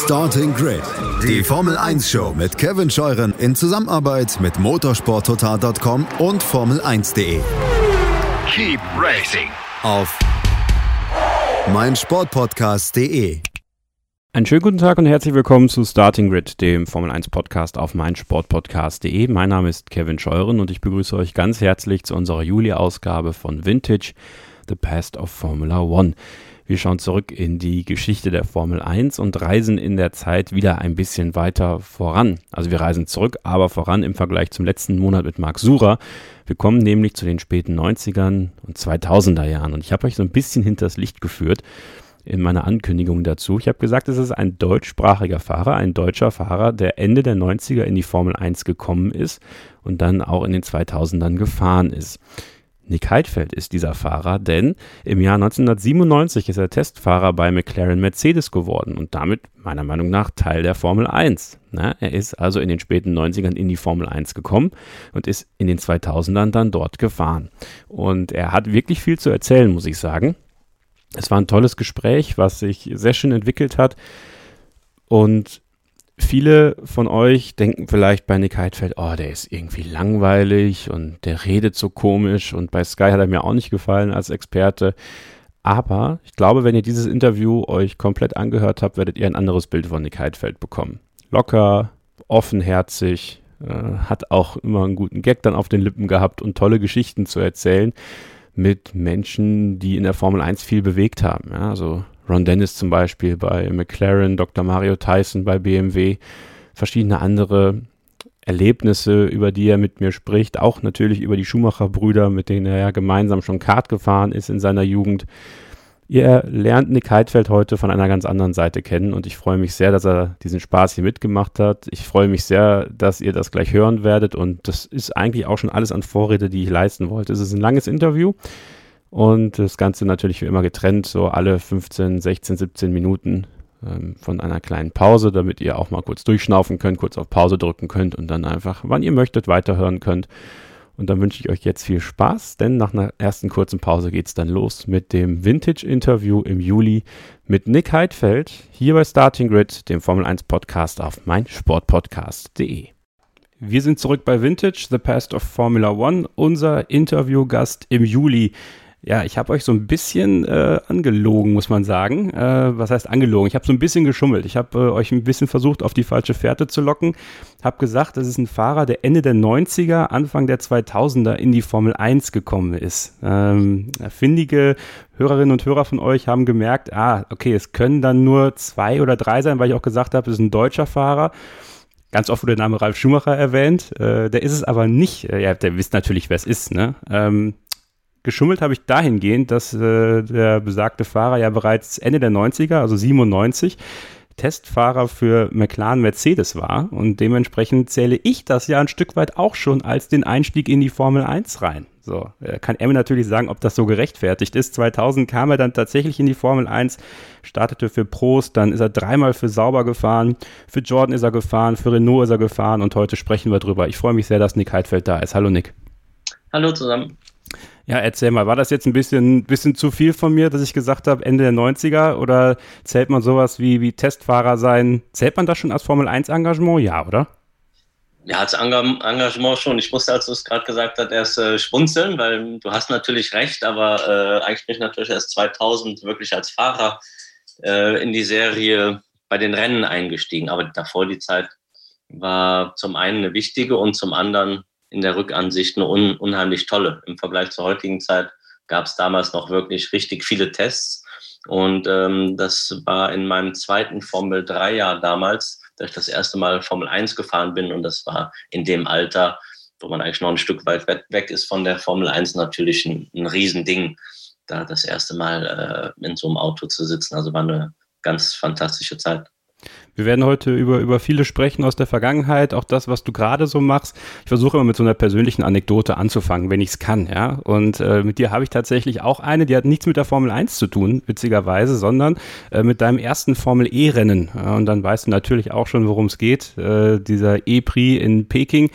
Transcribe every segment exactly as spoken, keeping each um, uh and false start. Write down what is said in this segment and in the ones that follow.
Starting Grid, die Formel eins Show mit Kevin Scheuren in Zusammenarbeit mit motorsport total Punkt com und Formel eins Punkt de. Keep racing Auf meinsportpodcast Punkt de. Einen schönen guten Tag und herzlich willkommen zu Starting Grid, dem Formel eins Podcast auf meinsportpodcast Punkt de. Mein Name ist Kevin Scheuren und ich begrüße euch ganz herzlich zu unserer Juli-Ausgabe von Vintage, The Past of Formula One. Wir schauen zurück in die Geschichte der Formel eins und reisen in der Zeit wieder ein bisschen weiter voran. Also wir reisen zurück, aber voran im Vergleich zum letzten Monat mit Marc Surer. Wir kommen nämlich zu den späten neunzigern und zweitausender Jahren und ich habe euch so ein bisschen hinters Licht geführt in meiner Ankündigung dazu. Ich habe gesagt, es ist ein deutschsprachiger Fahrer, ein deutscher Fahrer, der Ende der neunziger in die Formel eins gekommen ist und dann auch in den zweitausendern gefahren ist. Nick Heidfeld ist dieser Fahrer, denn im Jahr neunzehnhundertsiebenundneunzig ist er Testfahrer bei McLaren Mercedes geworden und damit meiner Meinung nach Teil der Formel eins. Na, er ist also in den späten neunzigern in die Formel eins gekommen und ist in den zweitausendern dann dort gefahren. Und er hat wirklich viel zu erzählen, muss ich sagen. Es war ein tolles Gespräch, was sich sehr schön entwickelt hat und viele von euch denken vielleicht bei Nick Heidfeld, oh, der ist irgendwie langweilig und der redet so komisch und bei Sky hat er mir auch nicht gefallen als Experte. Aber ich glaube, wenn ihr dieses Interview euch komplett angehört habt, werdet ihr ein anderes Bild von Nick Heidfeld bekommen. Locker, offenherzig, äh, hat auch immer einen guten Gag dann auf den Lippen gehabt und tolle Geschichten zu erzählen mit Menschen, die in der Formel eins viel bewegt haben. Ja, also Ron Dennis zum Beispiel bei McLaren, Doktor Mario Tyson bei B M W, verschiedene andere Erlebnisse, über die er mit mir spricht, auch natürlich über die Schumacher-Brüder, mit denen er ja gemeinsam schon Kart gefahren ist in seiner Jugend. Ihr lernt Nick Heidfeld heute von einer ganz anderen Seite kennen und ich freue mich sehr, dass er diesen Spaß hier mitgemacht hat. Ich freue mich sehr, dass ihr das gleich hören werdet und das ist eigentlich auch schon alles an Vorrede, die ich leisten wollte. Es ist ein langes Interview. Und das Ganze natürlich wie immer getrennt, so alle fünfzehn, sechzehn, siebzehn Minuten ähm, von einer kleinen Pause, damit ihr auch mal kurz durchschnaufen könnt, kurz auf Pause drücken könnt und dann einfach, wann ihr möchtet, weiterhören könnt. Und dann wünsche ich euch jetzt viel Spaß, denn nach einer ersten kurzen Pause geht es dann los mit dem Vintage-Interview im Juli mit Nick Heidfeld hier bei Starting Grid, dem Formel eins Podcast auf meinsportpodcast Punkt de. Wir sind zurück bei Vintage, The Past of Formula One, unser Interviewgast im Juli. Ja, ich habe euch so ein bisschen äh, angelogen, muss man sagen. Äh, was heißt angelogen? Ich habe so ein bisschen geschummelt. Ich habe äh, euch ein bisschen versucht, auf die falsche Fährte zu locken. Habe gesagt, das ist ein Fahrer, der Ende der neunziger, Anfang der zweitausender in die Formel eins gekommen ist. Ähm, findige Hörerinnen und Hörer von euch haben gemerkt, ah, okay, es können dann nur zwei oder drei sein, weil ich auch gesagt habe, es ist ein deutscher Fahrer. Ganz oft wurde der Name Ralf Schumacher erwähnt. Äh, der ist es aber nicht. Äh, ja, der wisst natürlich, wer es ist, ne? Ähm, Geschummelt habe ich dahingehend, dass äh, der besagte Fahrer ja bereits Ende der neunziger, also siebenundneunzig, Testfahrer für McLaren Mercedes war und dementsprechend zähle ich das ja ein Stück weit auch schon als den Einstieg in die Formel eins rein. So, äh, kann er mir natürlich sagen, ob das so gerechtfertigt ist. zweitausend kam er dann tatsächlich in die Formel eins, startete für Prost, dann ist er dreimal für Sauber gefahren, für Jordan ist er gefahren, für Renault ist er gefahren und heute sprechen wir drüber. Ich freue mich sehr, dass Nick Heidfeld da ist. Hallo Nick. Hallo zusammen. Ja, erzähl mal, war das jetzt ein bisschen, bisschen zu viel von mir, dass ich gesagt habe, Ende der neunziger oder zählt man sowas wie, wie Testfahrer sein, zählt man das schon als Formel eins Engagement? Ja, oder? Ja, als Engagement schon. Ich musste, als du es gerade gesagt hast, erst äh, schmunzeln, weil du hast natürlich recht, aber äh, eigentlich bin ich natürlich erst zweitausend wirklich als Fahrer äh, in die Serie bei den Rennen eingestiegen. Aber davor die Zeit war zum einen eine wichtige und zum anderen in der Rückansicht eine un- unheimlich tolle. Im Vergleich zur heutigen Zeit gab es damals noch wirklich richtig viele Tests. Und ähm, das war in meinem zweiten Formel drei Jahr damals, dass ich das erste Mal Formel eins gefahren bin. Und das war in dem Alter, wo man eigentlich noch ein Stück weit weg ist von der Formel eins, natürlich ein, ein Riesending, da das erste Mal äh, in so einem Auto zu sitzen. Also war eine ganz fantastische Zeit. Wir werden heute über, über viele sprechen aus der Vergangenheit, auch das, was du gerade so machst. Ich versuche immer mit so einer persönlichen Anekdote anzufangen, wenn ich es kann, ja. Und äh, mit dir habe ich tatsächlich auch eine, die hat nichts mit der Formel eins zu tun, witzigerweise, sondern äh, mit deinem ersten Formel-E-Rennen. Ja, und dann weißt du natürlich auch schon, worum es geht, äh, dieser E-Prix in Peking.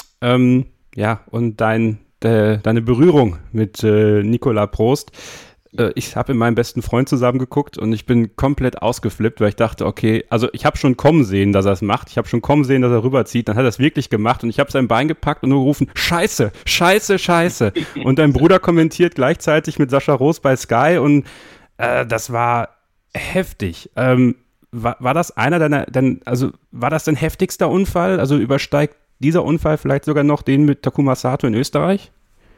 Ähm, ja, und dein, de, deine Berührung mit äh, Nicolas Prost. äh, ich habe mit meinem besten Freund zusammen geguckt und ich bin komplett ausgeflippt, weil ich dachte, okay, also ich habe schon kommen sehen, dass er es macht. Ich habe schon kommen sehen, dass er rüberzieht. Dann hat er es wirklich gemacht und ich habe sein Bein gepackt und nur gerufen, Scheiße, Scheiße, Scheiße. Und dein Bruder kommentiert gleichzeitig mit Sascha Roos bei Sky und äh, das war heftig. Ähm, war, war das einer deiner, dein, also war das dein heftigster Unfall? Also übersteigt dieser Unfall vielleicht sogar noch den mit Takuma Sato in Österreich?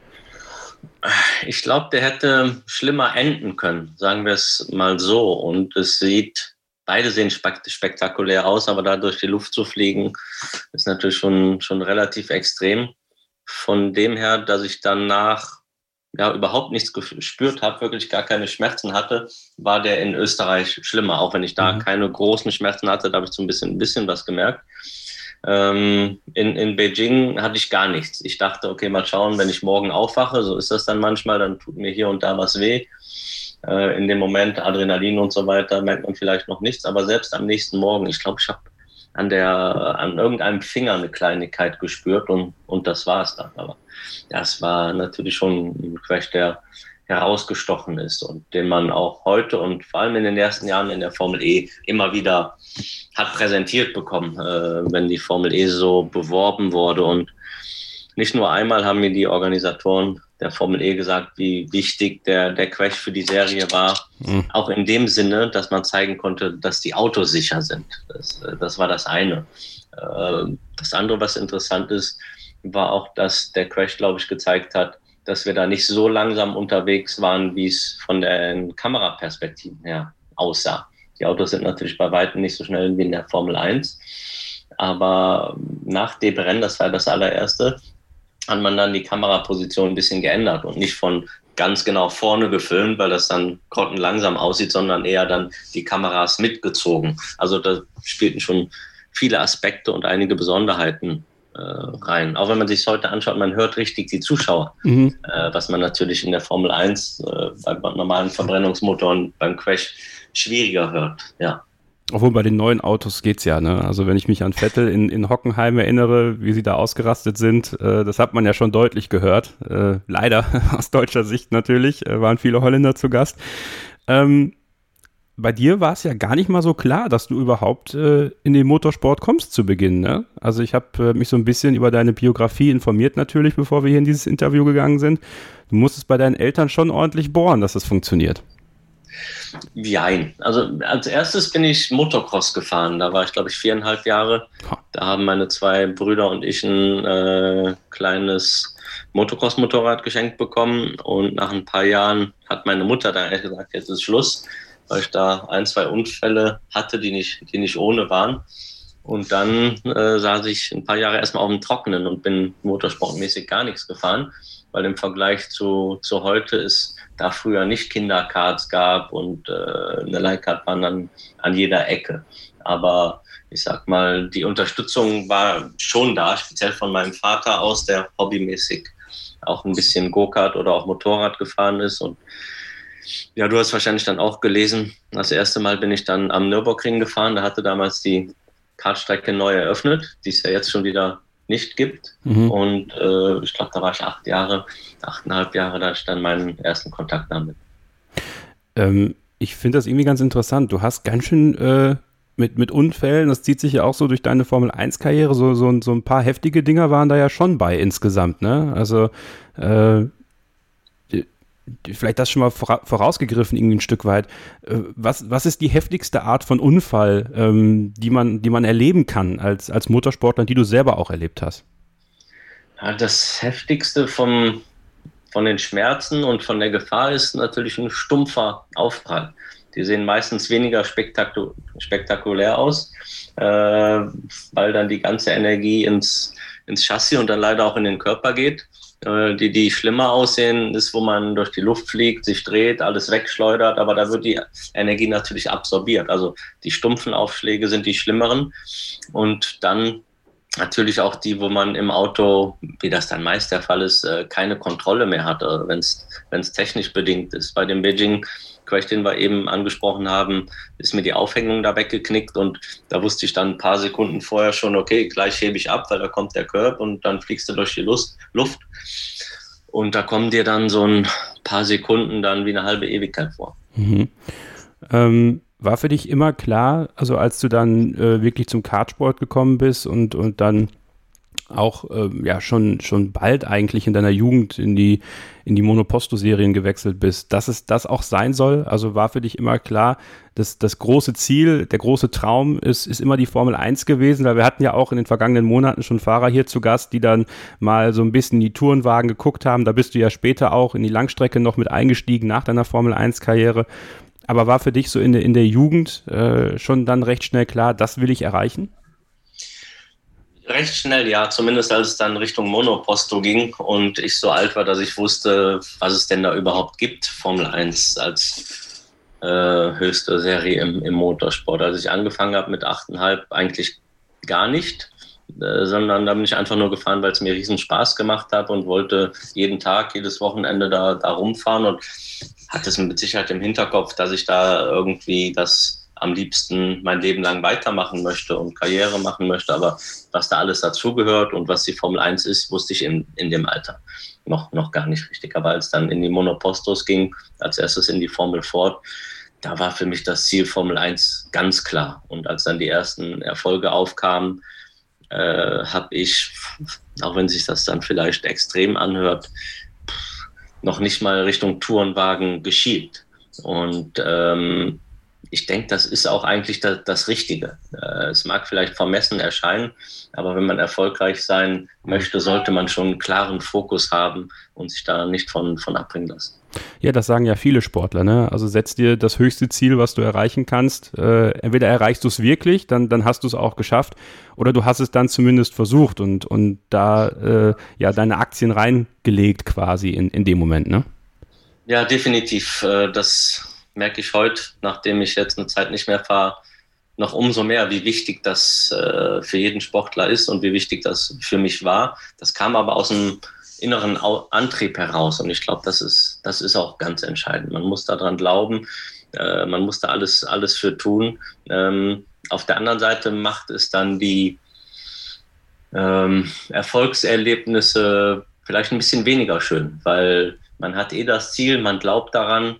Ich glaube, der hätte schlimmer enden können, sagen wir es mal so. Und es sieht, beide sehen spekt- spektakulär aus, aber da durch die Luft zu fliegen, ist natürlich schon, schon relativ extrem. Von dem her, dass ich danach ja überhaupt nichts gespürt habe, wirklich gar keine Schmerzen hatte, war der in Österreich schlimmer. Auch wenn ich da mhm. keine großen Schmerzen hatte, da habe ich so ein bisschen, ein bisschen was gemerkt. Ähm, in, in Beijing hatte ich gar nichts. Ich dachte, okay, mal schauen, wenn ich morgen aufwache, so ist das dann manchmal, dann tut mir hier und da was weh. Äh, in dem Moment Adrenalin und so weiter merkt man vielleicht noch nichts, aber selbst am nächsten Morgen, ich glaube, ich habe an der an irgendeinem Finger eine Kleinigkeit gespürt und, und das war es dann. Aber das war natürlich schon ein Crash, der herausgestochen ist und den man auch heute und vor allem in den ersten Jahren in der Formel E immer wieder hat präsentiert bekommen, äh, wenn die Formel E so beworben wurde. Und nicht nur einmal haben mir die Organisatoren der Formel E gesagt, wie wichtig der, der Crash für die Serie war. Mhm. Auch in dem Sinne, dass man zeigen konnte, dass die Autos sicher sind. Das, das war das eine. Äh, das andere, was interessant ist, war auch, dass der Crash, glaube ich, gezeigt hat, dass wir da nicht so langsam unterwegs waren, wie es von den Kameraperspektiven her aussah. Die Autos sind natürlich bei weitem nicht so schnell wie in der Formel eins, aber nach dem Rennen, das war das allererste, hat man dann die Kameraposition ein bisschen geändert und nicht von ganz genau vorne gefilmt, weil das dann grottenlangsam aussieht, sondern eher dann die Kameras mitgezogen. Also da spielten schon viele Aspekte und einige Besonderheiten rein. Auch wenn man sich es heute anschaut, man hört richtig die Zuschauer, mhm. äh, was man natürlich in der Formel eins äh, bei normalen Verbrennungsmotoren beim Crash schwieriger hört. Ja. Obwohl bei den neuen Autos geht's ja, ne? Also wenn ich mich an Vettel in, in Hockenheim erinnere, wie sie da ausgerastet sind, äh, das hat man ja schon deutlich gehört. Äh, leider aus deutscher Sicht natürlich, äh, waren viele Holländer zu Gast. Ähm, Bei dir war es ja gar nicht mal so klar, dass du überhaupt äh, in den Motorsport kommst zu Beginn, ne? Also ich habe äh, mich so ein bisschen über deine Biografie informiert natürlich, bevor wir hier in dieses Interview gegangen sind. Du musstest bei deinen Eltern schon ordentlich bohren, dass das funktioniert. Jein. Also als erstes bin ich Motocross gefahren. Da war ich, glaube ich, viereinhalb Jahre. Da haben meine zwei Brüder und ich ein äh, kleines Motocross-Motorrad geschenkt bekommen. Und nach ein paar Jahren hat meine Mutter dann ehrlich gesagt, jetzt ist Schluss, weil ich da ein, zwei Unfälle hatte, die nicht, die nicht ohne waren. Und dann äh, saß ich ein paar Jahre erstmal auf dem Trockenen und bin motorsportmäßig gar nichts gefahren, weil im Vergleich zu, zu heute es da früher nicht Kinderkarts gab und äh, eine Leihkartbahn dann an jeder Ecke. Aber ich sag mal, die Unterstützung war schon da, speziell von meinem Vater aus, der hobbymäßig auch ein bisschen Go-Kart oder auch Motorrad gefahren ist. Und ja, du hast wahrscheinlich dann auch gelesen, das erste Mal bin ich dann am Nürburgring gefahren, da hatte damals die Kartstrecke neu eröffnet, die es ja jetzt schon wieder nicht gibt. Mhm. Und äh, ich glaube, da war ich acht Jahre, achteinhalb Jahre, da hatte ich dann meinen ersten Kontakt damit. Ähm, ich finde das irgendwie ganz interessant. Du hast ganz schön äh, mit, mit Unfällen, das zieht sich ja auch so durch deine Formel eins Karriere, so, so, so ein paar heftige Dinger waren da ja schon bei insgesamt, ne? Also äh, vielleicht das schon mal vorausgegriffen irgendwie ein Stück weit. Was, was ist die heftigste Art von Unfall, ähm, die man, die man erleben kann als, als Motorsportler, die du selber auch erlebt hast? Ja, das heftigste vom, von den Schmerzen und von der Gefahr ist natürlich ein stumpfer Aufprall. Die sehen meistens weniger spektaku- spektakulär aus, äh, weil dann die ganze Energie ins, ins Chassis und dann leider auch in den Körper geht. Die, die schlimmer aussehen, ist, wo man durch die Luft fliegt, sich dreht, alles wegschleudert, aber da wird die Energie natürlich absorbiert. Also die stumpfen Aufschläge sind die schlimmeren und dann natürlich auch die, wo man im Auto, wie das dann meist der Fall ist, keine Kontrolle mehr hat, wenn es wenn es technisch bedingt ist. Bei dem Beijing Crash, den wir eben angesprochen haben, ist mir die Aufhängung da weggeknickt und da wusste ich dann ein paar Sekunden vorher schon, okay, gleich hebe ich ab, weil da kommt der Curb und dann fliegst du durch die Luft. Und da kommen dir dann so ein paar Sekunden dann wie eine halbe Ewigkeit vor. Mhm. Ähm, war für dich immer klar, also als du dann äh, wirklich zum Kartsport gekommen bist und, und dann auch ähm, ja schon, schon bald eigentlich in deiner Jugend in die, in die Monoposto-Serien gewechselt bist, dass es das auch sein soll? Also war für dich immer klar, dass das große Ziel, der große Traum ist, ist immer die Formel eins gewesen, weil wir hatten ja auch in den vergangenen Monaten schon Fahrer hier zu Gast, die dann mal so ein bisschen in die Tourenwagen geguckt haben. Da bist du ja später auch in die Langstrecke noch mit eingestiegen nach deiner Formel eins Karriere. Aber war für dich so in der, in der Jugend äh, schon dann recht schnell klar, das will ich erreichen? Recht schnell, ja, zumindest als es dann Richtung Monoposto ging und ich so alt war, dass ich wusste, was es denn da überhaupt gibt, Formel eins als äh, höchste Serie im, im Motorsport. Als ich angefangen habe mit achteinhalb, eigentlich gar nicht, äh, sondern da bin ich einfach nur gefahren, weil es mir riesen Spaß gemacht hat und wollte jeden Tag, jedes Wochenende da, da rumfahren und hatte es mit Sicherheit im Hinterkopf, dass ich da irgendwie das am liebsten mein Leben lang weitermachen möchte und Karriere machen möchte, aber was da alles dazugehört und was die Formel eins ist, wusste ich in, in dem Alter noch, noch gar nicht richtig. Aber als dann in die Monopostos ging, als erstes in die Formel Ford, da war für mich das Ziel Formel eins ganz klar. Und als dann die ersten Erfolge aufkamen, äh, habe ich, auch wenn sich das dann vielleicht extrem anhört, noch nicht mal Richtung Tourenwagen geschielt. Und ähm, ich denke, das ist auch eigentlich das, das Richtige. Äh, es mag vielleicht vermessen erscheinen, aber wenn man erfolgreich sein möchte, sollte man schon einen klaren Fokus haben und sich da nicht von, von abbringen lassen. Ja, das sagen ja viele Sportler, ne? Also setz dir das höchste Ziel, was du erreichen kannst. Äh, entweder erreichst du es wirklich, dann, dann hast du es auch geschafft, oder du hast es dann zumindest versucht und, und da äh, ja deine Aktien reingelegt quasi in, in dem Moment, ne? Ja, definitiv. Äh, das merke ich heute, nachdem ich jetzt eine Zeit nicht mehr fahre, noch umso mehr, wie wichtig das äh, für jeden Sportler ist und wie wichtig das für mich war. Das kam aber aus einem inneren Antrieb heraus und ich glaube, das ist, das ist auch ganz entscheidend. Man muss daran glauben, äh, man muss da alles, alles für tun. Ähm, auf der anderen Seite macht es dann die ähm, Erfolgserlebnisse vielleicht ein bisschen weniger schön, weil man hat eh das Ziel, man glaubt daran.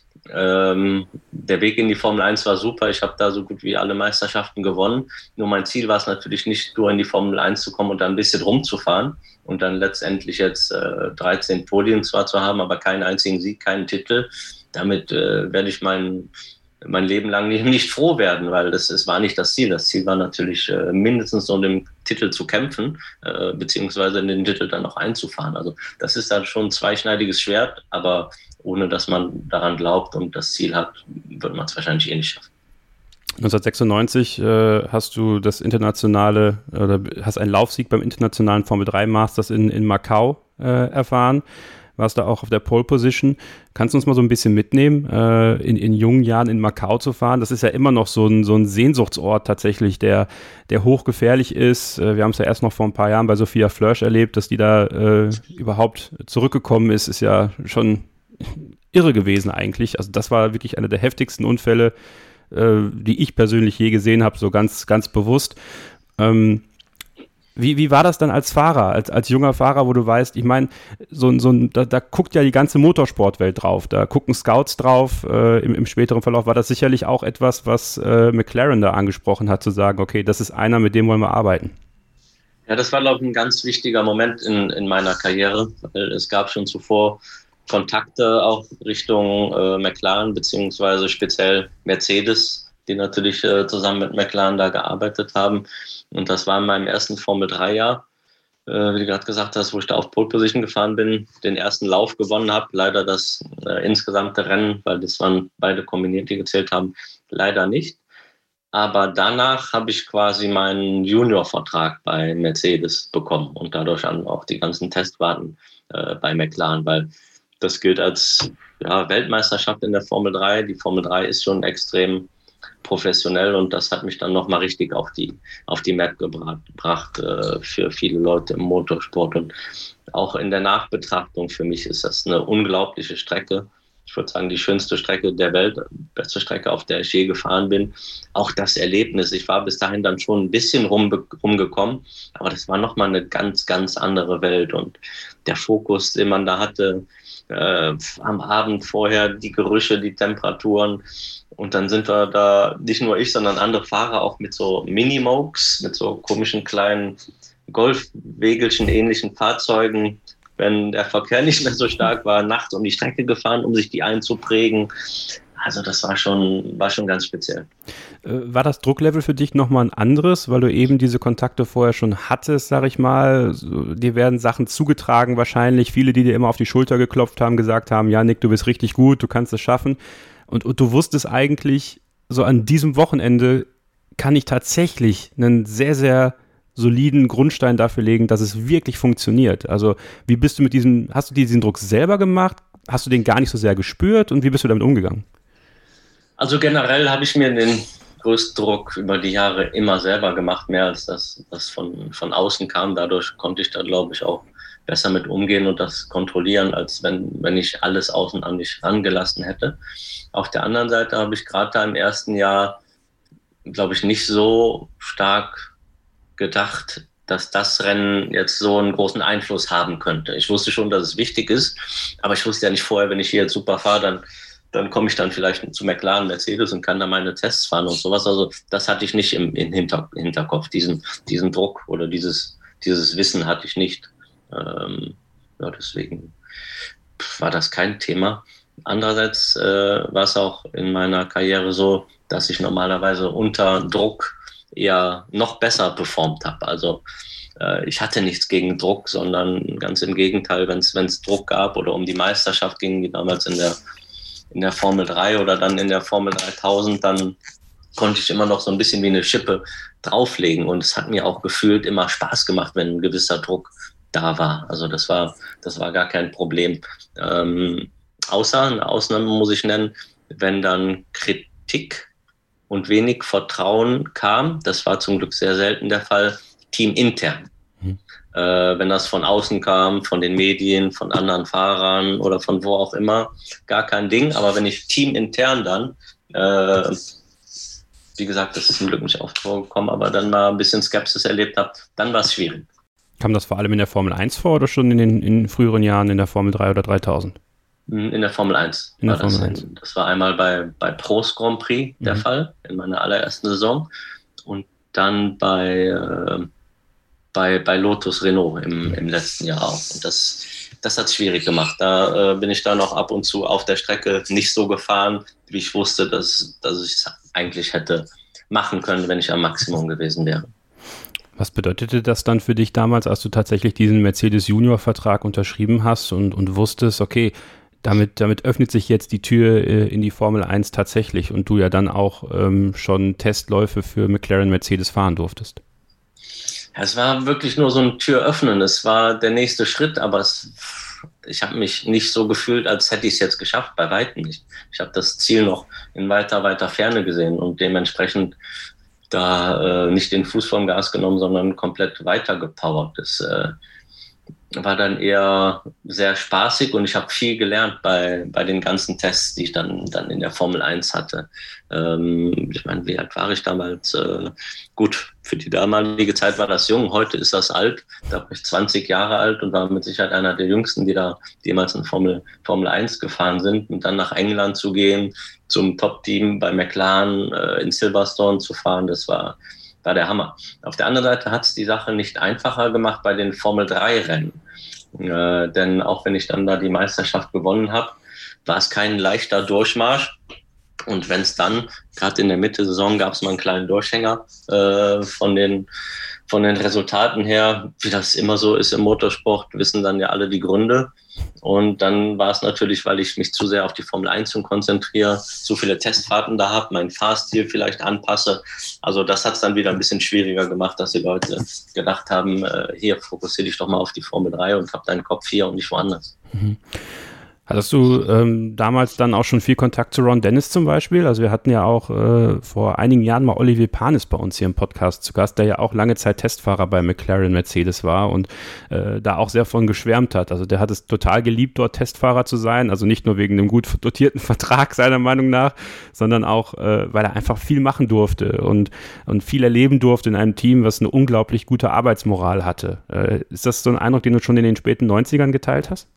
Ähm, der Weg in die Formel eins war super, ich habe da so gut wie alle Meisterschaften gewonnen, nur mein Ziel war es natürlich nicht, nur in die Formel eins zu kommen und dann ein bisschen rumzufahren und dann letztendlich jetzt äh, dreizehn Podien zwar zu haben, aber keinen einzigen Sieg, keinen Titel. Damit äh, werde ich mein, mein Leben lang nicht, nicht froh werden, weil das, das war nicht das Ziel. Das Ziel war natürlich äh, mindestens um den Titel zu kämpfen, äh, beziehungsweise in den Titel dann noch einzufahren. Also das ist dann schon ein zweischneidiges Schwert, aber ohne dass man daran glaubt und das Ziel hat, wird man es wahrscheinlich eh nicht schaffen. neunzehnhundertsechsundneunzig äh, hast du das internationale, oder hast einen Laufsieg beim internationalen Formel drei Masters in, in Macau äh, erfahren. Warst da auch auf der Pole Position. Kannst du uns mal so ein bisschen mitnehmen, äh, in, in jungen Jahren in Macau zu fahren? Das ist ja immer noch so ein, so ein Sehnsuchtsort tatsächlich, der, der hochgefährlich ist. Äh, wir haben es ja erst noch vor ein paar Jahren bei Sophia Flörsch erlebt, dass die da äh, überhaupt zurückgekommen ist, ist ja schon irre gewesen eigentlich. Also das war wirklich einer der heftigsten Unfälle, äh, die ich persönlich je gesehen habe, so ganz, ganz bewusst. Ähm, Wie, wie war das dann als Fahrer, als, als junger Fahrer, wo du weißt, ich meine, so, so, da, da guckt ja die ganze Motorsportwelt drauf, da gucken Scouts drauf, äh, im, im späteren Verlauf war das sicherlich auch etwas, was äh, McLaren da angesprochen hat, zu sagen, okay, das ist einer, mit dem wollen wir arbeiten. Ja, das war, glaube ich, ein ganz wichtiger Moment in, in meiner Karriere, weil es gab schon zuvor Kontakte auch Richtung äh, McLaren, beziehungsweise speziell Mercedes, die natürlich äh, zusammen mit McLaren da gearbeitet haben. Und das war in meinem ersten Formel drei Jahr, äh, wie du gerade gesagt hast, wo ich da auf Pole Position gefahren bin, den ersten Lauf gewonnen habe. Leider das äh, insgesamte Rennen, weil das waren beide kombiniert, die gezählt haben, leider nicht. Aber danach habe ich quasi meinen Junior-Vertrag bei Mercedes bekommen und dadurch dann auch die ganzen Testfahrten äh, bei McLaren, weil das gilt als ja, Weltmeisterschaft in der Formel drei. Die Formel drei ist schon extrem professionell und das hat mich dann nochmal richtig auf die, auf die Map gebracht, gebracht äh, für viele Leute im Motorsport. Und auch in der Nachbetrachtung für mich ist das eine unglaubliche Strecke. Ich ich würde sagen, die schönste Strecke der Welt, beste Strecke, auf der ich je gefahren bin. Auch das Erlebnis. Ich war bis dahin dann schon ein bisschen rum, rumgekommen, aber das war nochmal eine ganz, ganz andere Welt. Und der Fokus, den man da hatte, äh, am Abend vorher, die Gerüche, die Temperaturen. Und dann sind wir da, nicht nur ich, sondern andere Fahrer auch mit so Minimokes, mit so komischen kleinen Golfwägelchen ähnlichen Fahrzeugen, wenn der Verkehr nicht mehr so stark war, nachts um die Strecke gefahren, um sich die einzuprägen. Also das war schon, war schon ganz speziell. War das Drucklevel für dich nochmal ein anderes, weil du eben diese Kontakte vorher schon hattest, sag ich mal? Dir werden Sachen zugetragen wahrscheinlich. Viele, die dir immer auf die Schulter geklopft haben, gesagt haben, ja Nick, du bist richtig gut, du kannst es schaffen. Und, und du wusstest eigentlich, so an diesem Wochenende kann ich tatsächlich einen sehr, sehr soliden Grundstein dafür legen, dass es wirklich funktioniert. Also wie bist du mit diesem, hast du diesen Druck selber gemacht? Hast du den gar nicht so sehr gespürt und wie bist du damit umgegangen? Also generell habe ich mir den größten Druck über die Jahre immer selber gemacht, mehr als das, das von, von außen kam. Dadurch konnte ich da, glaube ich, auch besser mit umgehen und das kontrollieren, als wenn, wenn ich alles außen an mich rangelassen hätte. Auf der anderen Seite habe ich gerade da im ersten Jahr, glaube ich, nicht so stark gedacht, dass das Rennen jetzt so einen großen Einfluss haben könnte. Ich wusste schon, dass es wichtig ist, aber ich wusste ja nicht vorher, wenn ich hier jetzt super fahre, dann, dann komme ich dann vielleicht zu McLaren, Mercedes und kann da meine Tests fahren und sowas. Also das hatte ich nicht im, im Hinter, Hinterkopf, diesen, diesen Druck oder dieses, dieses Wissen hatte ich nicht. Ähm, ja, deswegen war das kein Thema. Andererseits äh, war es auch in meiner Karriere so, dass ich normalerweise unter Druck eher noch besser performt habe. Also äh, ich hatte nichts gegen Druck, sondern ganz im Gegenteil, wenn es Druck gab oder um die Meisterschaft ging, wie damals in der, in der Formel drei oder dann in der Formel dreitausend, dann konnte ich immer noch so ein bisschen wie eine Schippe drauflegen. Und es hat mir auch gefühlt immer Spaß gemacht, wenn ein gewisser Druck da war. Also das war, das war gar kein Problem. Ähm, außer, eine Ausnahme muss ich nennen, wenn dann Kritik und wenig Vertrauen kam, das war zum Glück sehr selten der Fall, teamintern. Mhm. Äh, wenn das von außen kam, von den Medien, von anderen Fahrern oder von wo auch immer, gar kein Ding. Aber wenn ich teamintern dann, äh, wie gesagt, das ist zum Glück nicht oft vorgekommen, aber dann mal ein bisschen Skepsis erlebt habe, dann war es schwierig. Kam das vor allem in der Formel eins vor oder schon in den in früheren Jahren in der Formel drei oder dreitausend? In der Formel eins. In der war Formel das, eins. Das war einmal bei, bei Prost Grand Prix der mhm. Fall, in meiner allerersten Saison. Und dann bei, äh, bei, bei Lotus Renault im, im letzten Jahr auch. Und das, das hat es schwierig gemacht. Da äh, bin ich dann noch ab und zu auf der Strecke nicht so gefahren, wie ich wusste, dass, dass ich es eigentlich hätte machen können, wenn ich am Maximum gewesen wäre. Was bedeutete das dann für dich damals, als du tatsächlich diesen Mercedes-Junior-Vertrag unterschrieben hast und, und wusstest, okay, damit, damit öffnet sich jetzt die Tür äh, in die Formel eins tatsächlich und du ja dann auch ähm, schon Testläufe für McLaren Mercedes fahren durftest? Ja, es war wirklich nur so ein Türöffnen. Es war der nächste Schritt, aber es, ich habe mich nicht so gefühlt, als hätte ich es jetzt geschafft, bei weitem nicht. Ich habe das Ziel noch in weiter, weiter Ferne gesehen und dementsprechend da äh, nicht den Fuß vom Gas genommen, sondern komplett weitergepowert. Das äh, war dann eher sehr spaßig und ich habe viel gelernt bei, bei den ganzen Tests, die ich dann, dann in der Formel eins hatte. Ähm, ich meine, wie alt war ich damals? Äh, gut, für die damalige Zeit war das jung, heute ist das alt. Da war ich zwanzig Jahre alt und war mit Sicherheit einer der Jüngsten, die da jemals in Formel, Formel eins gefahren sind. Und dann nach England zu gehen, zum Top-Team bei McLaren äh, in Silverstone zu fahren, das war, war der Hammer. Auf der anderen Seite hat es die Sache nicht einfacher gemacht bei den Formel drei Rennen. Äh, denn auch wenn ich dann da die Meisterschaft gewonnen habe, war es kein leichter Durchmarsch. Und wenn es dann, gerade in der Mitte der Saison, gab es mal einen kleinen Durchhänger äh, von den von den Resultaten her, wie das immer so ist im Motorsport, wissen dann ja alle die Gründe. Und dann war es natürlich, weil ich mich zu sehr auf die Formel eins konzentriere, zu viele Testfahrten da habe, meinen Fahrstil vielleicht anpasse. Also das hat es dann wieder ein bisschen schwieriger gemacht, dass die Leute gedacht haben, äh, hier fokussiere dich doch mal auf die Formel drei und hab deinen Kopf hier und nicht woanders. Mhm. Hattest du ähm, damals dann auch schon viel Kontakt zu Ron Dennis zum Beispiel? Also wir hatten ja auch äh, vor einigen Jahren mal Olivier Panis bei uns hier im Podcast zu Gast, der ja auch lange Zeit Testfahrer bei McLaren Mercedes war und äh, da auch sehr von geschwärmt hat. Also der hat es total geliebt, dort Testfahrer zu sein, also nicht nur wegen einem gut dotierten Vertrag seiner Meinung nach, sondern auch, äh, weil er einfach viel machen durfte und, und viel erleben durfte in einem Team, was eine unglaublich gute Arbeitsmoral hatte. Äh, ist das so ein Eindruck, den du schon in den späten neunzigern geteilt hast?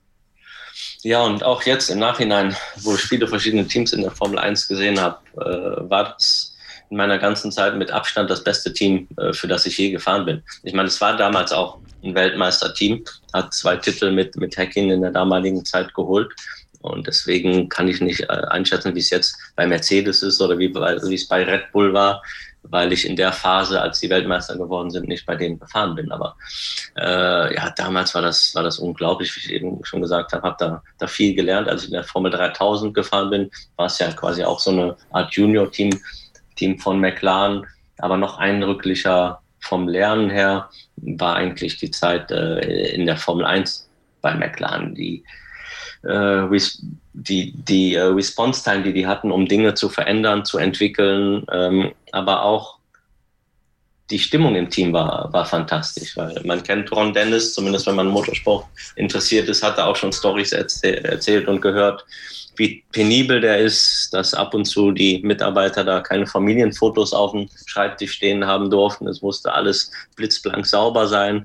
Ja, und auch jetzt im Nachhinein, wo ich viele verschiedene Teams in der Formel eins gesehen habe, äh, war das in meiner ganzen Zeit mit Abstand das beste Team, äh, für das ich je gefahren bin. Ich meine, es war damals auch ein Weltmeisterteam, hat zwei Titel mit, mit Häkkinen in der damaligen Zeit geholt. Und deswegen kann ich nicht äh, einschätzen, wie es jetzt bei Mercedes ist oder wie, wie es bei Red Bull war, weil ich in der Phase, als die Weltmeister geworden sind, nicht bei denen gefahren bin. Aber äh, ja, damals war das, war das unglaublich, wie ich eben schon gesagt habe, habe da, da viel gelernt. Als ich in der Formel dreitausend gefahren bin, war es ja quasi auch so eine Art Junior-Team, Team von McLaren. Aber noch eindrücklicher vom Lernen her war eigentlich die Zeit äh, in der Formel eins bei McLaren. Die äh, die, die äh, Response-Time, die die hatten, um Dinge zu verändern, zu entwickeln, ähm, aber auch die Stimmung im Team war, war fantastisch, weil man kennt Ron Dennis, zumindest wenn man Motorsport interessiert ist, hat er auch schon Storys erzäh- erzählt und gehört, wie penibel der ist, dass ab und zu die Mitarbeiter da keine Familienfotos auf dem Schreibtisch stehen haben durften. Es musste alles blitzblank sauber sein.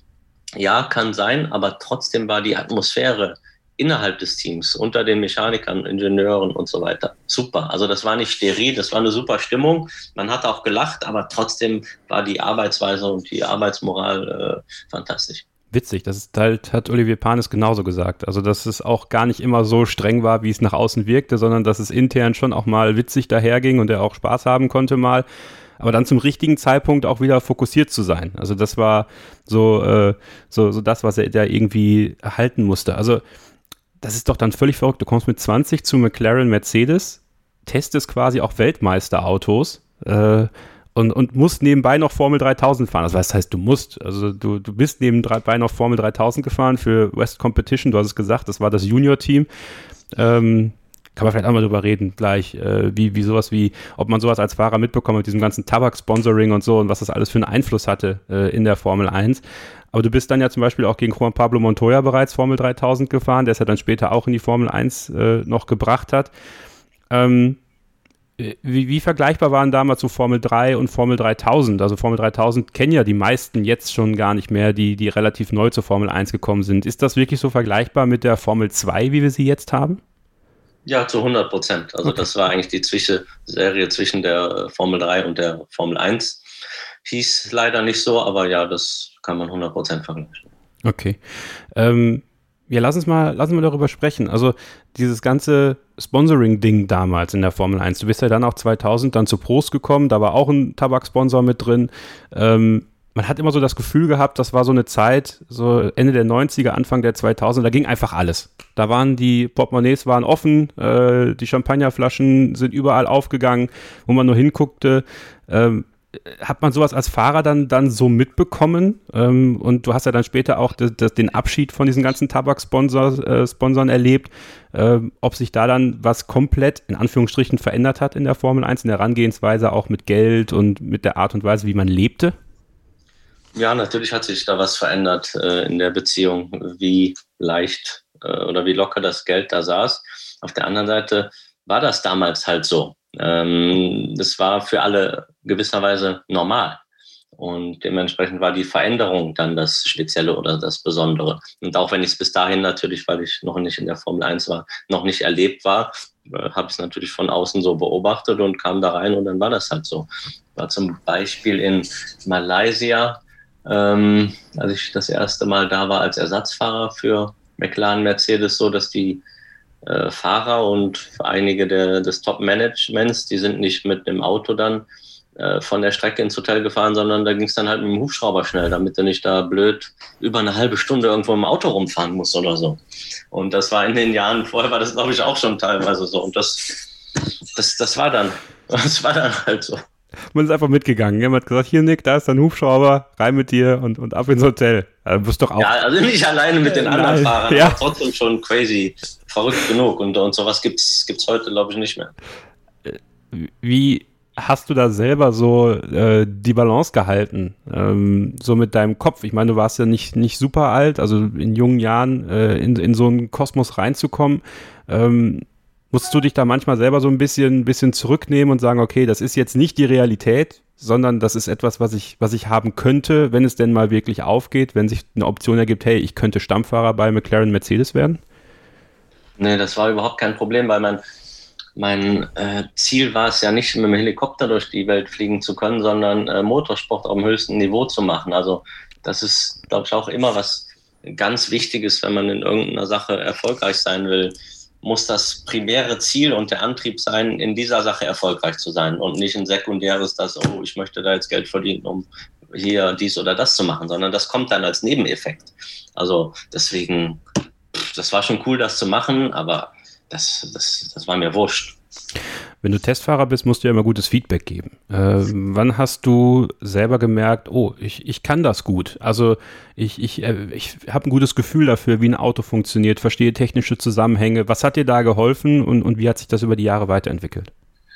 Ja, kann sein, aber trotzdem war die Atmosphäre innerhalb des Teams, unter den Mechanikern, Ingenieuren und so weiter. Super. Also das war nicht steril, das war eine super Stimmung. Man hat auch gelacht, aber trotzdem war die Arbeitsweise und die Arbeitsmoral äh, fantastisch. Witzig, das ist halt, hat Olivier Panis genauso gesagt. Also, dass es auch gar nicht immer so streng war, wie es nach außen wirkte, sondern dass es intern schon auch mal witzig daherging und er auch Spaß haben konnte mal. Aber dann zum richtigen Zeitpunkt auch wieder fokussiert zu sein. Also das war so, äh, so, so das, was er da irgendwie erhalten musste. Also das ist doch dann völlig verrückt. Du kommst mit zwanzig zu McLaren Mercedes, testest quasi auch Weltmeisterautos äh, und, und musst nebenbei noch Formel dreitausend fahren. Also das heißt, du musst, also du, du bist nebenbei noch Formel dreitausend gefahren für West Competition. Du hast es gesagt, das war das Junior-Team. Ähm, kann man vielleicht auch mal drüber reden gleich, äh, wie, wie sowas wie, ob man sowas als Fahrer mitbekommt mit diesem ganzen Tabak-Sponsoring und so und was das alles für einen Einfluss hatte äh, in der Formel eins. Aber du bist dann ja zum Beispiel auch gegen Juan Pablo Montoya bereits Formel dreitausend gefahren, der es ja dann später auch in die Formel eins äh, noch gebracht hat. Ähm, wie, wie vergleichbar waren damals so Formel drei und Formel dreitausend? Also Formel dreitausend kennen ja die meisten jetzt schon gar nicht mehr, die, die relativ neu zur Formel eins gekommen sind. Ist das wirklich so vergleichbar mit der Formel zwei, wie wir sie jetzt haben? Ja, zu hundert Prozent. Also okay. Das war eigentlich die Zwischenserie zwischen der Formel drei und der Formel eins. Hieß leider nicht so, aber ja, das kann man hundert Prozent vergleichen. Okay. Ähm, ja, lass uns mal, lass uns mal darüber sprechen. Also dieses ganze Sponsoring-Ding damals in der Formel eins. Du bist ja dann auch zweitausend dann zu Prost gekommen, da war auch ein Tabaksponsor mit drin. Ähm, man hat immer so das Gefühl gehabt, das war so eine Zeit, so Ende der neunziger, Anfang der zweitausender, da ging einfach alles. Da waren die Portemonnaies waren offen, äh, die Champagnerflaschen sind überall aufgegangen, wo man nur hinguckte. Ähm, hat man sowas als Fahrer dann, dann so mitbekommen? Ähm, und du hast ja dann später auch das, das, den Abschied von diesen ganzen Tabaksponsoren äh, erlebt. Ähm, ob sich da dann was komplett, in Anführungsstrichen, verändert hat in der Formel eins, in der Herangehensweise auch mit Geld und mit der Art und Weise, wie man lebte? Ja, natürlich hat sich da was verändert äh, in der Beziehung, wie leicht äh, oder wie locker das Geld da saß. Auf der anderen Seite war das damals halt so. Ähm, das war für alle gewisserweise normal. Und dementsprechend war die Veränderung dann das Spezielle oder das Besondere. Und auch wenn ich es bis dahin natürlich, weil ich noch nicht in der Formel eins war, noch nicht erlebt war, äh, habe ich es natürlich von außen so beobachtet und kam da rein und dann war das halt so. Ich war zum Beispiel in Malaysia, Ähm, als ich das erste Mal da war als Ersatzfahrer für McLaren Mercedes, so dass die äh, Fahrer und einige der, des Top-Managements, die sind nicht mit dem Auto dann äh, von der Strecke ins Hotel gefahren, sondern da ging es dann halt mit dem Hubschrauber schnell, damit du nicht da blöd über eine halbe Stunde irgendwo im Auto rumfahren musst oder so. Und das war in den Jahren vorher, war das glaube ich auch schon teilweise so. Und das, das, das war dann, das war dann halt so. Man ist einfach mitgegangen. Man hat gesagt, hier Nick, da ist dein Hubschrauber, rein mit dir und, und ab ins Hotel. Also, du bist doch auch. Ja, also nicht alleine mit den anderen Nein. Fahrern, Ja. aber trotzdem schon crazy, verrückt genug. Und, und sowas gibt's, gibt's heute, glaube ich, nicht mehr. Wie hast du da selber so äh, die Balance gehalten? Ähm, so mit deinem Kopf? Ich meine, du warst ja nicht, nicht super alt, also in jungen Jahren äh, in, in so einen Kosmos reinzukommen. Ähm, musstest du dich da manchmal selber so ein bisschen, bisschen zurücknehmen und sagen, okay, das ist jetzt nicht die Realität, sondern das ist etwas, was ich, was ich haben könnte, wenn es denn mal wirklich aufgeht, wenn sich eine Option ergibt, hey, ich könnte Stammfahrer bei McLaren Mercedes werden? Nee, das war überhaupt kein Problem, weil mein, mein äh, Ziel war es ja nicht, mit dem Helikopter durch die Welt fliegen zu können, sondern äh, Motorsport auf dem höchsten Niveau zu machen. Also das ist, glaube ich, auch immer was ganz Wichtiges, wenn man in irgendeiner Sache erfolgreich sein will, muss das primäre Ziel und der Antrieb sein, in dieser Sache erfolgreich zu sein und nicht ein sekundäres, dass, oh, ich möchte da jetzt Geld verdienen, um hier dies oder das zu machen, sondern das kommt dann als Nebeneffekt. Also deswegen, das war schon cool, das zu machen, aber das, das, das war mir wurscht. Wenn du Testfahrer bist, musst du ja immer gutes Feedback geben. Äh, wann hast du selber gemerkt, oh, ich, ich kann das gut? Also ich, ich, äh, ich habe ein gutes Gefühl dafür, wie ein Auto funktioniert, verstehe technische Zusammenhänge. Was hat dir da geholfen und, und wie hat sich das über die Jahre weiterentwickelt?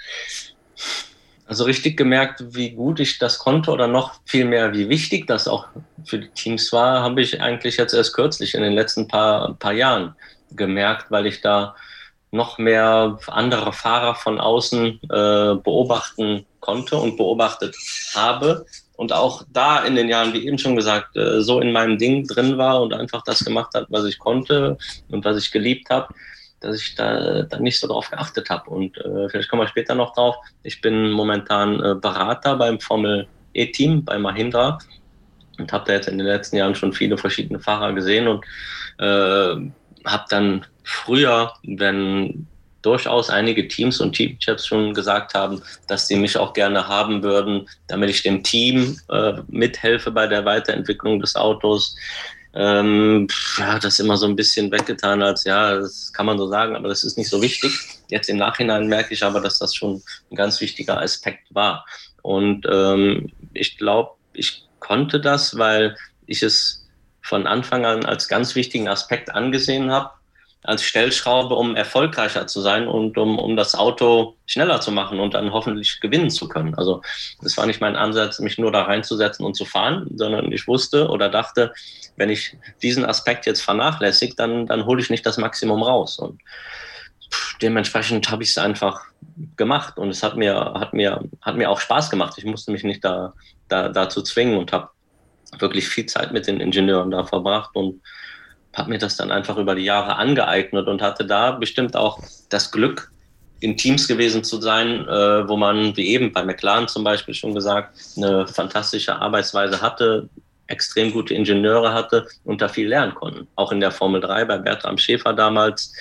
Also richtig gemerkt, wie gut ich das konnte oder noch viel mehr, wie wichtig das auch für die Teams war, habe ich eigentlich jetzt erst kürzlich in den letzten paar, paar Jahren gemerkt, weil ich da noch mehr andere Fahrer von außen äh, beobachten konnte und beobachtet habe und auch da in den Jahren, wie eben schon gesagt, äh, so in meinem Ding drin war und einfach das gemacht hat, was ich konnte und was ich geliebt habe, dass ich da, da nicht so drauf geachtet habe. Und äh, vielleicht kommen wir später noch drauf. Ich bin momentan äh, Berater beim Formel-E-Team bei Mahindra und habe da jetzt in den letzten Jahren schon viele verschiedene Fahrer gesehen und äh, habe dann früher, wenn durchaus einige Teams und Teamchefs schon gesagt haben, dass sie mich auch gerne haben würden, damit ich dem Team äh, mithelfe bei der Weiterentwicklung des Autos. Ähm, ja, das immer so ein bisschen weggetan als, ja, das kann man so sagen, aber das ist nicht so wichtig. Jetzt im Nachhinein merke ich aber, dass das schon ein ganz wichtiger Aspekt war. Und ähm, ich glaube, ich konnte das, weil ich es von Anfang an als ganz wichtigen Aspekt angesehen habe, als Stellschraube, um erfolgreicher zu sein und um, um das Auto schneller zu machen und dann hoffentlich gewinnen zu können. Also das war nicht mein Ansatz, mich nur da reinzusetzen und zu fahren, sondern ich wusste oder dachte, wenn ich diesen Aspekt jetzt vernachlässige, dann, dann hole ich nicht das Maximum raus. Und dementsprechend habe ich es einfach gemacht und es hat mir, hat mir, hat mir auch Spaß gemacht. Ich musste mich nicht da, da, dazu zwingen und habe wirklich viel Zeit mit den Ingenieuren da verbracht und habe mir das dann einfach über die Jahre angeeignet und hatte da bestimmt auch das Glück, in Teams gewesen zu sein, äh, wo man, wie eben bei McLaren zum Beispiel schon gesagt, eine fantastische Arbeitsweise hatte, extrem gute Ingenieure hatte und da viel lernen konnten. Auch in der Formel drei bei Bertram Schäfer damals,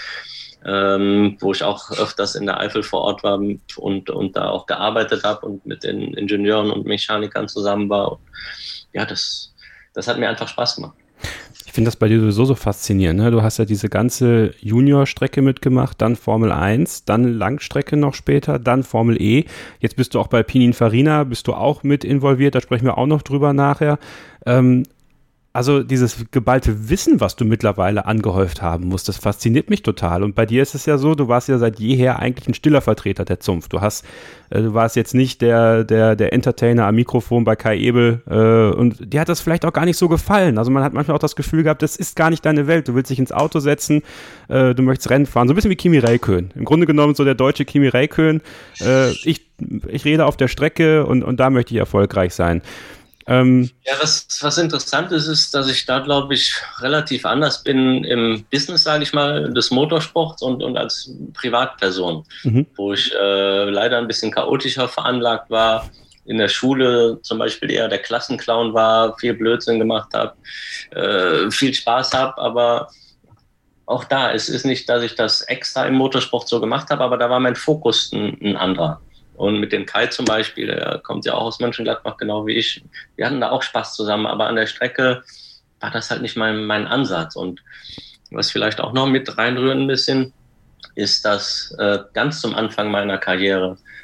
ähm, wo ich auch öfters in der Eifel vor Ort war und, und da auch gearbeitet habe und mit den Ingenieuren und Mechanikern zusammen war. Und ja, das, das hat mir einfach Spaß gemacht. Ich finde das bei dir sowieso so faszinierend. Ne? Du hast ja diese ganze Junior-Strecke mitgemacht, dann Formel eins, dann Langstrecke noch später, dann Formel E. Jetzt bist du auch bei Pininfarina, bist du auch mit involviert, da sprechen wir auch noch drüber nachher. Ähm, also dieses geballte Wissen, was du mittlerweile angehäuft haben musst, das fasziniert mich total. Und bei dir ist es ja so, du warst ja seit jeher eigentlich ein stiller Vertreter der Zunft. Du hast, äh, du warst jetzt nicht der, der, der Entertainer am Mikrofon bei Kai Ebel äh, und dir hat das vielleicht auch gar nicht so gefallen. Also man hat manchmal auch das Gefühl gehabt, das ist gar nicht deine Welt. Du willst dich ins Auto setzen, äh, du möchtest Rennen fahren. So ein bisschen wie Kimi Räikkönen. Im Grunde genommen so der deutsche Kimi Räikkönen. Äh, ich, ich rede auf der Strecke und, und da möchte ich erfolgreich sein. Ähm, ja, was, was interessant ist, ist, dass ich da, glaube ich, relativ anders bin im Business, sage ich mal, des Motorsports und, und als Privatperson, mhm. wo ich äh, leider ein bisschen chaotischer veranlagt war, in der Schule zum Beispiel eher der Klassenclown war, viel Blödsinn gemacht habe, äh, viel Spaß habe, aber auch da, es ist nicht, dass ich das extra im Motorsport so gemacht habe, aber da war mein Fokus ein, ein anderer. Und mit dem Kai zum Beispiel, der kommt ja auch aus Mönchengladbach, genau wie ich. Wir hatten da auch Spaß zusammen, aber an der Strecke war das halt nicht mein, mein Ansatz. Und was vielleicht auch noch mit reinrühren ein bisschen, ist, dass äh, ganz zum Anfang meiner Karriere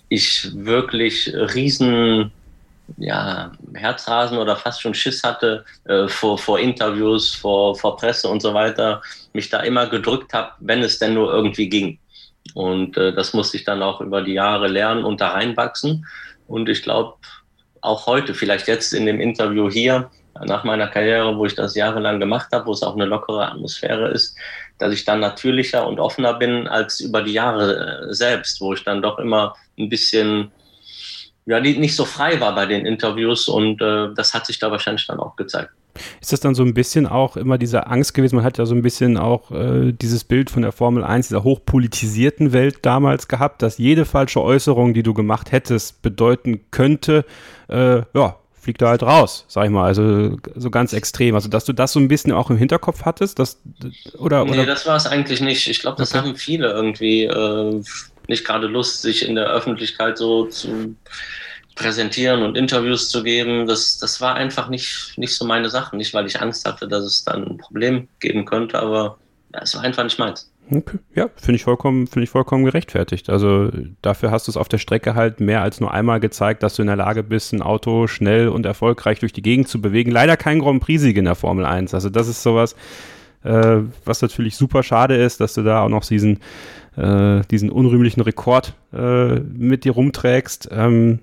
ich wirklich riesen ja, Herzrasen oder fast schon Schiss hatte äh, vor, vor Interviews, vor, vor Presse und so weiter, mich da immer gedrückt habe, wenn es denn nur irgendwie ging. Und äh, das musste ich dann auch über die Jahre lernen und da reinwachsen. Und ich glaube, auch heute, vielleicht jetzt in dem Interview hier, nach meiner Karriere, wo ich das jahrelang gemacht habe, wo es auch eine lockere Atmosphäre ist, dass ich dann natürlicher und offener bin als über die Jahre selbst, wo ich dann doch immer ein bisschen, ja, nicht so frei war bei den Interviews und äh, das hat sich da wahrscheinlich dann auch gezeigt. Ist das dann so ein bisschen auch immer diese Angst gewesen? Man hat ja so ein bisschen auch äh, dieses Bild von der Formel eins, dieser hochpolitisierten Welt damals gehabt, dass jede falsche Äußerung, die du gemacht hättest, bedeuten könnte, äh, ja, fliegt da halt raus, sag ich mal, also so ganz extrem. Also, dass du das so ein bisschen auch im Hinterkopf hattest, das, oder, oder? Nee, das war es eigentlich nicht. Ich glaube, das okay. haben viele irgendwie äh, nicht gerade Lust, sich in der Öffentlichkeit so zu präsentieren und Interviews zu geben. Das, das war einfach nicht, nicht so meine Sache. Nicht, weil ich Angst hatte, dass es dann ein Problem geben könnte, aber ja, es war einfach nicht meins. Okay. Ja, finde ich vollkommen, finde ich vollkommen gerechtfertigt. Also dafür hast du es auf der Strecke halt mehr als nur einmal gezeigt, dass du in der Lage bist, ein Auto schnell und erfolgreich durch die Gegend zu bewegen. Leider kein Grand Prix-Sieg in der Formel eins. Also das ist sowas, äh, was natürlich super schade ist, dass du da auch noch diesen, äh, diesen unrühmlichen Rekord äh, mit dir rumträgst. Ähm,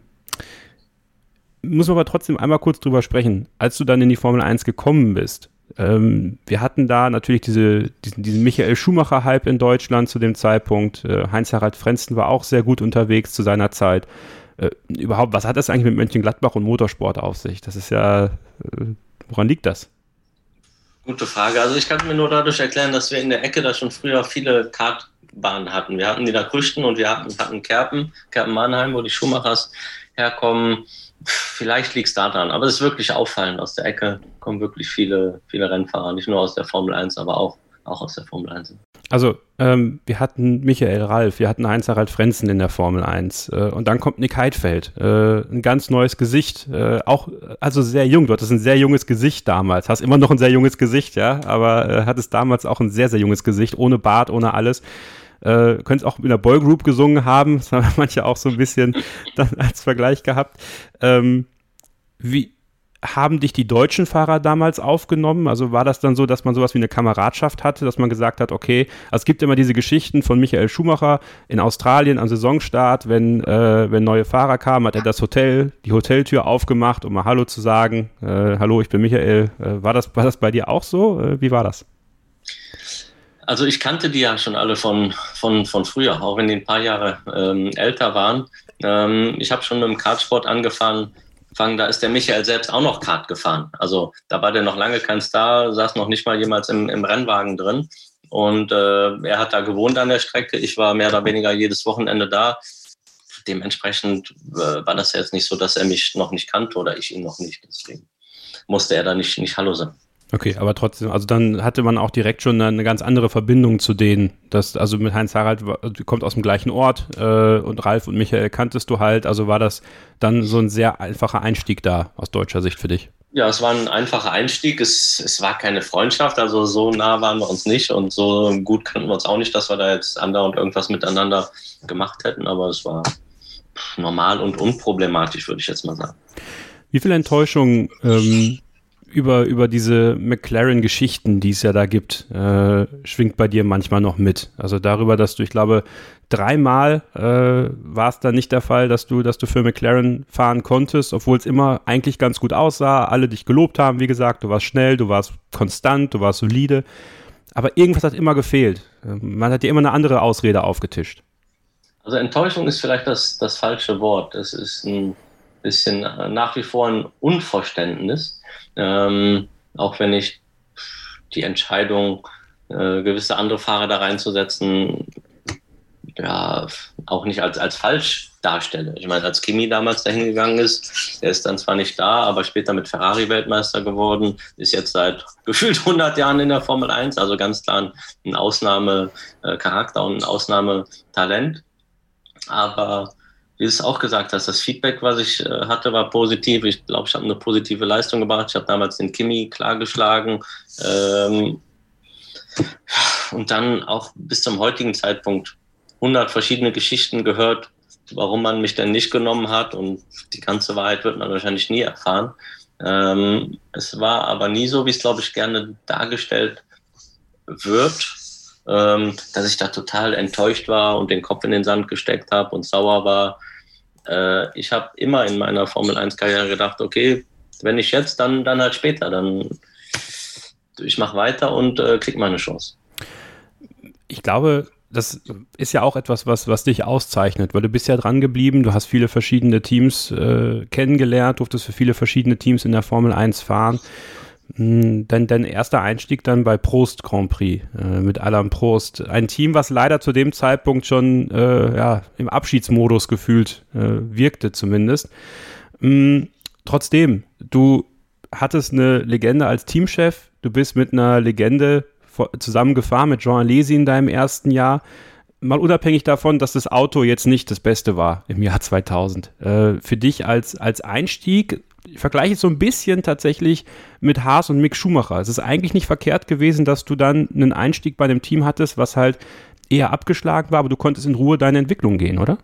muss man aber trotzdem einmal kurz drüber sprechen. Als du dann in die Formel eins gekommen bist, Ähm, wir hatten da natürlich diese, diesen, diesen Michael Schumacher-Hype in Deutschland zu dem Zeitpunkt. Äh, Heinz-Harald Frentzen war auch sehr gut unterwegs zu seiner Zeit. Äh, überhaupt, was hat das eigentlich mit Mönchengladbach und Motorsport auf sich? Das ist ja, äh, woran liegt das? Gute Frage. Also ich kann mir nur dadurch erklären, dass wir in der Ecke da schon früher viele Kartbahnen hatten. Wir hatten Niederkrüchten und wir hatten, hatten Kerpen, Kerpen-Mannheim, wo die Schumachers herkommen. Vielleicht liegt es daran, aber es ist wirklich auffallend. Aus der Ecke kommen wirklich viele, viele Rennfahrer, nicht nur aus der Formel eins, aber auch, auch aus der Formel eins. Also, ähm, wir hatten Michael Ralf, wir hatten Heinz-Harald Frentzen in der Formel eins äh, und dann kommt Nick Heidfeld, äh, ein ganz neues Gesicht, äh, auch, also sehr jung, du hattest ein sehr junges Gesicht damals, hast immer noch ein sehr junges Gesicht, ja, aber äh, hattest damals auch ein sehr, sehr junges Gesicht, ohne Bart, ohne alles. Äh, könntest auch in der Boygroup gesungen haben, das haben manche auch so ein bisschen dann als Vergleich gehabt. Ähm, wie haben dich die deutschen Fahrer damals aufgenommen? Also war das dann so, dass man sowas wie eine Kameradschaft hatte, dass man gesagt hat, okay, also es gibt immer diese Geschichten von Michael Schumacher in Australien am Saisonstart, wenn, äh, wenn neue Fahrer kamen, hat er das Hotel, die Hoteltür aufgemacht, um mal Hallo zu sagen. Äh, Hallo, ich bin Michael. Äh, war das, war das bei dir auch so? Äh, wie war das? Also ich kannte die ja schon alle von, von, von früher, auch wenn die ein paar Jahre ähm, älter waren. Ähm, ich habe schon mit dem Kartsport angefangen, da ist der Michael selbst auch noch Kart gefahren. Also da war der noch lange kein Star, saß noch nicht mal jemals im, im Rennwagen drin. Und äh, er hat da gewohnt an der Strecke. Ich war mehr oder weniger jedes Wochenende da. Dementsprechend äh, war das jetzt nicht so, dass er mich noch nicht kannte oder ich ihn noch nicht. Deswegen musste er da nicht, nicht Hallo sagen. Okay, aber trotzdem, also dann hatte man auch direkt schon eine ganz andere Verbindung zu denen. Das, also mit Heinz-Harald, kommt aus dem gleichen Ort äh, und Ralf und Michael kanntest du halt. Also war das dann so ein sehr einfacher Einstieg da aus deutscher Sicht für dich? Ja, es war ein einfacher Einstieg. Es, es war keine Freundschaft, also so nah waren wir uns nicht und so gut kannten wir uns auch nicht, dass wir da jetzt andauernd irgendwas miteinander gemacht hätten. Aber es war normal und unproblematisch, würde ich jetzt mal sagen. Wie viel Enttäuschung ähm, über, über diese McLaren-Geschichten, die es ja da gibt, äh, schwingt bei dir manchmal noch mit? Also darüber, dass du, ich glaube, dreimal äh, war es dann nicht der Fall, dass du, dass du für McLaren fahren konntest, obwohl es immer eigentlich ganz gut aussah, alle dich gelobt haben, wie gesagt, du warst schnell, du warst konstant, du warst solide, aber irgendwas hat immer gefehlt. Man hat dir immer eine andere Ausrede aufgetischt. Also Enttäuschung ist vielleicht das, das falsche Wort. Es ist ein bisschen nach wie vor ein Unverständnis. Ähm, auch wenn ich die Entscheidung, äh, gewisse andere Fahrer da reinzusetzen, ja, auch nicht als, als falsch darstelle. Ich meine, als Kimi damals dahin gegangen ist, der ist dann zwar nicht da, aber später mit Ferrari Weltmeister geworden, ist jetzt seit gefühlt hundert Jahren in der Formel eins, also ganz klar ein Ausnahmecharakter und ein Ausnahmetalent. Aber wie du es auch gesagt hast, das Feedback, was ich äh, hatte, war positiv. Ich glaube, ich habe eine positive Leistung gebracht. Ich habe damals den Kimi klargeschlagen. Ähm, und dann auch bis zum heutigen Zeitpunkt hundert verschiedene Geschichten gehört, warum man mich denn nicht genommen hat, und die ganze Wahrheit wird man wahrscheinlich nie erfahren. Ähm, es war aber nie so, wie es, glaube ich, gerne dargestellt wird, ähm, dass ich da total enttäuscht war und den Kopf in den Sand gesteckt habe und sauer war. Äh, ich habe immer in meiner Formel eins Karriere gedacht, okay, wenn nicht jetzt, dann, dann halt später. Dann ich mache weiter und äh, krieg mal eine Chance. Ich glaube, das ist ja auch etwas, was, was dich auszeichnet, weil du bist ja dran geblieben, du hast viele verschiedene Teams äh, kennengelernt, durftest für viele verschiedene Teams in der Formel eins fahren. Hm, dein, dein erster Einstieg dann bei Prost Grand Prix äh, mit Alain Prost. Ein Team, was leider zu dem Zeitpunkt schon äh, ja, im Abschiedsmodus gefühlt äh, wirkte zumindest. Hm, trotzdem, du hattest eine Legende als Teamchef, du bist mit einer Legende zusammengefahren mit Jean Alesi in deinem ersten Jahr, mal unabhängig davon, dass das Auto jetzt nicht das Beste war im Jahr zweitausend. Äh, für dich als, als Einstieg, ich vergleiche es so ein bisschen tatsächlich mit Haas und Mick Schumacher. Es ist eigentlich nicht verkehrt gewesen, dass du dann einen Einstieg bei einem Team hattest, was halt eher abgeschlagen war, aber du konntest in Ruhe deine Entwicklung gehen, oder?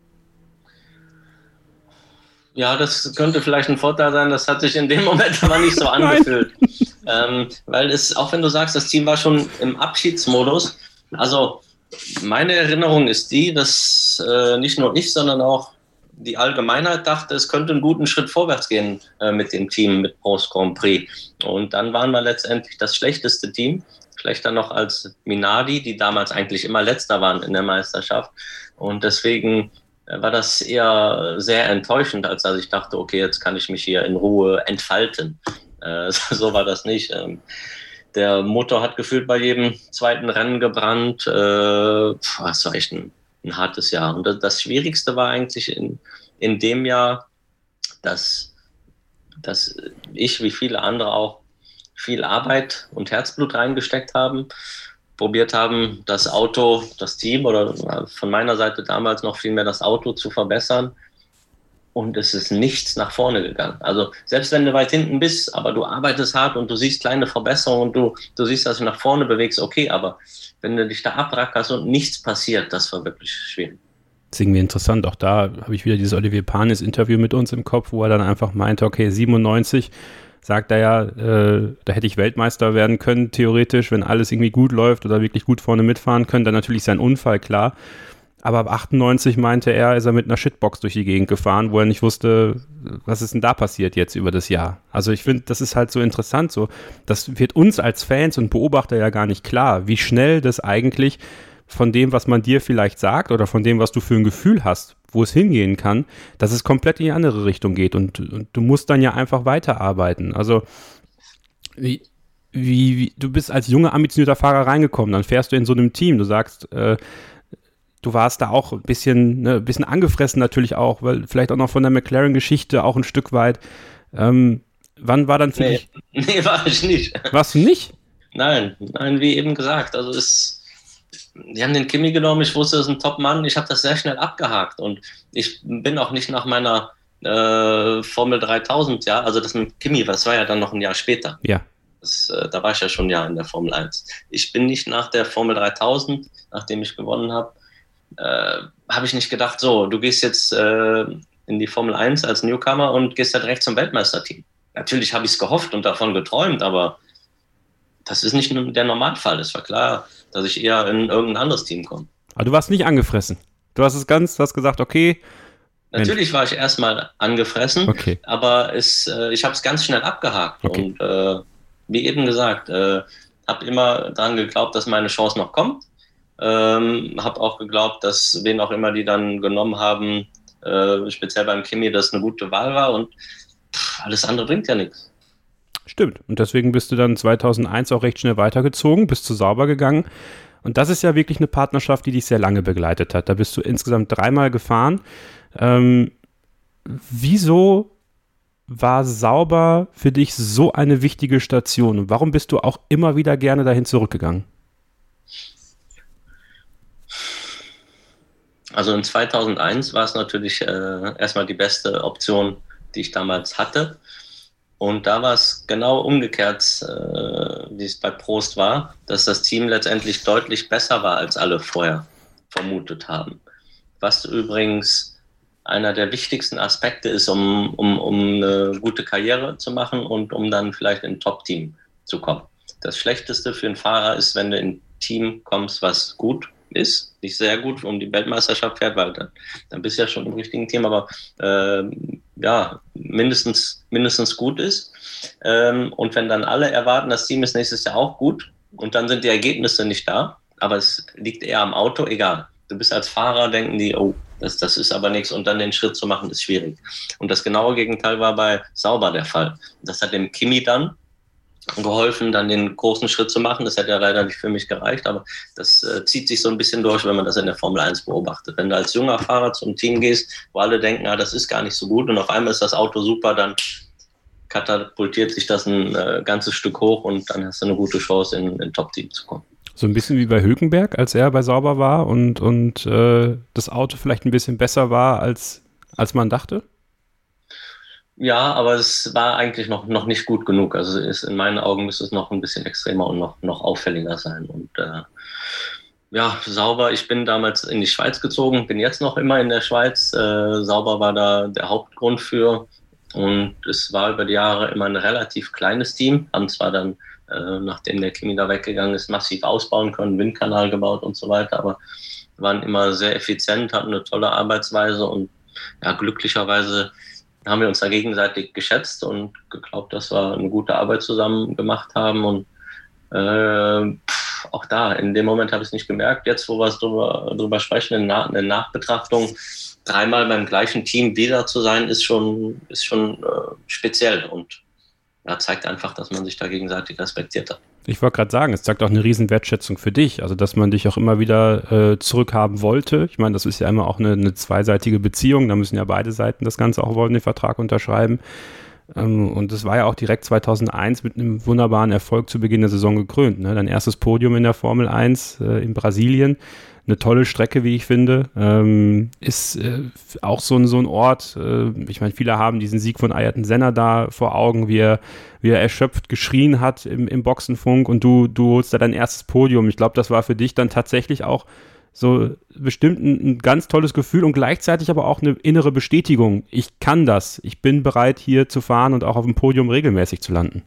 Ja, das könnte vielleicht ein Vorteil sein, das hat sich in dem Moment aber nicht so angefühlt. ähm, weil es, auch wenn du sagst, das Team war schon im Abschiedsmodus, also meine Erinnerung ist die, dass äh, nicht nur ich, sondern auch die Allgemeinheit dachte, es könnte einen guten Schritt vorwärts gehen äh, mit dem Team, mit Prost Grand Prix. Und dann waren wir letztendlich das schlechteste Team, schlechter noch als Minardi, die damals eigentlich immer Letzter waren in der Meisterschaft. Und deswegen war das eher sehr enttäuschend, als dass ich dachte, okay, jetzt kann ich mich hier in Ruhe entfalten. Äh, so war das nicht. Ähm, der Motor hat gefühlt bei jedem zweiten Rennen gebrannt. Äh, pf, das war echt ein, ein hartes Jahr. Und das, das Schwierigste war eigentlich in, in dem Jahr, dass, dass ich, wie viele andere auch, viel Arbeit und Herzblut reingesteckt haben, probiert haben, das Auto, das Team oder von meiner Seite damals noch viel mehr das Auto zu verbessern, und es ist nichts nach vorne gegangen. Also selbst wenn du weit hinten bist, aber du arbeitest hart und du siehst kleine Verbesserungen und du, du siehst, dass du nach vorne bewegst, okay, aber wenn du dich da abrackerst und nichts passiert, das war wirklich schwierig. Das ist irgendwie interessant, auch da habe ich wieder dieses Olivier Panis Interview mit uns im Kopf, wo er dann einfach meinte, okay, siebenundneunzig sagt er ja, äh, da hätte ich Weltmeister werden können, theoretisch, wenn alles irgendwie gut läuft oder wirklich gut vorne mitfahren können. Dann natürlich sein Unfall, klar. Aber ab achtundneunzig meinte er, ist er mit einer Shitbox durch die Gegend gefahren, wo er nicht wusste, was ist denn da passiert jetzt über das Jahr. Also ich finde, das ist halt so interessant. So, das wird uns als Fans und Beobachter ja gar nicht klar, wie schnell das eigentlich von dem, was man dir vielleicht sagt oder von dem, was du für ein Gefühl hast, wo es hingehen kann, dass es komplett in die andere Richtung geht, und, und du musst dann ja einfach weiterarbeiten. Also wie, wie, wie, du bist als junger, ambitionierter Fahrer reingekommen, dann fährst du in so einem Team, du sagst, äh, du warst da auch ein bisschen, ne, ein bisschen angefressen natürlich auch, weil vielleicht auch noch von der McLaren-Geschichte auch ein Stück weit. Ähm, wann war dann für nee, dich? Nee, war ich nicht. Warst du nicht? Nein, nein, wie eben gesagt, also es die haben den Kimi genommen, ich wusste, das ist ein Top-Mann, ich habe das sehr schnell abgehakt, und ich bin auch nicht nach meiner äh, Formel dreitausend, ja, also das mit Kimi, das war ja dann noch ein Jahr später. Ja. Das, äh, da war ich ja schon ein Jahr in der Formel eins. Ich bin nicht nach der Formel dreitausend, nachdem ich gewonnen habe, äh, habe ich nicht gedacht, so, du gehst jetzt äh, in die Formel eins als Newcomer und gehst da direkt zum Weltmeisterteam. Natürlich habe ich es gehofft und davon geträumt, aber das ist nicht der Normalfall. Es war klar, dass ich eher in irgendein anderes Team komme. Aber du warst nicht angefressen. Du hast es ganz, du hast gesagt, okay. Natürlich Mensch. War ich erstmal angefressen, okay. aber es, äh, ich habe es ganz schnell abgehakt. Okay. Und äh, wie eben gesagt, äh, habe immer daran geglaubt, dass meine Chance noch kommt. Ähm, habe auch geglaubt, dass wen auch immer die dann genommen haben, äh, speziell beim Kimi, das eine gute Wahl war, und pff, alles andere bringt ja nichts. Stimmt. Und deswegen bist du dann zweitausendeins auch recht schnell weitergezogen, bist zu Sauber gegangen. Und das ist ja wirklich eine Partnerschaft, die dich sehr lange begleitet hat. Da bist du insgesamt dreimal gefahren. Ähm, wieso war Sauber für dich so eine wichtige Station? Und warum bist du auch immer wieder gerne dahin zurückgegangen? Also in zweitausendeins war es natürlich äh, erstmal die beste Option, die ich damals hatte. Und da war es genau umgekehrt, äh, wie es bei Prost war, dass das Team letztendlich deutlich besser war, als alle vorher vermutet haben. was übrigens einer der wichtigsten Aspekte ist, um, um, um eine gute Karriere zu machen und um dann vielleicht in ein Top-Team zu kommen. Das Schlechteste für einen Fahrer ist, wenn du in ein Team kommst, was gut ist, nicht sehr gut um die Weltmeisterschaft fährt, weil dann, dann bist du ja schon im richtigen Team, aber äh, ja, mindestens, mindestens gut ist. Ähm, und wenn dann alle erwarten, das Team ist nächstes Jahr auch gut und dann sind die Ergebnisse nicht da, aber es liegt eher am Auto, egal. Du bist als Fahrer, denken die, oh, das, das ist aber nichts und dann den Schritt zu machen, ist schwierig. Und das genaue Gegenteil war bei Sauber der Fall. Das hat dem Kimi dann geholfen, dann den großen Schritt zu machen. Das hätte ja leider nicht für mich gereicht, aber das äh, zieht sich so ein bisschen durch, wenn man das in der Formel eins beobachtet. Wenn du als junger Fahrer zum Team gehst, wo alle denken, ah, das ist gar nicht so gut und auf einmal ist das Auto super, dann katapultiert sich das ein äh, ganzes Stück hoch und dann hast du eine gute Chance, in ein Top-Team zu kommen. So ein bisschen wie bei Hülkenberg, als er bei Sauber war und, und äh, das Auto vielleicht ein bisschen besser war, als, als man dachte? Ja, aber es war eigentlich noch, noch nicht gut genug. Also ist, in meinen Augen müsste es noch ein bisschen extremer und noch, noch auffälliger sein. Und äh, ja, Sauber, ich bin damals in die Schweiz gezogen, bin jetzt noch immer in der Schweiz. Äh, Sauber war da der Hauptgrund für. Und es war über die Jahre immer ein relativ kleines Team. Haben zwar dann, äh, nachdem der Kimi da weggegangen ist, massiv ausbauen können, Windkanal gebaut und so weiter, aber waren immer sehr effizient, hatten eine tolle Arbeitsweise und ja, glücklicherweise haben wir uns da gegenseitig geschätzt und geglaubt, dass wir eine gute Arbeit zusammen gemacht haben. Und äh, pff, auch da, in dem Moment habe ich es nicht gemerkt. Jetzt, wo wir es drüber, drüber sprechen, in der Na- Nachbetrachtung, dreimal beim gleichen Team wieder zu sein, ist schon, ist schon äh, speziell und ja, zeigt einfach, dass man sich da gegenseitig respektiert hat. Ich wollte gerade sagen, es zeigt auch eine riesen Wertschätzung für dich, also dass man dich auch immer wieder äh, zurückhaben wollte. Ich meine, das ist ja immer auch eine, eine zweiseitige Beziehung, da müssen ja beide Seiten das Ganze auch wollen, den Vertrag unterschreiben. Ähm, und das war ja auch direkt zweitausendeins mit einem wunderbaren Erfolg zu Beginn der Saison gekrönt. Ne? Dein erstes Podium in der Formel eins äh, in Brasilien. Eine tolle Strecke, wie ich finde, ähm, ist äh, auch so ein, so ein Ort, äh, ich meine, viele haben diesen Sieg von Ayrton Senna da vor Augen, wie er, wie er erschöpft geschrien hat im, im Boxenfunk und du, du holst da dein erstes Podium. Ich glaube, das war für dich dann tatsächlich auch so bestimmt ein, ein ganz tolles Gefühl und gleichzeitig aber auch eine innere Bestätigung. Ich kann das, ich bin bereit, hier zu fahren und auch auf dem Podium regelmäßig zu landen.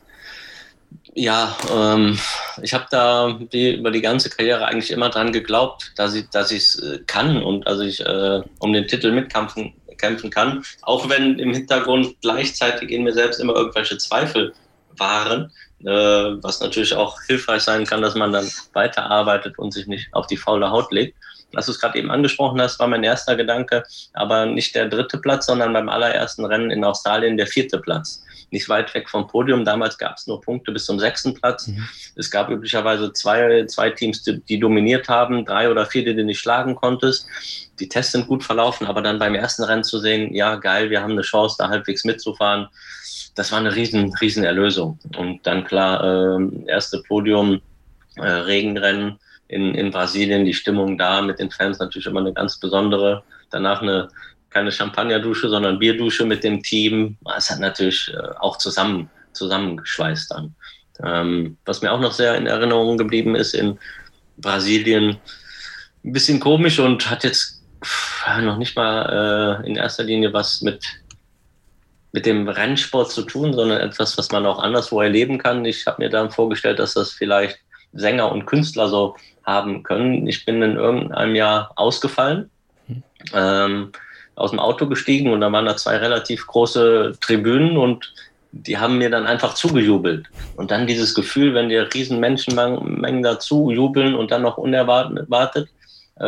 Ja, ähm, ich habe da die, über die ganze Karriere eigentlich immer dran geglaubt, dass ich dass ich es äh, kann und dass ich äh, um den Titel mitkämpfen kämpfen kann, auch wenn im Hintergrund gleichzeitig in mir selbst immer irgendwelche Zweifel waren, äh, was natürlich auch hilfreich sein kann, dass man dann weiterarbeitet und sich nicht auf die faule Haut legt. Als du es gerade eben angesprochen hast, war mein erster Gedanke, aber nicht der dritte Platz, sondern beim allerersten Rennen in Australien der vierte Platz. Nicht weit weg vom Podium. Damals gab es nur Punkte bis zum sechsten Platz. Mhm. Es gab üblicherweise zwei, zwei Teams, die, die dominiert haben, drei oder vier, die du nicht schlagen konntest. Die Tests sind gut verlaufen, aber dann beim ersten Rennen zu sehen, ja geil, wir haben eine Chance, da halbwegs mitzufahren, das war eine riesen, riesen Erlösung. Und dann klar, äh, erste Podium, äh, Regenrennen in, in Brasilien, die Stimmung da mit den Fans natürlich immer eine ganz besondere. Danach eine keine Champagnerdusche, sondern Bierdusche mit dem Team. Es hat natürlich äh, auch zusammen, zusammengeschweißt dann. Ähm, was mir auch noch sehr in Erinnerung geblieben ist, in Brasilien ein bisschen komisch und hat jetzt pff, noch nicht mal äh, in erster Linie was mit, mit dem Rennsport zu tun, sondern etwas, was man auch anderswo erleben kann. Ich habe mir dann vorgestellt, dass das vielleicht Sänger und Künstler so haben können. Ich bin in irgendeinem Jahr ausgefallen, mhm. ähm, aus dem Auto gestiegen und da waren da zwei relativ große Tribünen und die haben mir dann einfach zugejubelt. Und dann dieses Gefühl, wenn dir riesen Menschenmengen dazu jubeln und dann noch unerwartet, äh,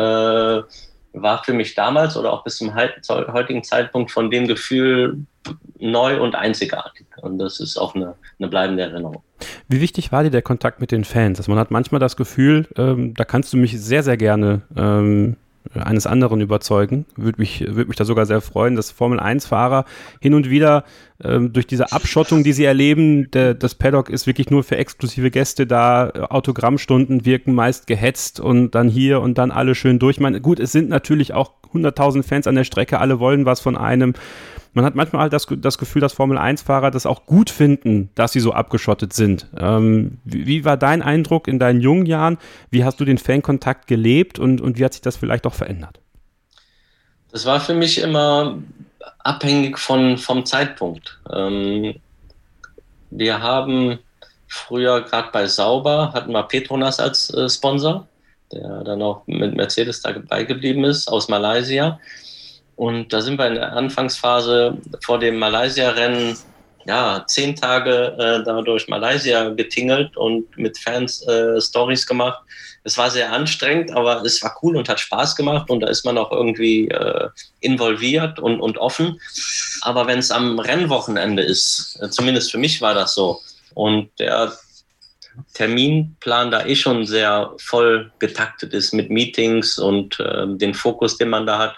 war für mich damals oder auch bis zum heutigen Zeitpunkt von dem Gefühl neu und einzigartig. Und das ist auch eine, eine bleibende Erinnerung. Wie wichtig war dir der Kontakt mit den Fans? Also man hat manchmal das Gefühl, ähm, da kannst du mich sehr, sehr gerne ähm, eines anderen überzeugen. Würde mich, würde mich da sogar sehr freuen, dass Formel eins Fahrer hin und wieder ähm, durch diese Abschottung, die sie erleben, der, das Paddock ist wirklich nur für exklusive Gäste da, Autogrammstunden wirken meist gehetzt und dann hier und dann alle schön durch. Ich meine, gut, es sind natürlich auch hunderttausend Fans an der Strecke, alle wollen was von einem. Man hat manchmal halt das, das Gefühl, dass Formel eins Fahrer das auch gut finden, dass sie so abgeschottet sind. Ähm, wie, wie war dein Eindruck in deinen jungen Jahren? Wie hast du den Fankontakt gelebt und, und wie hat sich das vielleicht auch verändert? Das war für mich immer abhängig von, vom Zeitpunkt. Ähm, wir haben früher, gerade bei Sauber, hatten wir Petronas als äh, Sponsor, der dann auch mit Mercedes dabei geblieben ist, aus Malaysia. Und da sind wir in der Anfangsphase vor dem Malaysia-Rennen ja, zehn Tage äh, da durch Malaysia getingelt und mit Fans äh, Stories gemacht. Es war sehr anstrengend, aber es war cool und hat Spaß gemacht und da ist man auch irgendwie äh, involviert und, und offen. Aber wenn es am Rennwochenende ist, äh, zumindest für mich war das so, und der Terminplan da eh schon sehr voll getaktet ist mit Meetings und äh, den Fokus, den man da hat,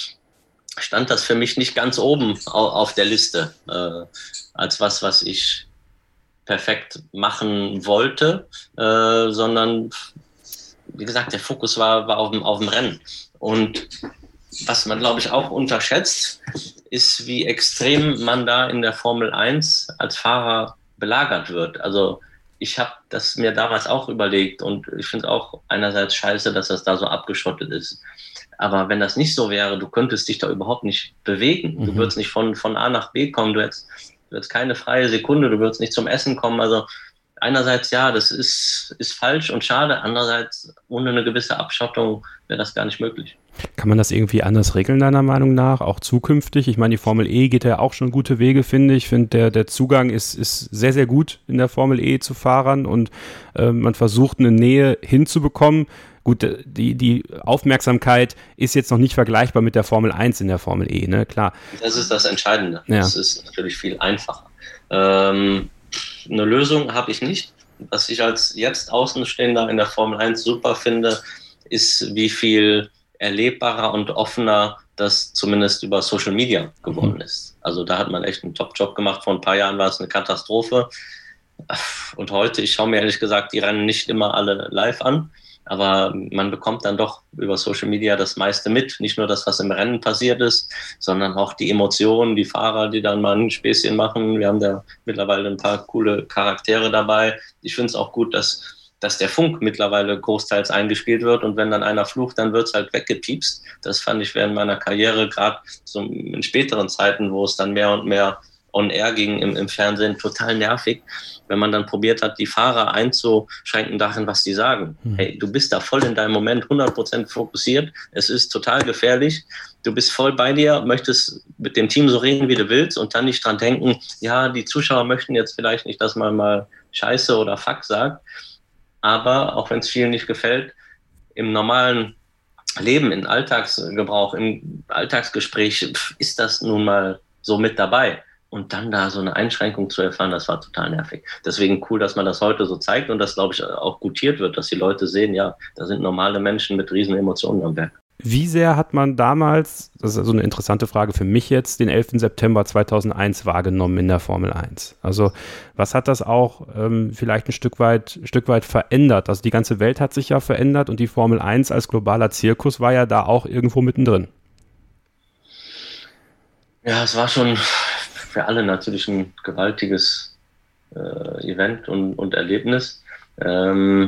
stand das für mich nicht ganz oben auf der Liste äh, als was, was ich perfekt machen wollte, äh, sondern wie gesagt, der Fokus war, war auf dem, auf dem Rennen. Und was man, glaube ich, auch unterschätzt, ist, wie extrem man da in der Formel eins als Fahrer belagert wird. Also ich habe das mir damals auch überlegt und ich finde es auch einerseits scheiße, dass das da so abgeschottet ist. Aber wenn das nicht so wäre, du könntest dich da überhaupt nicht bewegen. Mhm. Du würdest nicht von, von A nach B kommen, du hättest, du hättest keine freie Sekunde, du würdest nicht zum Essen kommen. Also einerseits, ja, das ist, ist falsch und schade. Andererseits, ohne eine gewisse Abschottung wäre das gar nicht möglich. Kann man das irgendwie anders regeln, deiner Meinung nach, auch zukünftig? Ich meine, die Formel E geht ja auch schon gute Wege, finde ich. Ich finde, der, der Zugang ist, ist sehr, sehr gut in der Formel E zu Fahrern und äh, man versucht, eine Nähe hinzubekommen. Gut, die, die Aufmerksamkeit ist jetzt noch nicht vergleichbar mit der Formel eins in der Formel E, ne? Klar. Das ist das Entscheidende. Ja. Das ist natürlich viel einfacher. Ähm, eine Lösung habe ich nicht. Was ich als jetzt Außenstehender in der Formel eins super finde, ist, wie viel erlebbarer und offener das zumindest über Social Media geworden ist. Also da hat man echt einen Top-Job gemacht. Vor ein paar Jahren war es eine Katastrophe. Und heute, ich schaue mir ehrlich gesagt die Rennen nicht immer alle live an, aber man bekommt dann doch über Social Media das meiste mit. Nicht nur das, was im Rennen passiert ist, sondern auch die Emotionen, die Fahrer, die dann mal ein Späßchen machen. Wir haben da mittlerweile ein paar coole Charaktere dabei. Ich finde es auch gut, dass, dass der Funk mittlerweile großteils eingespielt wird und wenn dann einer flucht, dann wird es halt weggepiepst. Das fand ich während meiner Karriere, gerade so in späteren Zeiten, wo es dann mehr und mehr on-air ging im, im Fernsehen, total nervig, wenn man dann probiert hat, die Fahrer einzuschränken darin, was die sagen. Mhm. Hey, du bist da voll in deinem Moment hundert Prozent fokussiert, es ist total gefährlich, du bist voll bei dir, möchtest mit dem Team so reden, wie du willst und dann nicht dran denken, ja, die Zuschauer möchten jetzt vielleicht nicht, dass man mal Scheiße oder Fuck sagt, aber auch wenn es vielen nicht gefällt, im normalen Leben, im Alltagsgebrauch, im Alltagsgespräch ist das nun mal so mit dabei. Und dann da so eine Einschränkung zu erfahren, das war total nervig. Deswegen cool, dass man das heute so zeigt und das, glaube ich, auch gutiert wird, dass die Leute sehen, ja, da sind normale Menschen mit riesen Emotionen am Werk. Wie sehr hat man damals, das ist also eine interessante Frage für mich jetzt, den elften September zweitausendeins wahrgenommen in der Formel eins? Also was hat das auch ähm, vielleicht ein Stück weit, ein Stück weit verändert? Also die ganze Welt hat sich ja verändert und die Formel eins als globaler Zirkus war ja da auch irgendwo mittendrin. Ja, es war schon für alle natürlich ein gewaltiges äh, Event und, und Erlebnis. Ähm,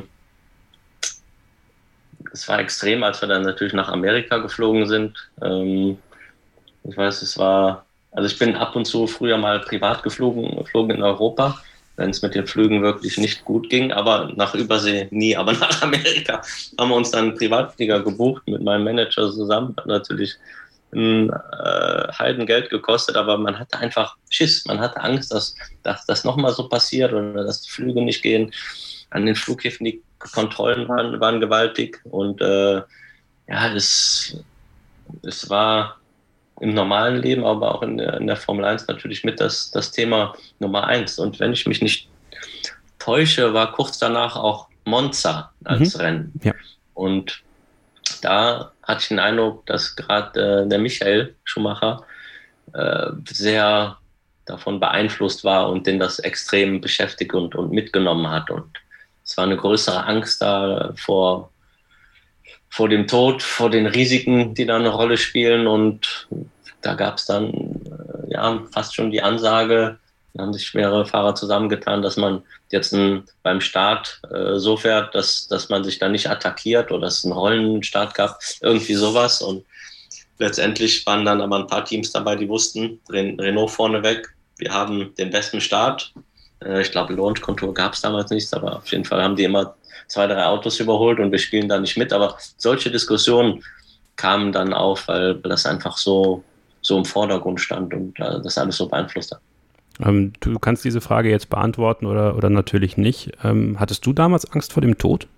es war extrem, als wir dann natürlich nach Amerika geflogen sind. Ähm, ich weiß, es war, also ich bin ab und zu früher mal privat geflogen, geflogen in Europa, wenn es mit den Flügen wirklich nicht gut ging, aber nach Übersee nie. Aber nach Amerika haben wir uns dann einen Privatflieger gebucht mit meinem Manager zusammen. Hat natürlich ein äh, Heidengeld gekostet, aber man hatte einfach Schiss, man hatte Angst, dass, dass das nochmal so passiert oder dass die Flüge nicht gehen. An den Flughäfen, die Kontrollen waren, waren gewaltig und äh, ja, es, es war im normalen Leben, aber auch in der, in der Formel eins natürlich mit das, das Thema Nummer eins. Und wenn ich mich nicht täusche, war kurz danach auch Monza als mhm. Rennen. Ja. Und da hatte ich den Eindruck, dass gerade äh, der Michael Schumacher äh, sehr davon beeinflusst war und den das extrem beschäftigt und, und mitgenommen hat. Und es war eine größere Angst da vor, vor dem Tod, vor den Risiken, die da eine Rolle spielen. Und da gab es dann äh, ja, fast schon die Ansage, da haben sich mehrere Fahrer zusammengetan, dass man jetzt ein, beim Start äh, so fährt, dass, dass man sich da nicht attackiert oder dass es einen Rollenstart gab, irgendwie sowas. Und Letztendlich waren dann aber ein paar Teams dabei, die wussten, Renault vorneweg, wir haben den besten Start. Ich glaube, Launch-Control gab es damals nichts, aber auf jeden Fall haben die immer zwei, drei Autos überholt und wir spielen da nicht mit. Aber solche Diskussionen kamen dann auf, weil das einfach so, so im Vordergrund stand und das alles so beeinflusst hat. Ähm, du kannst diese Frage jetzt beantworten oder, oder natürlich nicht. Ähm, hattest du damals Angst vor dem Tod?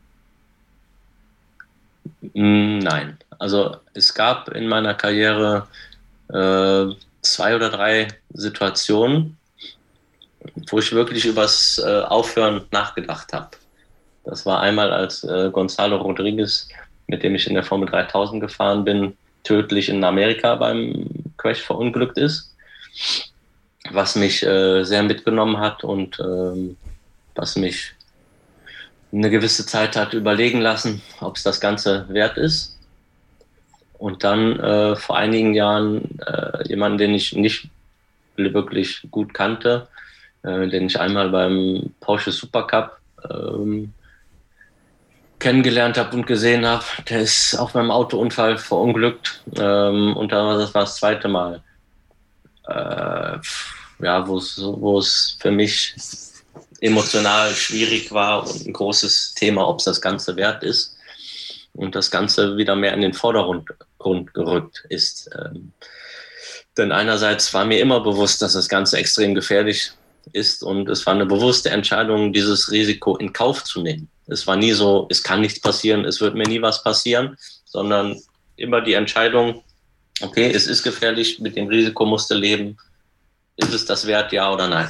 Nein. Also es gab in meiner Karriere äh, zwei oder drei Situationen, wo ich wirklich übers äh, Aufhören nachgedacht habe. Das war einmal, als äh, Gonzalo Rodriguez, mit dem ich in der Formel dreitausend gefahren bin, tödlich in Amerika beim Crash verunglückt ist, was mich äh, sehr mitgenommen hat und ähm, was mich eine gewisse Zeit hat überlegen lassen, ob es das Ganze wert ist. Und dann äh, vor einigen Jahren äh, jemanden, den ich nicht wirklich gut kannte, äh, den ich einmal beim Porsche Supercup ähm, kennengelernt habe und gesehen habe, der ist auch beim Autounfall verunglückt. Ähm, und dann war das war das zweite Mal, äh, ja, wo es wo es für mich emotional schwierig war und ein großes Thema, ob es das Ganze wert ist und das Ganze wieder mehr in den Vordergrund gerückt ist. Ähm, denn einerseits war mir immer bewusst, dass das Ganze extrem gefährlich ist und es war eine bewusste Entscheidung, dieses Risiko in Kauf zu nehmen. Es war nie so, es kann nichts passieren, es wird mir nie was passieren, sondern immer die Entscheidung, okay, es ist gefährlich, mit dem Risiko musst du leben. Ist es das wert, ja oder nein?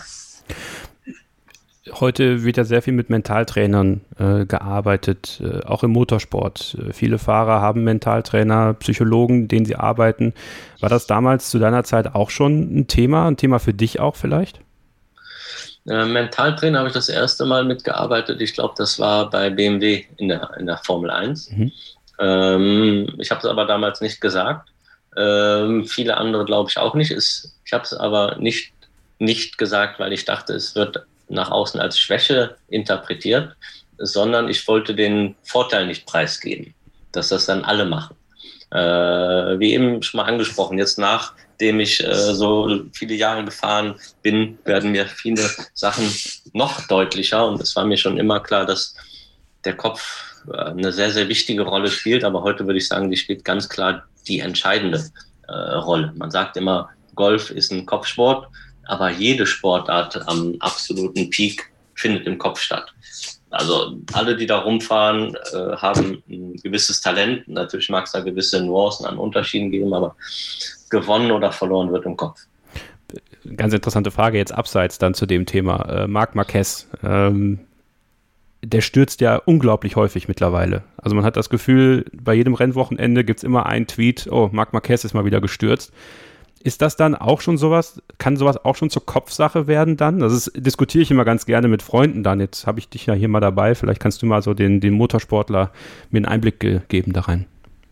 Heute wird ja sehr viel mit Mentaltrainern äh, gearbeitet, äh, auch im Motorsport. Äh, viele Fahrer haben Mentaltrainer, Psychologen, denen sie arbeiten. War das damals zu deiner Zeit auch schon ein Thema, ein Thema für dich auch vielleicht? Äh, Mentaltrainer habe ich das erste Mal mitgearbeitet. Ich glaube, das war bei B M W in der, in der Formel eins. Mhm. Ähm, ich habe es aber damals nicht gesagt. Ähm, viele andere glaube ich auch nicht. Es, ich habe es aber nicht, nicht gesagt, weil ich dachte, es wird nach außen als Schwäche interpretiert, sondern ich wollte den Vorteil nicht preisgeben, dass das dann alle machen. Äh, wie eben schon mal angesprochen, jetzt nachdem ich äh, so viele Jahre gefahren bin, werden mir viele Sachen noch deutlicher und es war mir schon immer klar, dass der Kopf äh, eine sehr, sehr wichtige Rolle spielt, aber heute würde ich sagen, die spielt ganz klar die entscheidende äh, Rolle. Man sagt immer, Golf ist ein Kopfsport, aber jede Sportart am absoluten Peak findet im Kopf statt. Also alle, die da rumfahren, äh, haben ein gewisses Talent. Natürlich mag es da gewisse Nuancen an Unterschieden geben, aber gewonnen oder verloren wird im Kopf. Ganz interessante Frage jetzt abseits dann zu dem Thema. Äh, Marc Marquez, ähm, der stürzt ja unglaublich häufig mittlerweile. Also man hat das Gefühl, bei jedem Rennwochenende gibt es immer einen Tweet, oh, Marc Marquez ist mal wieder gestürzt. Ist das dann auch schon sowas, kann sowas auch schon zur Kopfsache werden dann? Das ist, diskutiere ich immer ganz gerne mit Freunden dann. Jetzt habe ich dich ja hier mal dabei. Vielleicht kannst du mal so den, den Motorsportler mir einen Einblick ge- geben da rein.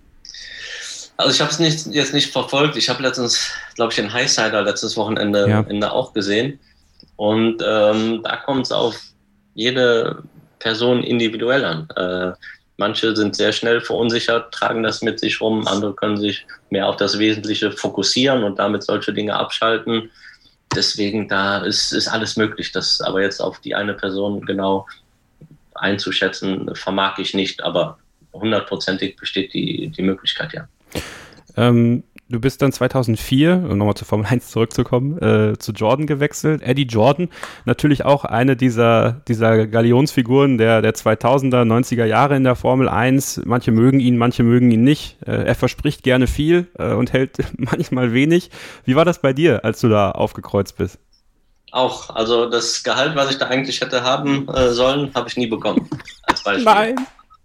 Also ich habe es nicht, jetzt nicht verfolgt. Ich habe letztens, glaube ich, den Highsider letztes Wochenende ja. Ende auch gesehen. Und ähm, da kommt es auf jede Person individuell an. Äh, Manche sind sehr schnell verunsichert, tragen das mit sich rum. Andere können sich mehr auf das Wesentliche fokussieren und damit solche Dinge abschalten. Deswegen, da ist, ist alles möglich. Das aber jetzt auf die eine Person genau einzuschätzen, vermag ich nicht. Aber hundertprozentig besteht die, die Möglichkeit, ja. Ähm, du bist dann zweitausendvier, um nochmal zur Formel eins zurückzukommen, äh, zu Jordan gewechselt. Eddie Jordan, natürlich auch eine dieser, dieser Galionsfiguren der, der zweitausender, neunziger Jahre in der Formel eins. Manche mögen ihn, manche mögen ihn nicht. Äh, er verspricht gerne viel äh, und hält manchmal wenig. Wie war das bei dir, als du da aufgekreuzt bist? Auch, also das Gehalt, was ich da eigentlich hätte haben äh, sollen, habe ich nie bekommen. Als Beispiel. Nein.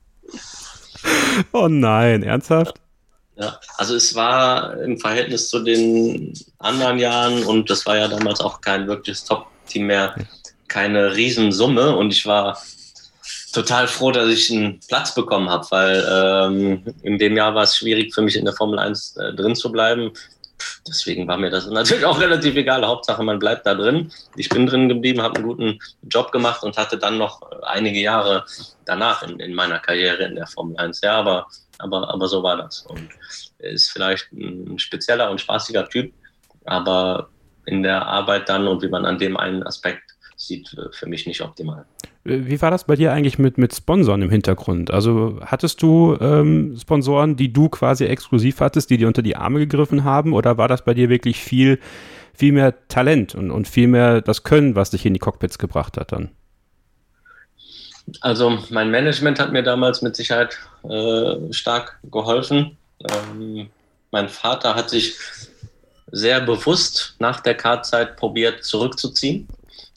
Oh nein, ernsthaft? Ja, also es war im Verhältnis zu den anderen Jahren und das war ja damals auch kein wirkliches Top-Team mehr, keine Riesensumme und ich war total froh, dass ich einen Platz bekommen habe, weil ähm, in dem Jahr war es schwierig für mich in der Formel eins äh, drin zu bleiben. Deswegen war mir das natürlich auch relativ egal. Hauptsache, man bleibt da drin. Ich bin drin geblieben, habe einen guten Job gemacht und hatte dann noch einige Jahre danach in, in meiner Karriere in der Formel eins. Ja, aber aber, aber so war das. Und er ist vielleicht ein spezieller und spaßiger Typ, aber in der Arbeit dann und wie man an dem einen Aspekt sieht, für mich nicht optimal. Wie war das bei dir eigentlich mit, mit Sponsoren im Hintergrund? Also hattest du ähm, Sponsoren, die du quasi exklusiv hattest, die dir unter die Arme gegriffen haben, oder war das bei dir wirklich viel, viel mehr Talent und, und viel mehr das Können, was dich in die Cockpits gebracht hat dann? Also mein Management hat mir damals mit Sicherheit äh, stark geholfen. Ähm, mein Vater hat sich sehr bewusst nach der Kartzeit probiert zurückzuziehen.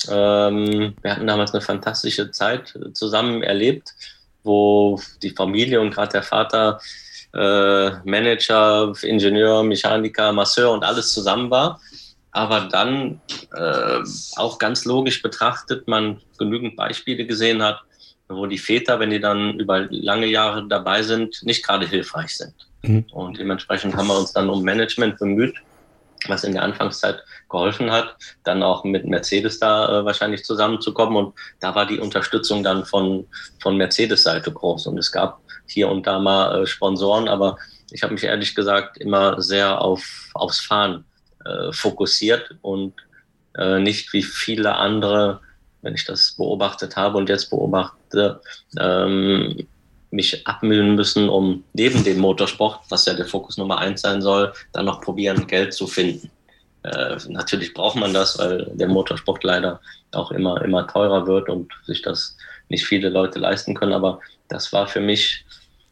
Ähm, wir hatten damals eine fantastische Zeit zusammen erlebt, wo die Familie und gerade der Vater äh, Manager, Ingenieur, Mechaniker, Masseur und alles zusammen war. Aber dann äh, auch ganz logisch betrachtet, man genügend Beispiele gesehen hat, wo die Väter, wenn die dann über lange Jahre dabei sind, nicht gerade hilfreich sind. Mhm. Und dementsprechend haben wir uns dann um Management bemüht, was in der Anfangszeit geholfen hat, dann auch mit Mercedes da äh, wahrscheinlich zusammenzukommen. Und da war die Unterstützung dann von, von Mercedes-Seite groß. Und es gab hier und da mal äh, Sponsoren, aber ich habe mich ehrlich gesagt immer sehr auf, aufs Fahren äh, fokussiert und äh, nicht wie viele andere, wenn ich das beobachtet habe und jetzt beobachte, ähm, mich abmühen müssen, um neben dem Motorsport, was ja der Fokus Nummer eins sein soll, dann noch probieren, Geld zu finden. Äh, natürlich braucht man das, weil der Motorsport leider auch immer, immer teurer wird und sich das nicht viele Leute leisten können. Aber das war für mich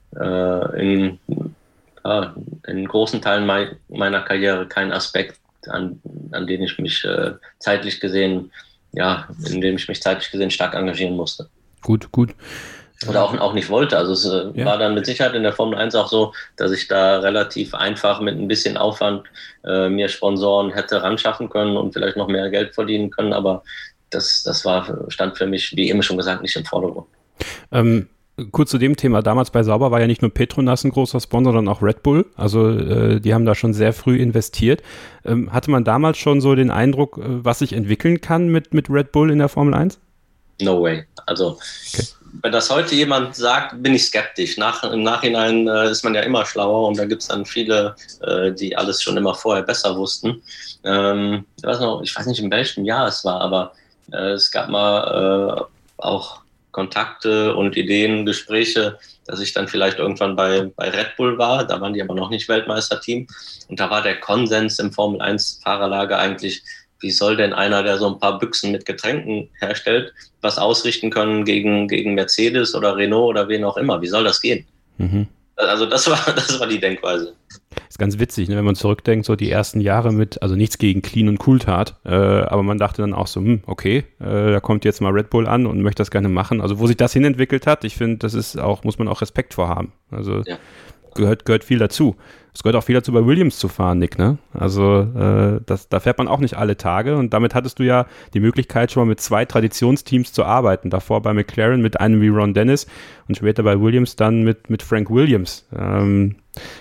äh, in, ja, in großen Teilen mei- meiner Karriere kein Aspekt, an, an den ich mich äh, zeitlich gesehen, ja, in dem ich mich zeitlich gesehen stark engagieren musste. Gut, gut. Oder auch, auch nicht wollte. Also es äh, ja. war dann mit Sicherheit in der Formel eins auch so, dass ich da relativ einfach mit ein bisschen Aufwand äh, mir Sponsoren hätte ranschaffen können und vielleicht noch mehr Geld verdienen können. Aber das, das war, stand für mich, wie eben schon gesagt, nicht im Vordergrund. Ähm, kurz zu dem Thema. Damals bei Sauber war ja nicht nur Petronas ein großer Sponsor, sondern auch Red Bull. Also äh, die haben da schon sehr früh investiert. Ähm, hatte man damals schon so den Eindruck, äh, was sich entwickeln kann mit, mit Red Bull in der Formel eins? No way. Also okay. Wenn das heute jemand sagt, bin ich skeptisch. Nach, Im Nachhinein äh, ist man ja immer schlauer und da gibt es dann viele, äh, die alles schon immer vorher besser wussten. Ähm, ich, weiß noch, ich weiß nicht, in welchem Jahr es war, aber äh, es gab mal äh, auch Kontakte und Ideen, Gespräche, dass ich dann vielleicht irgendwann bei, bei Red Bull war. Da waren die aber noch nicht Weltmeisterteam. Und da war der Konsens im Formel eins Fahrerlager eigentlich, wie soll denn einer, der so ein paar Büchsen mit Getränken herstellt, was ausrichten können gegen, gegen Mercedes oder Renault oder wen auch immer? Wie soll das gehen? Mhm. Also das war, das war die Denkweise. Ist ganz witzig, ne, wenn man zurückdenkt, so die ersten Jahre mit, also nichts gegen Clean und Cooltat, äh, aber man dachte dann auch so, hm, okay, äh, da kommt jetzt mal Red Bull an und möchte das gerne machen. Also wo sich das hinentwickelt hat, ich finde, das ist auch, muss man auch Respekt vor haben. Also ja. gehört, gehört viel dazu. Es gehört auch viel dazu, bei Williams zu fahren, Nick, ne? Also äh, das, da fährt man auch nicht alle Tage und damit hattest du ja die Möglichkeit, schon mal mit zwei Traditionsteams zu arbeiten. Davor bei McLaren mit einem wie Ron Dennis und später bei Williams dann mit, mit Frank Williams. Ähm,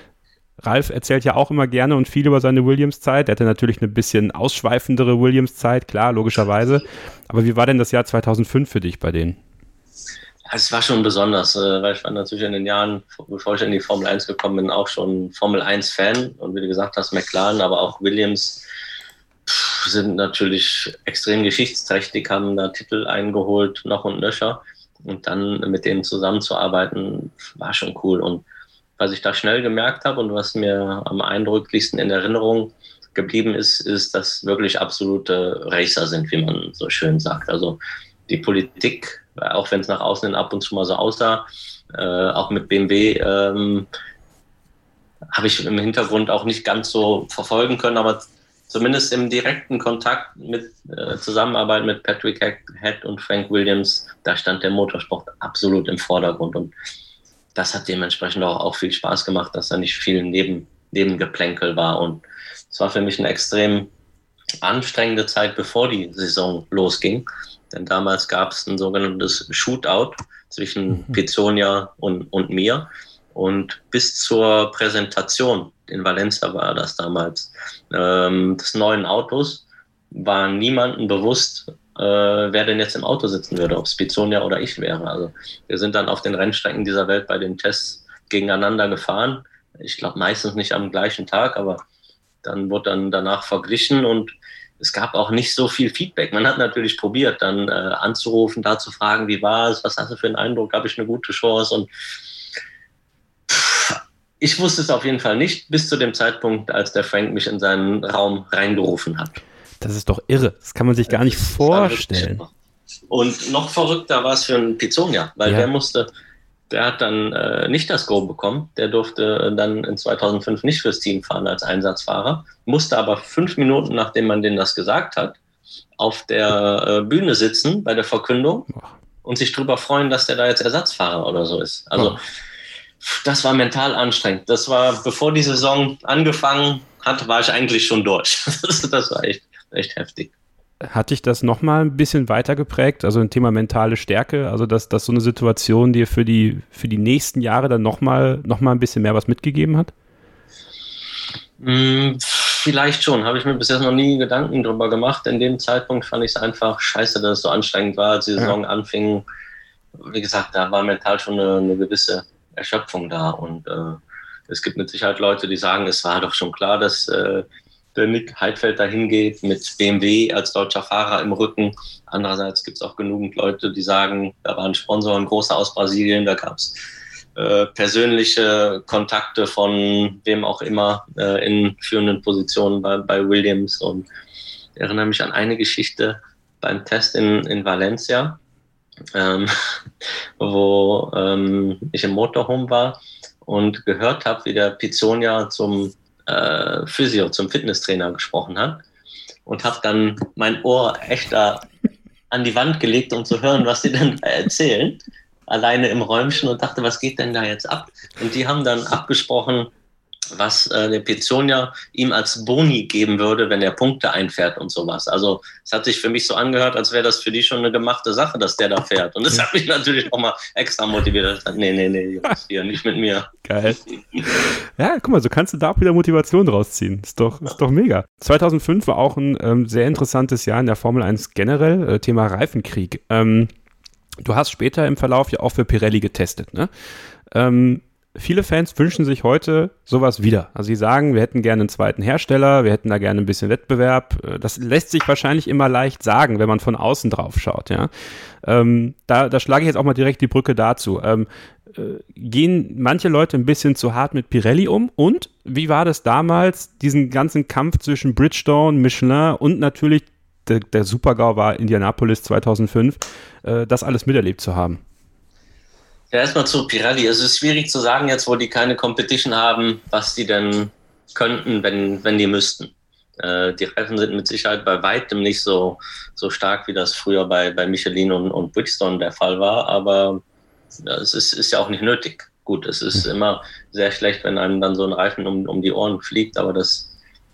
Ralf erzählt ja auch immer gerne und viel über seine Williams-Zeit. Er hatte natürlich eine bisschen ausschweifendere Williams-Zeit, klar, logischerweise. Aber wie war denn das Jahr zweitausendfünf für dich bei denen? Es war schon besonders, weil ich war natürlich in den Jahren, bevor ich in die Formel eins gekommen bin, auch schon Formel eins Fan. Und wie du gesagt hast, McLaren, aber auch Williams sind natürlich extrem geschichtsträchtig, haben da Titel eingeholt, noch und nöcher. Und dann mit denen zusammenzuarbeiten, war schon cool. Und was ich da schnell gemerkt habe und was mir am eindrücklichsten in Erinnerung geblieben ist, ist, dass wirklich absolute Racer sind, wie man so schön sagt. Also die Politik, auch wenn es nach außen ab und zu mal so aussah, äh, auch mit B M W, ähm, habe ich im Hintergrund auch nicht ganz so verfolgen können, aber zumindest im direkten Kontakt mit äh, Zusammenarbeit mit Patrick Head und Frank Williams, da stand der Motorsport absolut im Vordergrund und das hat dementsprechend auch, auch viel Spaß gemacht, dass da nicht viel Neben, Nebengeplänkel war und es war für mich eine extrem anstrengende Zeit, bevor die Saison losging. Denn damals gab es ein sogenanntes Shootout zwischen mhm. Pizzonia und, und mir. Und bis zur Präsentation, in Valencia war das damals, ähm, des neuen Autos, war niemandem bewusst, äh, wer denn jetzt im Auto sitzen würde, ob es Pizzonia oder ich wäre. Also wir sind dann auf den Rennstrecken dieser Welt bei den Tests gegeneinander gefahren. Ich glaube meistens nicht am gleichen Tag, aber dann wurde dann danach verglichen und es gab auch nicht so viel Feedback. Man hat natürlich probiert, dann äh, anzurufen, da zu fragen, wie war es, was hast du für einen Eindruck, habe ich eine gute Chance? Und pff, ich wusste es auf jeden Fall nicht, bis zu dem Zeitpunkt, als der Frank mich in seinen Raum reingerufen hat. Das ist doch irre, das kann man sich gar nicht vorstellen. Und noch verrückter war es für einen Pizzonia, weil ja. der musste... Der hat dann äh, nicht das Go bekommen. Der durfte dann in zweitausendfünf nicht fürs Team fahren als Einsatzfahrer, musste aber fünf Minuten, nachdem man denen das gesagt hat, auf der äh, Bühne sitzen bei der Verkündung und sich drüber freuen, dass der da jetzt Ersatzfahrer oder so ist. Also oh. das war mental anstrengend. Das war, bevor die Saison angefangen hat, war ich eigentlich schon durch. das, das war echt, echt heftig. Hat dich das nochmal ein bisschen weiter geprägt, also ein Thema mentale Stärke, also dass, dass so eine Situation dir für die, für die nächsten Jahre dann nochmal noch mal ein bisschen mehr was mitgegeben hat? Mm, vielleicht schon, habe ich mir bis jetzt noch nie Gedanken drüber gemacht. In dem Zeitpunkt fand ich es einfach scheiße, dass es so anstrengend war, als die Saison ja. anfing. Wie gesagt, da war mental schon eine, eine gewisse Erschöpfung da und äh, es gibt mit Sicherheit Leute, die sagen, es war doch schon klar, dass äh, der Nick Heidfeld dahin geht mit B M W als deutscher Fahrer im Rücken. Andererseits gibt es auch genügend Leute, die sagen, da war ein Sponsor, ein großer aus Brasilien, da gab es äh, persönliche Kontakte von wem auch immer äh, in führenden Positionen bei, bei Williams. Und ich erinnere mich an eine Geschichte beim Test in, in Valencia, ähm, wo ähm, ich im Motorhome war und gehört habe, wie der Pizzonia zum Äh, Physio, zum Fitnesstrainer gesprochen hat und habe dann mein Ohr echt da an die Wand gelegt, um zu hören, was die denn erzählen, alleine im Räumchen und dachte, was geht denn da jetzt ab? Und die haben dann abgesprochen, was äh, der Pizzonia ihm als Boni geben würde, wenn er Punkte einfährt und sowas. Also es hat sich für mich so angehört, als wäre das für die schon eine gemachte Sache, dass der da fährt. Und das hat mich natürlich auch mal extra motiviert. Ich dachte, nee, nee, nee, Jungs, hier, nicht mit mir. Geil. Ja, guck mal, so kannst du da auch wieder Motivation rausziehen. Ist doch, ist doch mega. zweitausendfünf war auch ein ähm, sehr interessantes Jahr in der Formel eins generell, äh, Thema Reifenkrieg. Ähm, du hast später im Verlauf ja auch für Pirelli getestet, ne? Ähm, Viele Fans wünschen sich heute sowas wieder. Also sie sagen, wir hätten gerne einen zweiten Hersteller, wir hätten da gerne ein bisschen Wettbewerb. Das lässt sich wahrscheinlich immer leicht sagen, wenn man von außen drauf schaut. Ja? Ähm, da, da schlage ich jetzt auch mal direkt die Brücke dazu. Ähm, äh, gehen manche Leute ein bisschen zu hart mit Pirelli um? Und wie war das damals, diesen ganzen Kampf zwischen Bridgestone, Michelin und natürlich der, der Super-GAU war Indianapolis zweitausendfünf, äh, das alles miterlebt zu haben? Ja, erstmal zu Pirelli. Es ist schwierig zu sagen jetzt, wo die keine Competition haben, was die denn könnten, wenn, wenn die müssten. Äh, die Reifen sind mit Sicherheit bei weitem nicht so, so stark, wie das früher bei, bei Michelin und, und Bridgestone der Fall war, aber es ist, ist ja auch nicht nötig. Gut, es ist immer sehr schlecht, wenn einem dann so ein Reifen um, um die Ohren fliegt, aber das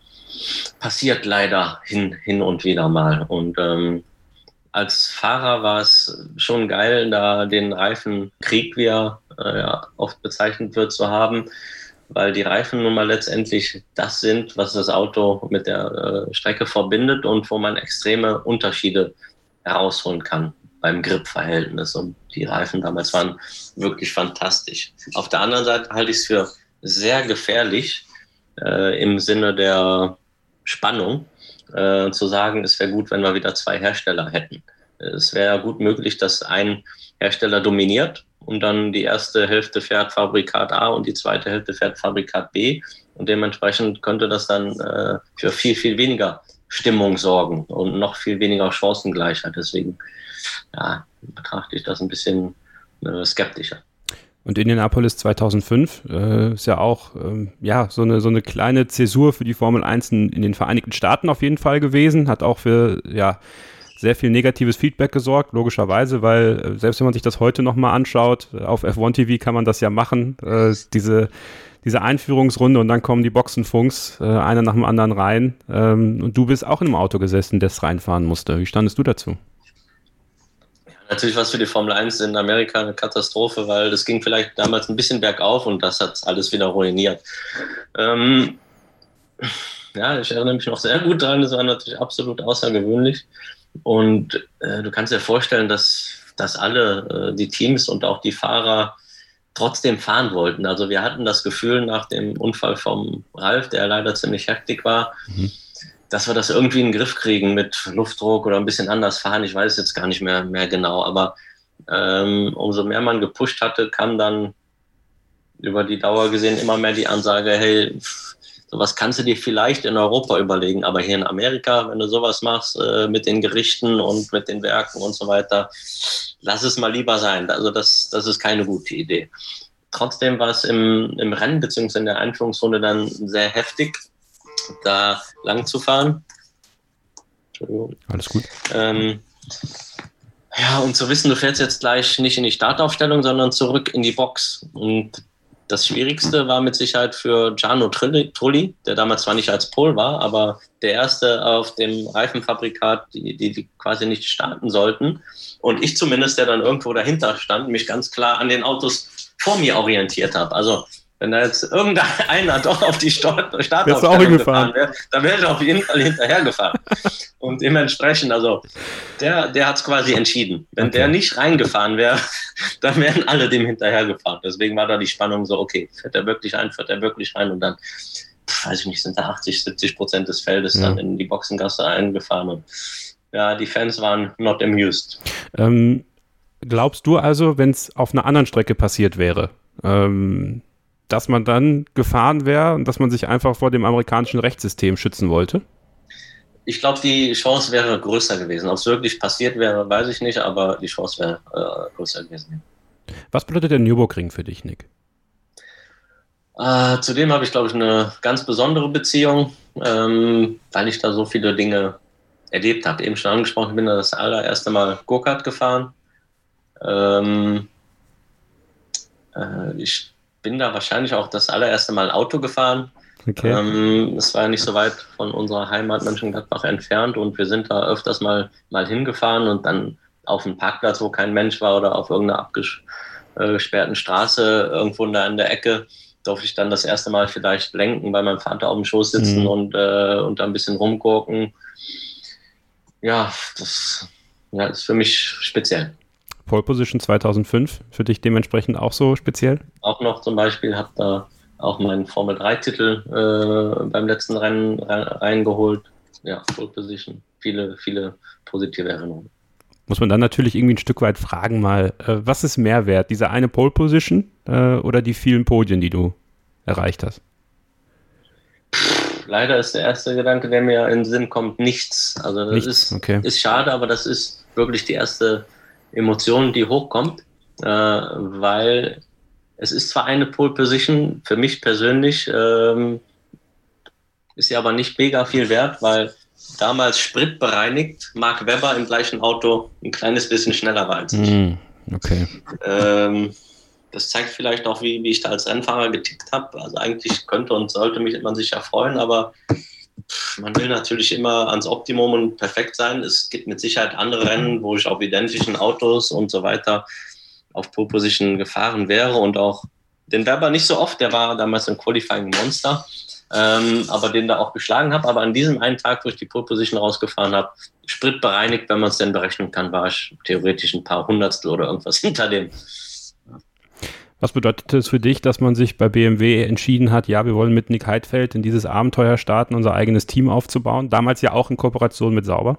passiert leider hin, hin und wieder mal. Und ähm, als Fahrer war es schon geil, da den Reifenkrieg, wie er äh, ja, oft bezeichnet wird, zu haben, weil die Reifen nun mal letztendlich das sind, was das Auto mit der äh, Strecke verbindet und wo man extreme Unterschiede herausholen kann beim Grip-Verhältnis. Und die Reifen damals waren wirklich fantastisch. Auf der anderen Seite halte ich es für sehr gefährlich äh, im Sinne der Spannung, Äh, zu sagen, es wäre gut, wenn wir wieder zwei Hersteller hätten. Es wäre gut möglich, dass ein Hersteller dominiert und dann die erste Hälfte fährt Fabrikat A und die zweite Hälfte fährt Fabrikat B und dementsprechend könnte das dann äh, für viel, viel weniger Stimmung sorgen und noch viel weniger Chancengleichheit. Deswegen ja, betrachte ich das ein bisschen äh, skeptischer. Und Indianapolis zweitausendfünf äh, ist ja auch ähm, ja, so eine, so eine kleine Zäsur für die Formel eins in, in den Vereinigten Staaten auf jeden Fall gewesen. Hat auch für ja, sehr viel negatives Feedback gesorgt, logischerweise, weil äh, selbst wenn man sich das heute nochmal anschaut, auf F eins T V kann man das ja machen, äh, diese, diese Einführungsrunde und dann kommen die Boxenfunks, äh, einer nach dem anderen rein. Ähm, und du bist auch in einem Auto gesessen, das reinfahren musste. Wie standest du dazu? Natürlich war es für die Formel eins in Amerika eine Katastrophe, weil das ging vielleicht damals ein bisschen bergauf und das hat alles wieder ruiniert. Ähm, ja, ich erinnere mich noch sehr gut daran, das war natürlich absolut außergewöhnlich. Und äh, du kannst dir vorstellen, dass, dass alle, äh, die Teams und auch die Fahrer trotzdem fahren wollten. Also wir hatten das Gefühl nach dem Unfall vom Ralf, der leider ziemlich heftig war, mhm. dass wir das irgendwie in den Griff kriegen mit Luftdruck oder ein bisschen anders fahren. Ich weiß jetzt gar nicht mehr, mehr genau, aber ähm, umso mehr man gepusht hatte, kam dann über die Dauer gesehen immer mehr die Ansage, hey, sowas kannst du dir vielleicht in Europa überlegen, aber hier in Amerika, wenn du sowas machst äh, mit den Gerichten und mit den Werken und so weiter, lass es mal lieber sein. Also das, das ist keine gute Idee. Trotzdem war es im, im Rennen bzw. in der Einführungsrunde dann sehr heftig, da lang zu fahren. Entschuldigung. Alles gut. Ähm, ja, und zu wissen, du fährst jetzt gleich nicht in die Startaufstellung, sondern zurück in die Box. Und das Schwierigste war mit Sicherheit für Jarno Trulli, der damals zwar nicht als Pol war, aber der Erste auf dem Reifenfabrikat, die, die, die quasi nicht starten sollten. Und ich zumindest, der dann irgendwo dahinter stand, mich ganz klar an den Autos vor mir orientiert habe. Also wenn da jetzt irgendeiner doch auf die Startaufstellung gefahren wäre, dann wäre er auf jeden Fall hinterhergefahren. Und dementsprechend, also der, der hat es quasi entschieden. Wenn okay. der nicht reingefahren wäre, dann wären alle dem hinterhergefahren. Deswegen war da die Spannung so, okay, fährt er wirklich rein, fährt er wirklich rein und dann, weiß ich nicht, sind da achtzig, siebzig Prozent des Feldes ja. dann in die Boxengasse eingefahren. Und ja, die Fans waren not amused. Ähm, glaubst du also, wenn es auf einer anderen Strecke passiert wäre, ähm, dass man dann gefahren wäre und dass man sich einfach vor dem amerikanischen Rechtssystem schützen wollte? Ich glaube, die Chance wäre größer gewesen. Ob es wirklich passiert wäre, weiß ich nicht, aber die Chance wäre äh, größer gewesen. Was bedeutet der Nürburgring für dich, Nick? Äh, zudem habe ich, glaube ich, eine ganz besondere Beziehung, ähm, weil ich da so viele Dinge erlebt habe. Eben schon angesprochen, ich bin da das allererste Mal Go-Kart gefahren. Ähm, äh, ich bin da wahrscheinlich auch das allererste Mal Auto gefahren. Okay. Ähm, es war ja nicht so weit von unserer Heimat Mönchengladbach entfernt und wir sind da öfters mal, mal hingefahren und dann auf einem Parkplatz, wo kein Mensch war oder auf irgendeiner abgesperrten Straße irgendwo da in der Ecke, durfte ich dann das erste Mal vielleicht lenken, bei meinem Vater auf dem Schoß sitzen mhm. und, äh, und da ein bisschen rumgucken. Ja, das ja, ist für mich speziell. Pole Position zweitausendfünf, für dich dementsprechend auch so speziell? Auch noch zum Beispiel, habe da auch meinen Formel drei Titel äh, beim letzten Rennen reingeholt. Ja, Pole Position, viele, viele positive Erinnerungen. Muss man dann natürlich irgendwie ein Stück weit fragen mal, äh, was ist mehr wert, diese eine Pole Position äh, oder die vielen Podien, die du erreicht hast? Pff, leider ist der erste Gedanke, der mir in den Sinn kommt, nichts. Also das nichts. Ist, okay. ist schade, aber das ist wirklich die erste Emotion, die hochkommt, äh, weil es ist zwar eine Pole Position, für mich persönlich ähm, ist sie aber nicht mega viel wert, weil damals spritbereinigt Mark Webber im gleichen Auto ein kleines bisschen schneller war als ich. Mm, okay. Ähm, das zeigt vielleicht auch, wie, wie ich da als Rennfahrer getickt habe. Also eigentlich könnte und sollte mich man sich ja freuen, aber man will natürlich immer ans Optimum und perfekt sein. Es gibt mit Sicherheit andere Rennen, wo ich auf identischen Autos und so weiter auf Pole Position gefahren wäre und auch den Webber nicht so oft, der war damals im Qualifying Monster, ähm, aber den da auch geschlagen habe. Aber an diesem einen Tag, wo ich die Pole Position rausgefahren habe, spritbereinigt, wenn man es denn berechnen kann, war ich theoretisch ein paar Hundertstel oder irgendwas hinter dem. Was bedeutet es für dich, dass man sich bei B M W entschieden hat, ja, wir wollen mit Nick Heidfeld in dieses Abenteuer starten, unser eigenes Team aufzubauen? Damals ja auch in Kooperation mit Sauber.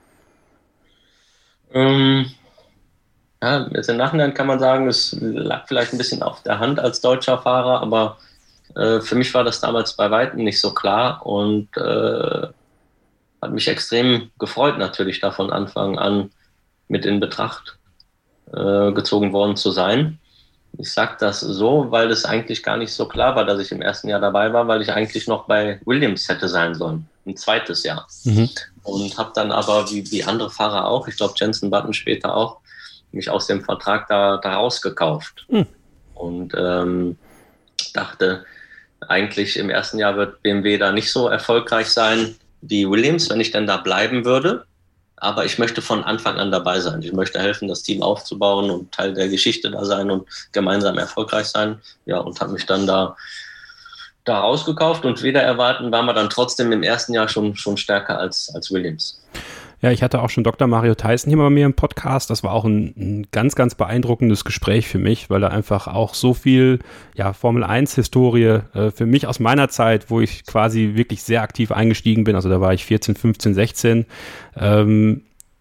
Ähm, ja, jetzt im Nachhinein kann man sagen, es lag vielleicht ein bisschen auf der Hand als deutscher Fahrer, aber äh, für mich war das damals bei Weitem nicht so klar und äh, hat mich extrem gefreut, natürlich da von Anfang an mit in Betracht äh, gezogen worden zu sein. Ich sage das so, weil es eigentlich gar nicht so klar war, dass ich im ersten Jahr dabei war, weil ich eigentlich noch bei Williams hätte sein sollen, ein zweites Jahr. Mhm. Und habe dann aber, wie, wie andere Fahrer auch, ich glaube Jenson Button später auch, mich aus dem Vertrag da, da rausgekauft. Mhm. Und ähm, dachte, eigentlich im ersten Jahr wird B M W da nicht so erfolgreich sein wie Williams, wenn ich denn da bleiben würde. Aber ich möchte von Anfang an dabei sein. Ich möchte helfen, das Team aufzubauen und Teil der Geschichte da sein und gemeinsam erfolgreich sein. Ja, und habe mich dann da, da rausgekauft und wieder erwarten, waren wir dann trotzdem im ersten Jahr schon, schon stärker als, als Williams. Ja, ich hatte auch schon Doktor Mario Tyson hier bei mir im Podcast. Das war auch ein, ein ganz, ganz beeindruckendes Gespräch für mich, weil er einfach auch so viel ja, Formel eins Historie äh, für mich aus meiner Zeit, wo ich quasi wirklich sehr aktiv eingestiegen bin, also da war ich vierzehn, fünfzehn, sechzehn. Ähm,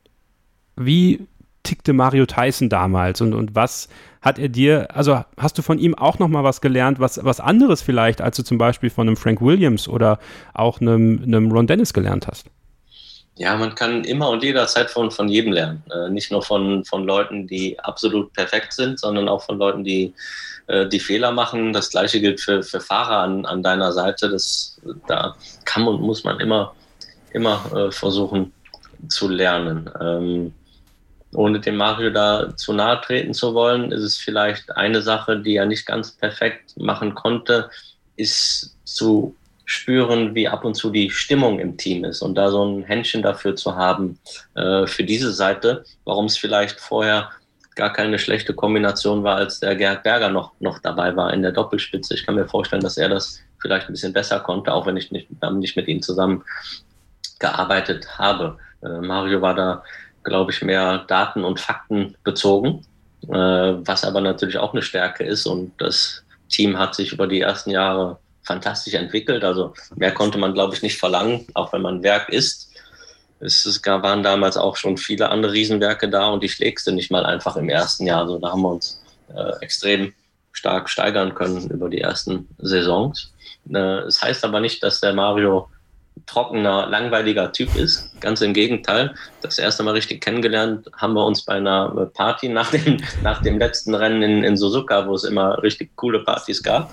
wie tickte Mario Tyson damals und, und was hat er dir, also hast du von ihm auch nochmal was gelernt, was, was anderes vielleicht, als du zum Beispiel von einem Frank Williams oder auch einem, einem Ron Dennis gelernt hast? Ja, man kann immer und jederzeit von, von jedem lernen. Äh, nicht nur von, von Leuten, die absolut perfekt sind, sondern auch von Leuten, die, äh, die Fehler machen. Das Gleiche gilt für, für Fahrer an, an deiner Seite. Das, da kann und muss man immer, immer äh, versuchen zu lernen. Ähm, ohne dem Mario da zu nahe treten zu wollen, ist es vielleicht eine Sache, die er nicht ganz perfekt machen konnte, ist zu spüren, wie ab und zu die Stimmung im Team ist und da so ein Händchen dafür zu haben, äh, für diese Seite, warum es vielleicht vorher gar keine schlechte Kombination war, als der Gerhard Berger noch, noch dabei war in der Doppelspitze. Ich kann mir vorstellen, dass er das vielleicht ein bisschen besser konnte, auch wenn ich nicht, nicht mit ihm zusammen gearbeitet habe. Äh, Mario war da, glaube ich, mehr Daten und Fakten bezogen, äh, was aber natürlich auch eine Stärke ist und das Team hat sich über die ersten Jahre fantastisch entwickelt, also mehr konnte man, glaube ich, nicht verlangen, auch wenn man Werk ist. Es, es waren damals auch schon viele andere Riesenwerke da und die schlägst du nicht mal einfach im ersten Jahr, also da haben wir uns äh, extrem stark steigern können über die ersten Saisons. Äh, es heißt aber nicht, dass der Mario trockener, langweiliger Typ ist. Ganz im Gegenteil. Das erste Mal richtig kennengelernt haben wir uns bei einer Party nach dem, nach dem letzten Rennen in, in Suzuka, wo es immer richtig coole Partys gab.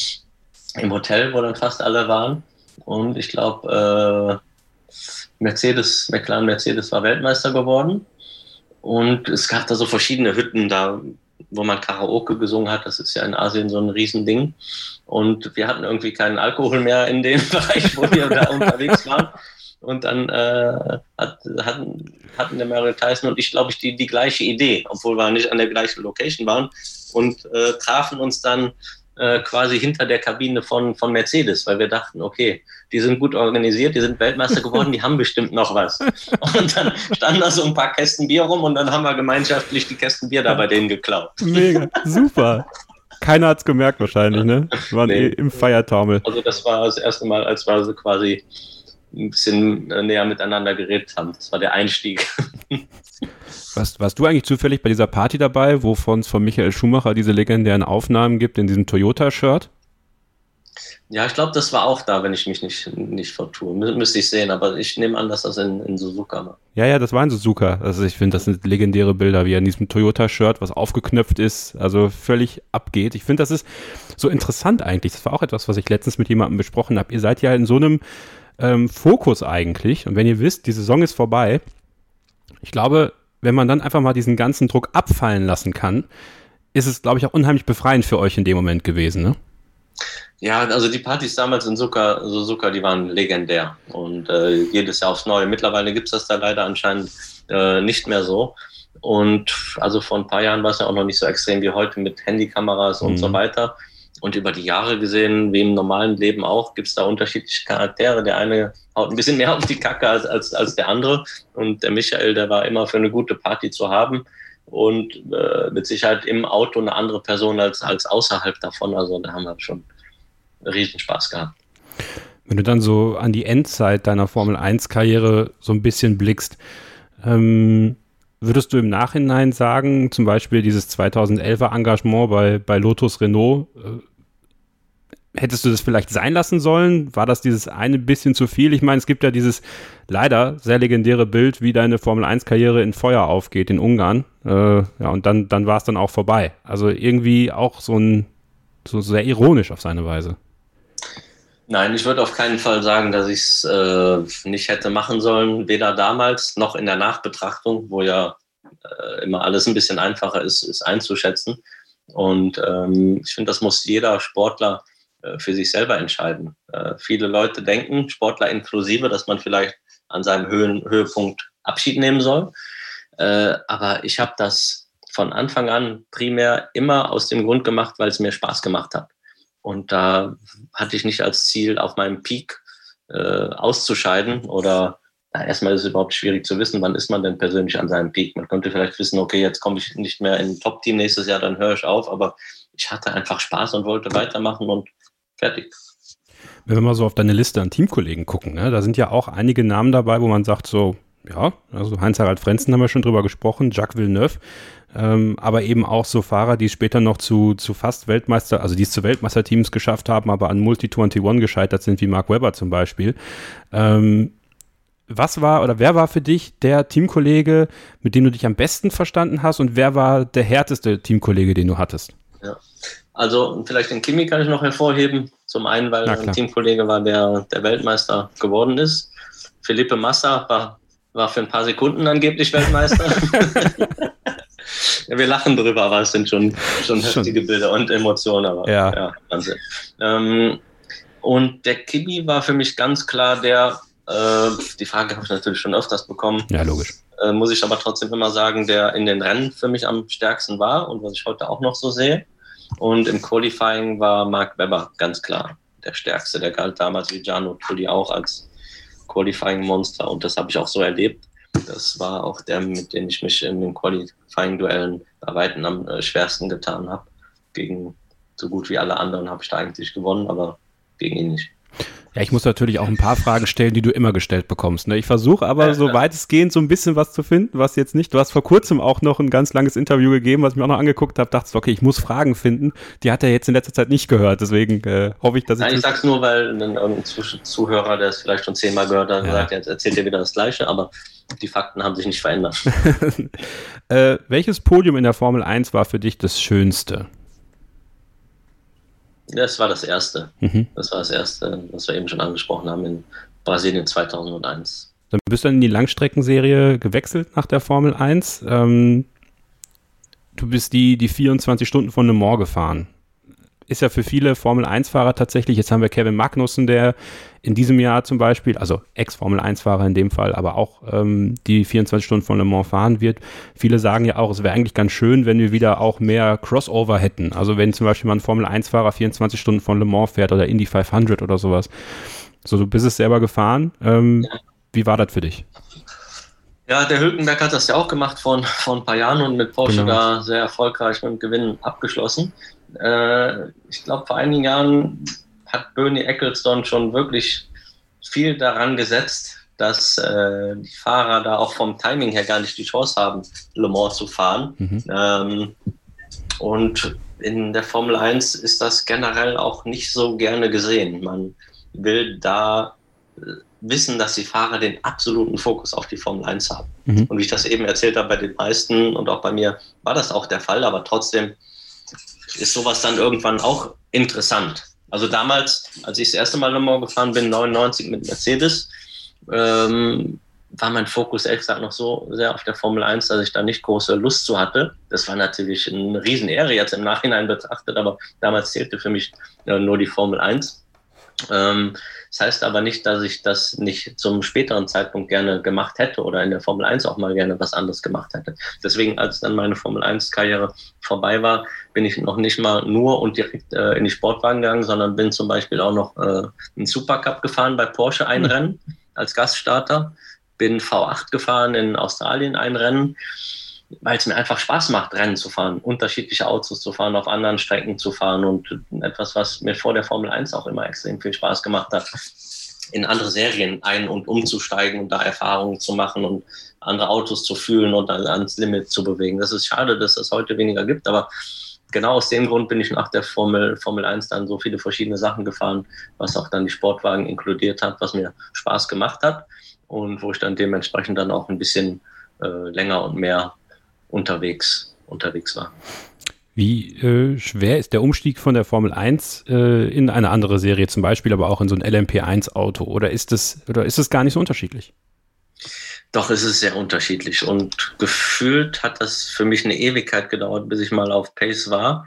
Im Hotel, wo dann fast alle waren. Und ich glaube, äh, Mercedes, McLaren Mercedes war Weltmeister geworden. Und es gab da so verschiedene Hütten da, wo man Karaoke gesungen hat. Das ist ja in Asien so ein Riesending. Und wir hatten irgendwie keinen Alkohol mehr in dem Bereich, wo wir da unterwegs waren. Und dann äh, hat, hatten, hatten der Mario Tyson und ich, glaube ich, die, die gleiche Idee, obwohl wir nicht an der gleichen Location waren. Und äh, trafen uns dann äh, quasi hinter der Kabine von, von Mercedes, weil wir dachten, okay, die sind gut organisiert, die sind Weltmeister geworden, die haben bestimmt noch was. Und dann standen da so ein paar Kästen Bier rum und dann haben wir gemeinschaftlich die Kästen Bier da bei denen geklaut. Mega, super. Keiner hat's gemerkt wahrscheinlich, ne? Wir waren nee. eh im Feiertaumel. Also das war das erste Mal, als wir so quasi ein bisschen näher miteinander geredet haben. Das war der Einstieg. Was, warst du eigentlich zufällig bei dieser Party dabei, wovon es von Michael Schumacher diese legendären Aufnahmen gibt in diesem Toyota-Shirt? Ja, ich glaube, das war auch da, wenn ich mich nicht, nicht vertue. Mü- müsste ich sehen, aber ich nehme an, dass das in, in Suzuka war. Ja, ja, das war in Suzuka. Also ich finde, das sind legendäre Bilder, wie er in diesem Toyota-Shirt, was aufgeknöpft ist, also völlig abgeht. Ich finde, das ist so interessant eigentlich. Das war auch etwas, was ich letztens mit jemandem besprochen habe. Ihr seid ja in so einem ähm, Fokus eigentlich. Und wenn ihr wisst, die Saison ist vorbei, ich glaube, wenn man dann einfach mal diesen ganzen Druck abfallen lassen kann, ist es, glaube ich, auch unheimlich befreiend für euch in dem Moment gewesen, ne? Ja, also die Partys damals in Suzuka, Suzuka die waren legendär und äh, jedes Jahr aufs Neue. Mittlerweile gibt es das da leider anscheinend äh, nicht mehr so. Und also vor ein paar Jahren war es ja auch noch nicht so extrem wie heute mit Handykameras und mhm. so weiter. Und über die Jahre gesehen, wie im normalen Leben auch, gibt es da unterschiedliche Charaktere. Der eine haut ein bisschen mehr auf die Kacke als, als, als der andere. Und der Michael, der war immer für eine gute Party zu haben. Und äh, mit Sicherheit im Auto eine andere Person als, als außerhalb davon. Also da haben wir schon riesen Spaß gehabt. Wenn du dann so an die Endzeit deiner Formel eins Karriere so ein bisschen blickst, ähm, würdest du im Nachhinein sagen, zum Beispiel dieses zweitausendelfer Engagement bei, bei Lotus Renault, äh, hättest du das vielleicht sein lassen sollen? War das dieses eine bisschen zu viel? Ich meine, es gibt ja dieses leider sehr legendäre Bild, wie deine Formel eins Karriere in Feuer aufgeht in Ungarn. Äh, ja, und dann, dann war es dann auch vorbei. Also irgendwie auch so ein so sehr ironisch auf seine Weise. Nein, ich würde auf keinen Fall sagen, dass ich es äh, nicht hätte machen sollen, weder damals noch in der Nachbetrachtung, wo ja äh, immer alles ein bisschen einfacher ist, ist einzuschätzen. Und ähm, ich finde, das muss jeder Sportler äh, für sich selber entscheiden. Äh, viele Leute denken, Sportler inklusive, dass man vielleicht an seinem Höhen, Höhepunkt Abschied nehmen soll. Äh, aber ich habe das von Anfang an primär immer aus dem Grund gemacht, weil es mir Spaß gemacht hat. Und da hatte ich nicht als Ziel, auf meinem Peak äh, auszuscheiden oder na, erstmal ist es überhaupt schwierig zu wissen, wann ist man denn persönlich an seinem Peak. Man könnte vielleicht wissen, okay, jetzt komme ich nicht mehr in ein Top-Team nächstes Jahr, dann höre ich auf, aber ich hatte einfach Spaß und wollte weitermachen und fertig. Wenn wir mal so auf deine Liste an Teamkollegen gucken, ne, da sind ja auch einige Namen dabei, wo man sagt so, ja, also Heinz-Harald Frentzen haben wir schon drüber gesprochen, Jacques Villeneuve, ähm, aber eben auch so Fahrer, die später noch zu, zu fast Weltmeister, also die es zu Weltmeisterteams geschafft haben, aber an Multi einundzwanzig gescheitert sind, wie Mark Webber zum Beispiel. Ähm, was war oder wer war für dich der Teamkollege, mit dem du dich am besten verstanden hast und wer war der härteste Teamkollege, den du hattest? Ja, also vielleicht den Kimi kann ich noch hervorheben. Zum einen, weil er ein Teamkollege war, der der Weltmeister geworden ist. Felipe Massa war, war für ein paar Sekunden angeblich Weltmeister. Ja, wir lachen drüber, aber es sind schon, schon heftige Bilder und Emotionen. Aber, ja. ja, Wahnsinn. Ähm, und der Kimi war für mich ganz klar der, äh, die Frage habe ich natürlich schon öfters bekommen. Ja, logisch. Äh, muss ich aber trotzdem immer sagen, der in den Rennen für mich am stärksten war und was ich heute auch noch so sehe. Und im Qualifying war Mark Webber ganz klar der Stärkste. Der galt damals wie Jarno Trulli auch als Qualifying-Monster und das habe ich auch so erlebt. Das war auch der, mit dem ich mich in den Qualifying-Duellen bei Weitem am äh, schwersten getan habe. Gegen so gut wie alle anderen habe ich da eigentlich gewonnen, aber gegen ihn nicht. Ja, ich muss natürlich auch ein paar Fragen stellen, die du immer gestellt bekommst. Ne? Ich versuche aber ja, so weitestgehend so ein bisschen was zu finden, was jetzt nicht, du hast vor kurzem auch noch ein ganz langes Interview gegeben, was ich mir auch noch angeguckt habe, dachte, okay, ich muss Fragen finden. Die hat er jetzt in letzter Zeit nicht gehört, deswegen äh, hoffe ich, dass ich... Nein, ich sag's nur, weil ein, ein Zuhörer, der es vielleicht schon zehnmal gehört hat, ja. sagt, jetzt erzählt er wieder das Gleiche, aber die Fakten haben sich nicht verändert. äh, welches Podium in der Formel eins war für dich das Schönste? Das war das erste. Mhm. Das war das erste, was wir eben schon angesprochen haben in Brasilien zweitausendeins. Dann bist du dann in die Langstreckenserie gewechselt nach der Formel eins. Ähm, du bist die, die vierundzwanzig Stunden von Le Mans gefahren. Ist ja für viele Formel eins Fahrer tatsächlich, jetzt haben wir Kevin Magnussen, der in diesem Jahr zum Beispiel, also Ex-Formel eins Fahrer in dem Fall, aber auch ähm, die vierundzwanzig Stunden von Le Mans fahren wird. Viele sagen ja auch, es wäre eigentlich ganz schön, wenn wir wieder auch mehr Crossover hätten. Also wenn zum Beispiel mal ein Formel eins Fahrer vierundzwanzig Stunden von Le Mans fährt oder Indy fünfhundert oder sowas. So, du bist es selber gefahren. Ähm, ja. Wie war das für dich? Ja, der Hülkenberg hat das ja auch gemacht vor, vor ein paar Jahren und mit Porsche genau. da sehr erfolgreich mit dem Gewinn abgeschlossen. Äh, ich glaube, vor einigen Jahren hat Bernie Ecclestone schon wirklich viel daran gesetzt, dass äh, die Fahrer da auch vom Timing her gar nicht die Chance haben, Le Mans zu fahren. Mhm. Ähm, und in der Formel eins ist das generell auch nicht so gerne gesehen. Man will da äh, wissen, dass die Fahrer den absoluten Fokus auf die Formel eins haben. Mhm. Und wie ich das eben erzählt habe, bei den meisten und auch bei mir war das auch der Fall, aber trotzdem ist sowas dann irgendwann auch interessant. Also damals, als ich das erste Mal Le Mans gefahren bin, neunundneunzig mit Mercedes, ähm, war mein Fokus ehrlich gesagt noch so sehr auf der Formel eins, dass ich da nicht große Lust zu hatte. Das war natürlich eine Riesenehre jetzt im Nachhinein betrachtet, aber damals zählte für mich äh, nur die Formel eins. Ähm, das heißt aber nicht, dass ich das nicht zum späteren Zeitpunkt gerne gemacht hätte oder in der Formel eins auch mal gerne was anderes gemacht hätte. Deswegen, als dann meine Formel eins Karriere vorbei war, bin ich noch nicht mal nur und direkt äh, in die Sportwagen gegangen, sondern bin zum Beispiel auch noch äh, einen Supercup gefahren bei Porsche ein Rennen als Gaststarter, bin V acht gefahren in Australien ein Rennen, weil es mir einfach Spaß macht, Rennen zu fahren, unterschiedliche Autos zu fahren, auf anderen Strecken zu fahren und etwas, was mir vor der Formel eins auch immer extrem viel Spaß gemacht hat, in andere Serien ein- und umzusteigen und da Erfahrungen zu machen und andere Autos zu fühlen und dann ans Limit zu bewegen. Das ist schade, dass es heute weniger gibt, aber genau aus dem Grund bin ich nach der Formel, Formel eins dann so viele verschiedene Sachen gefahren, was auch dann die Sportwagen inkludiert hat, was mir Spaß gemacht hat und wo ich dann dementsprechend dann auch ein bisschen äh, länger und mehr unterwegs, unterwegs war. Wie äh, schwer ist der Umstieg von der Formel eins äh, in eine andere Serie, zum Beispiel aber auch in so ein L M P eins Auto? Oder ist es oder ist es gar nicht so unterschiedlich? Doch, es ist sehr unterschiedlich und gefühlt hat das für mich eine Ewigkeit gedauert, bis ich mal auf Pace war,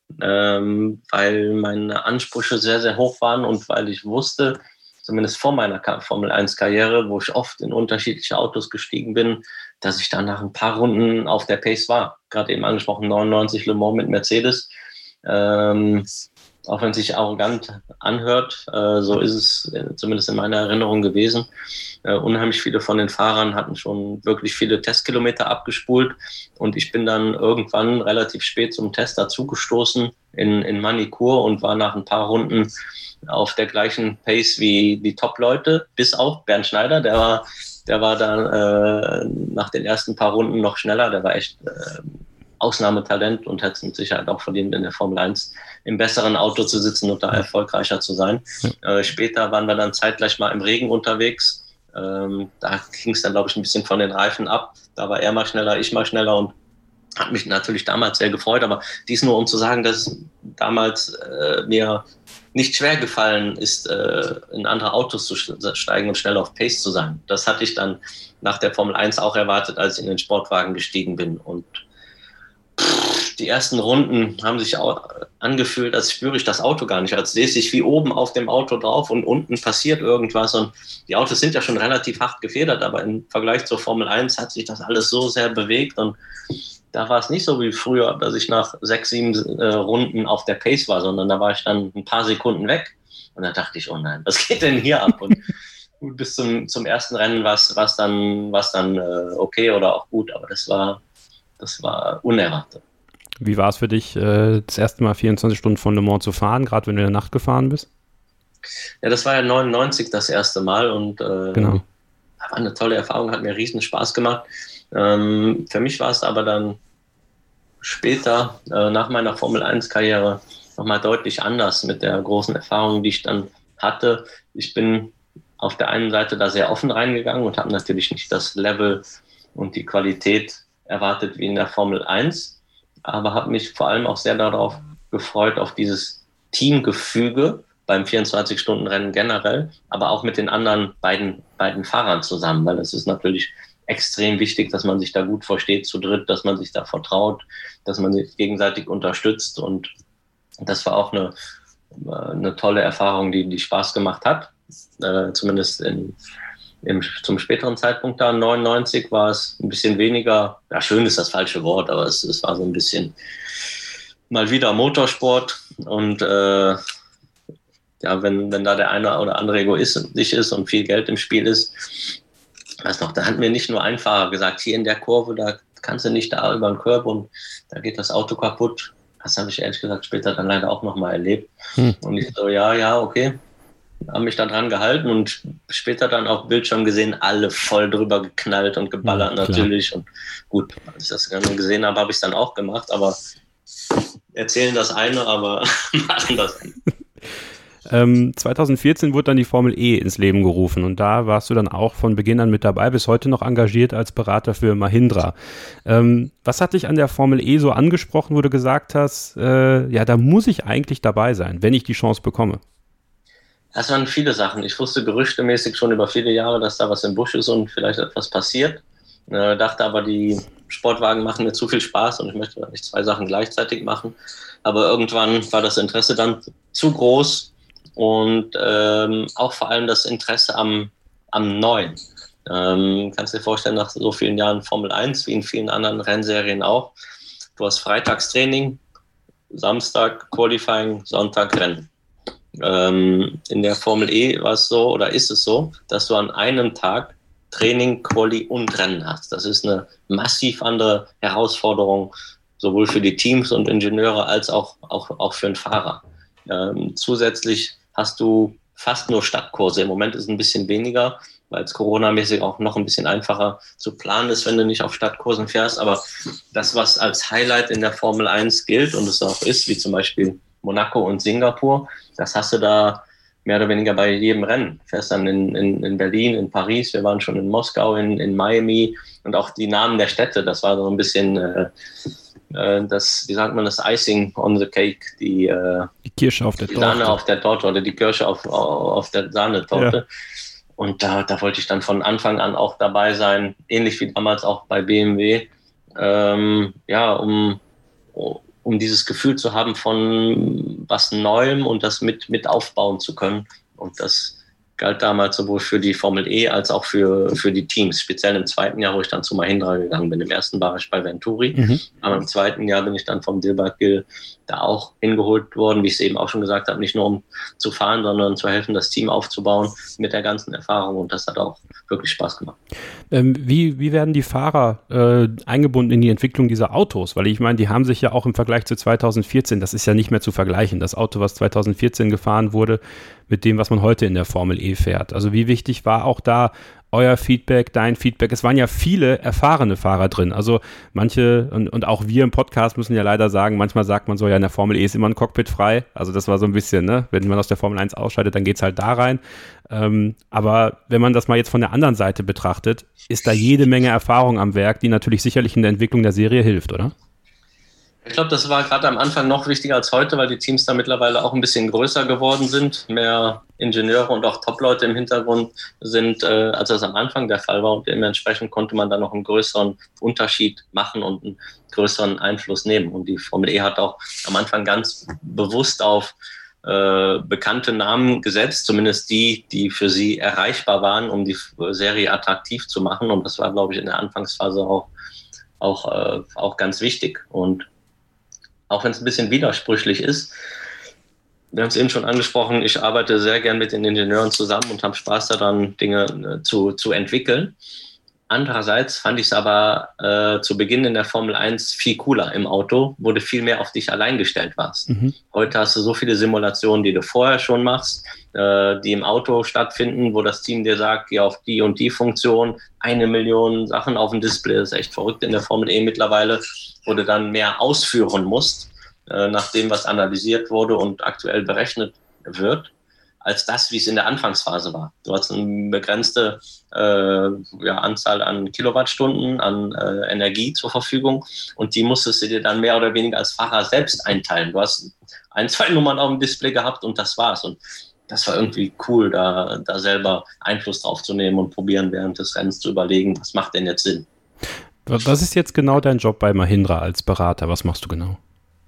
ähm, weil meine Ansprüche sehr, sehr hoch waren und weil ich wusste, zumindest vor meiner Formel eins Karriere, wo ich oft in unterschiedliche Autos gestiegen bin, dass ich dann nach ein paar Runden auf der Pace war. Gerade eben angesprochen, neunundneunzig Le Mans mit Mercedes. Ähm, auch wenn es sich arrogant anhört, äh, so ist es äh, zumindest in meiner Erinnerung gewesen. Äh, unheimlich viele von den Fahrern hatten schon wirklich viele Testkilometer abgespult und ich bin dann irgendwann relativ spät zum Test dazugestoßen in, in Manicourt und war nach ein paar Runden auf der gleichen Pace wie die Top-Leute, bis auf Bernd Schneider, der war, der war dann äh, nach den ersten paar Runden noch schneller, der war echt äh, Ausnahmetalent und hätte es mit Sicherheit auch verdient, in der Formel eins im besseren Auto zu sitzen und da erfolgreicher zu sein. Ja. Äh, später waren wir dann zeitgleich mal im Regen unterwegs. Ähm, da ging es dann, glaube ich, ein bisschen von den Reifen ab. Da war er mal schneller, ich mal schneller und hat mich natürlich damals sehr gefreut. Aber dies nur, um zu sagen, dass damals äh, mir nicht schwer gefallen ist, äh, in andere Autos zu steigen und schnell auf Pace zu sein. Das hatte ich dann nach der Formel eins auch erwartet, als ich in den Sportwagen gestiegen bin. Und die ersten Runden haben sich auch angefühlt, als spüre ich das Auto gar nicht, als sehe ich wie oben auf dem Auto drauf und unten passiert irgendwas. Und die Autos sind ja schon relativ hart gefedert, aber im Vergleich zur Formel eins hat sich das alles so sehr bewegt. Und da war es nicht so wie früher, dass ich nach sechs, sieben äh, Runden auf der Pace war, sondern da war ich dann ein paar Sekunden weg. Und da dachte ich, oh nein, was geht denn hier ab? Und bis zum, zum ersten Rennen war es dann, war's dann äh, okay oder auch gut, aber das war, das war unerwartet. Wie war es für dich, äh, das erste Mal vierundzwanzig Stunden von Le Mans zu fahren, gerade wenn du in der Nacht gefahren bist? Ja, das war ja neunundneunzig das erste Mal und äh, genau. war eine tolle Erfahrung, hat mir riesen Spaß gemacht. Ähm, für mich war es aber dann später, äh, nach meiner Formel eins Karriere, nochmal deutlich anders mit der großen Erfahrung, die ich dann hatte. Ich bin auf der einen Seite da sehr offen reingegangen und habe natürlich nicht das Level und die Qualität erwartet wie in der Formel eins, aber habe mich vor allem auch sehr darauf gefreut, auf dieses Teamgefüge beim vierundzwanzig-Stunden-Rennen generell, aber auch mit den anderen beiden, beiden Fahrern zusammen, weil es ist natürlich extrem wichtig, dass man sich da gut versteht zu dritt, dass man sich da vertraut, dass man sich gegenseitig unterstützt und das war auch eine, eine tolle Erfahrung, die, die Spaß gemacht hat, äh, zumindest in Im, zum späteren Zeitpunkt da, neunundneunzig, war es ein bisschen weniger, ja, schön ist das falsche Wort, aber es, es war so ein bisschen mal wieder Motorsport und äh, ja, wenn, wenn da der eine oder andere egoistisch ist und viel Geld im Spiel ist, weiß noch, da hat mir nicht nur ein Fahrer gesagt, hier in der Kurve, da kannst du nicht da über den Curb und da geht das Auto kaputt. Das habe ich ehrlich gesagt später dann leider auch nochmal erlebt. Hm. Und ich so, ja, ja, okay. Haben mich da dran gehalten und später dann auf Bildschirm gesehen, alle voll drüber geknallt und geballert ja, natürlich. Und gut, als ich das dann gesehen habe, habe ich es dann auch gemacht, aber erzählen das eine, aber machen das andere. ähm, zweitausendvierzehn wurde dann die Formel E ins Leben gerufen und da warst du dann auch von Beginn an mit dabei, bis heute noch engagiert als Berater für Mahindra. Ähm, was hat dich an der Formel E so angesprochen, wo du gesagt hast, äh, ja, da muss ich eigentlich dabei sein, wenn ich die Chance bekomme? Das waren viele Sachen. Ich wusste gerüchtemäßig schon über viele Jahre, dass da was im Busch ist und vielleicht etwas passiert. Äh, dachte aber, die Sportwagen machen mir zu viel Spaß und ich möchte nicht zwei Sachen gleichzeitig machen. Aber irgendwann war das Interesse dann zu groß und ähm, auch vor allem das Interesse am, am Neuen. Ähm, kannst dir vorstellen, nach so vielen Jahren Formel eins, wie in vielen anderen Rennserien auch, du hast Freitagstraining, Samstag Qualifying, Sonntag Rennen. Ähm, in der Formel E war es so, oder ist es so, dass du an einem Tag Training, Quali und Rennen hast. Das ist eine massiv andere Herausforderung, sowohl für die Teams und Ingenieure als auch, auch, auch für den Fahrer. Ähm, zusätzlich hast du fast nur Stadtkurse. Im Moment ist es ein bisschen weniger, weil es coronamäßig auch noch ein bisschen einfacher zu planen ist, wenn du nicht auf Stadtkursen fährst. Aber das, was als Highlight in der Formel eins gilt und es auch ist, wie zum Beispiel Monaco und Singapur, das hast du da mehr oder weniger bei jedem Rennen. Du fährst dann in, in, in Berlin, in Paris, wir waren schon in Moskau, in, in Miami und auch die Namen der Städte, das war so ein bisschen äh, äh, das, wie sagt man, das Icing on the Cake, die, äh, die Kirsche auf der die Torte. Sahne auf der Torte oder die Kirsche auf, auf der Sahnetorte. Ja. Und da, da wollte ich dann von Anfang an auch dabei sein, ähnlich wie damals auch bei B M W, ähm, ja, um um dieses Gefühl zu haben von was Neuem und das mit, mit aufbauen zu können. Und das galt damals sowohl für die Formel E als auch für, für die Teams. Speziell im zweiten Jahr, wo ich dann zu Mahindra gegangen bin. Im ersten war ich bei Venturi, mhm. aber im zweiten Jahr bin ich dann vom Dilbert Gill da auch hingeholt worden, wie ich es eben auch schon gesagt habe, nicht nur um zu fahren, sondern zu helfen, das Team aufzubauen mit der ganzen Erfahrung, und das hat auch wirklich Spaß gemacht. Ähm, wie, wie werden die Fahrer äh, eingebunden in die Entwicklung dieser Autos? Weil ich meine, die haben sich ja auch im Vergleich zu zweitausendvierzehn, das ist ja nicht mehr zu vergleichen, das Auto, was zweitausendvierzehn gefahren wurde, mit dem, was man heute in der Formel E fährt. Also wie wichtig war auch da euer Feedback, dein Feedback? Es waren ja viele erfahrene Fahrer drin. Also manche, und, und auch wir im Podcast müssen ja leider sagen, manchmal sagt man so, ja, in der Formel E ist immer ein Cockpit frei. Also das war so ein bisschen, ne, wenn man aus der Formel eins ausscheidet, dann geht's halt da rein. Ähm, aber wenn man das mal jetzt von der anderen Seite betrachtet, ist da jede Menge Erfahrung am Werk, die natürlich sicherlich in der Entwicklung der Serie hilft, oder? Ich glaube, das war gerade am Anfang noch wichtiger als heute, weil die Teams da mittlerweile auch ein bisschen größer geworden sind, mehr Ingenieure und auch Top-Leute im Hintergrund sind, äh, als das am Anfang der Fall war. Und dementsprechend konnte man da noch einen größeren Unterschied machen und einen größeren Einfluss nehmen. Und die Formel E hat auch am Anfang ganz bewusst auf äh, bekannte Namen gesetzt, zumindest die, die für sie erreichbar waren, um die Serie attraktiv zu machen. Und das war, glaube ich, in der Anfangsphase auch, auch, äh, auch ganz wichtig. Und auch wenn es ein bisschen widersprüchlich ist, wir haben es eben schon angesprochen, ich arbeite sehr gern mit den Ingenieuren zusammen und habe Spaß daran, Dinge zu, zu entwickeln. Andererseits fand ich es aber äh, zu Beginn in der Formel eins viel cooler im Auto, wo du viel mehr auf dich allein gestellt warst. Mhm. Heute hast du so viele Simulationen, die du vorher schon machst, äh, die im Auto stattfinden, wo das Team dir sagt, geh auf die und die Funktion, eine Million Sachen auf dem Display, das ist echt verrückt in der Formel E mittlerweile, wo du dann mehr ausführen musst, äh, nach dem, was analysiert wurde und aktuell berechnet wird, als das, wie es in der Anfangsphase war. Du hast eine begrenzte äh, ja, Anzahl an Kilowattstunden, an äh, Energie zur Verfügung, und die musstest du dir dann mehr oder weniger als Fahrer selbst einteilen. Du hast ein, zwei Nummern auf dem Display gehabt und das war's. Und das war irgendwie cool, da, da selber Einfluss drauf zu nehmen und probieren, während des Rennens zu überlegen, was macht denn jetzt Sinn. Was ist jetzt genau dein Job bei Mahindra als Berater? Was machst du genau?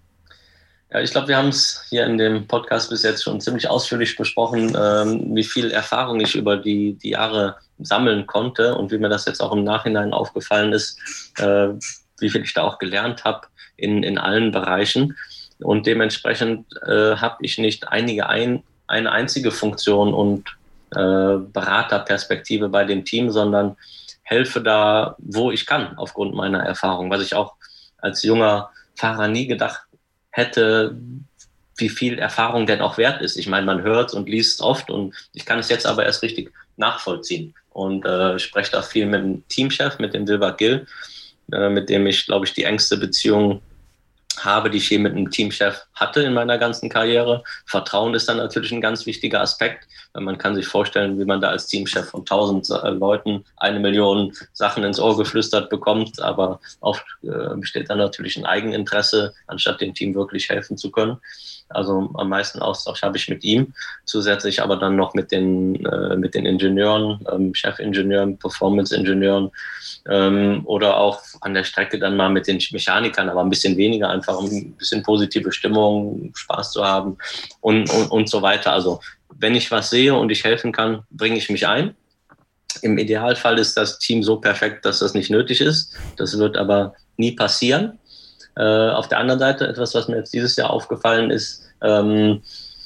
Ja, ich glaube, wir haben es hier in dem Podcast bis jetzt schon ziemlich ausführlich besprochen, ähm, wie viel Erfahrung ich über die, die Jahre sammeln konnte und wie mir das jetzt auch im Nachhinein aufgefallen ist, äh, wie viel ich da auch gelernt habe in, in allen Bereichen. Und dementsprechend äh, habe ich nicht einige ein, eine einzige Funktion und äh, Beraterperspektive bei dem Team, sondern helfe da, wo ich kann, aufgrund meiner Erfahrung, was ich auch als junger Fahrer nie gedacht hätte, wie viel Erfahrung denn auch wert ist. Ich meine, man hört und liest oft und ich kann es jetzt aber erst richtig nachvollziehen und äh, spreche da viel mit dem Teamchef, mit dem Dilbert Gill, äh, mit dem ich, glaube ich, die engste Beziehung habe, die ich je mit einem Teamchef hatte in meiner ganzen Karriere. Vertrauen ist dann natürlich ein ganz wichtiger Aspekt, weil man kann sich vorstellen, wie man da als Teamchef von tausend äh, Leuten eine Million Sachen ins Ohr geflüstert bekommt, aber oft äh, besteht dann natürlich ein Eigeninteresse, anstatt dem Team wirklich helfen zu können. Also am meisten Austausch habe ich mit ihm, zusätzlich aber dann noch mit den, äh, mit den Ingenieuren, ähm, Chefingenieuren, Performance-Ingenieuren ähm, oder auch an der Strecke dann mal mit den Mechanikern, aber ein bisschen weniger, einfach ein bisschen positive Stimmung, Spaß zu haben und, und, und so weiter. Also wenn ich was sehe und ich helfen kann, bringe ich mich ein. Im Idealfall ist das Team so perfekt, dass das nicht nötig ist. Das wird aber nie passieren. Äh, auf der anderen Seite, etwas, was mir jetzt dieses Jahr aufgefallen ist, ähm,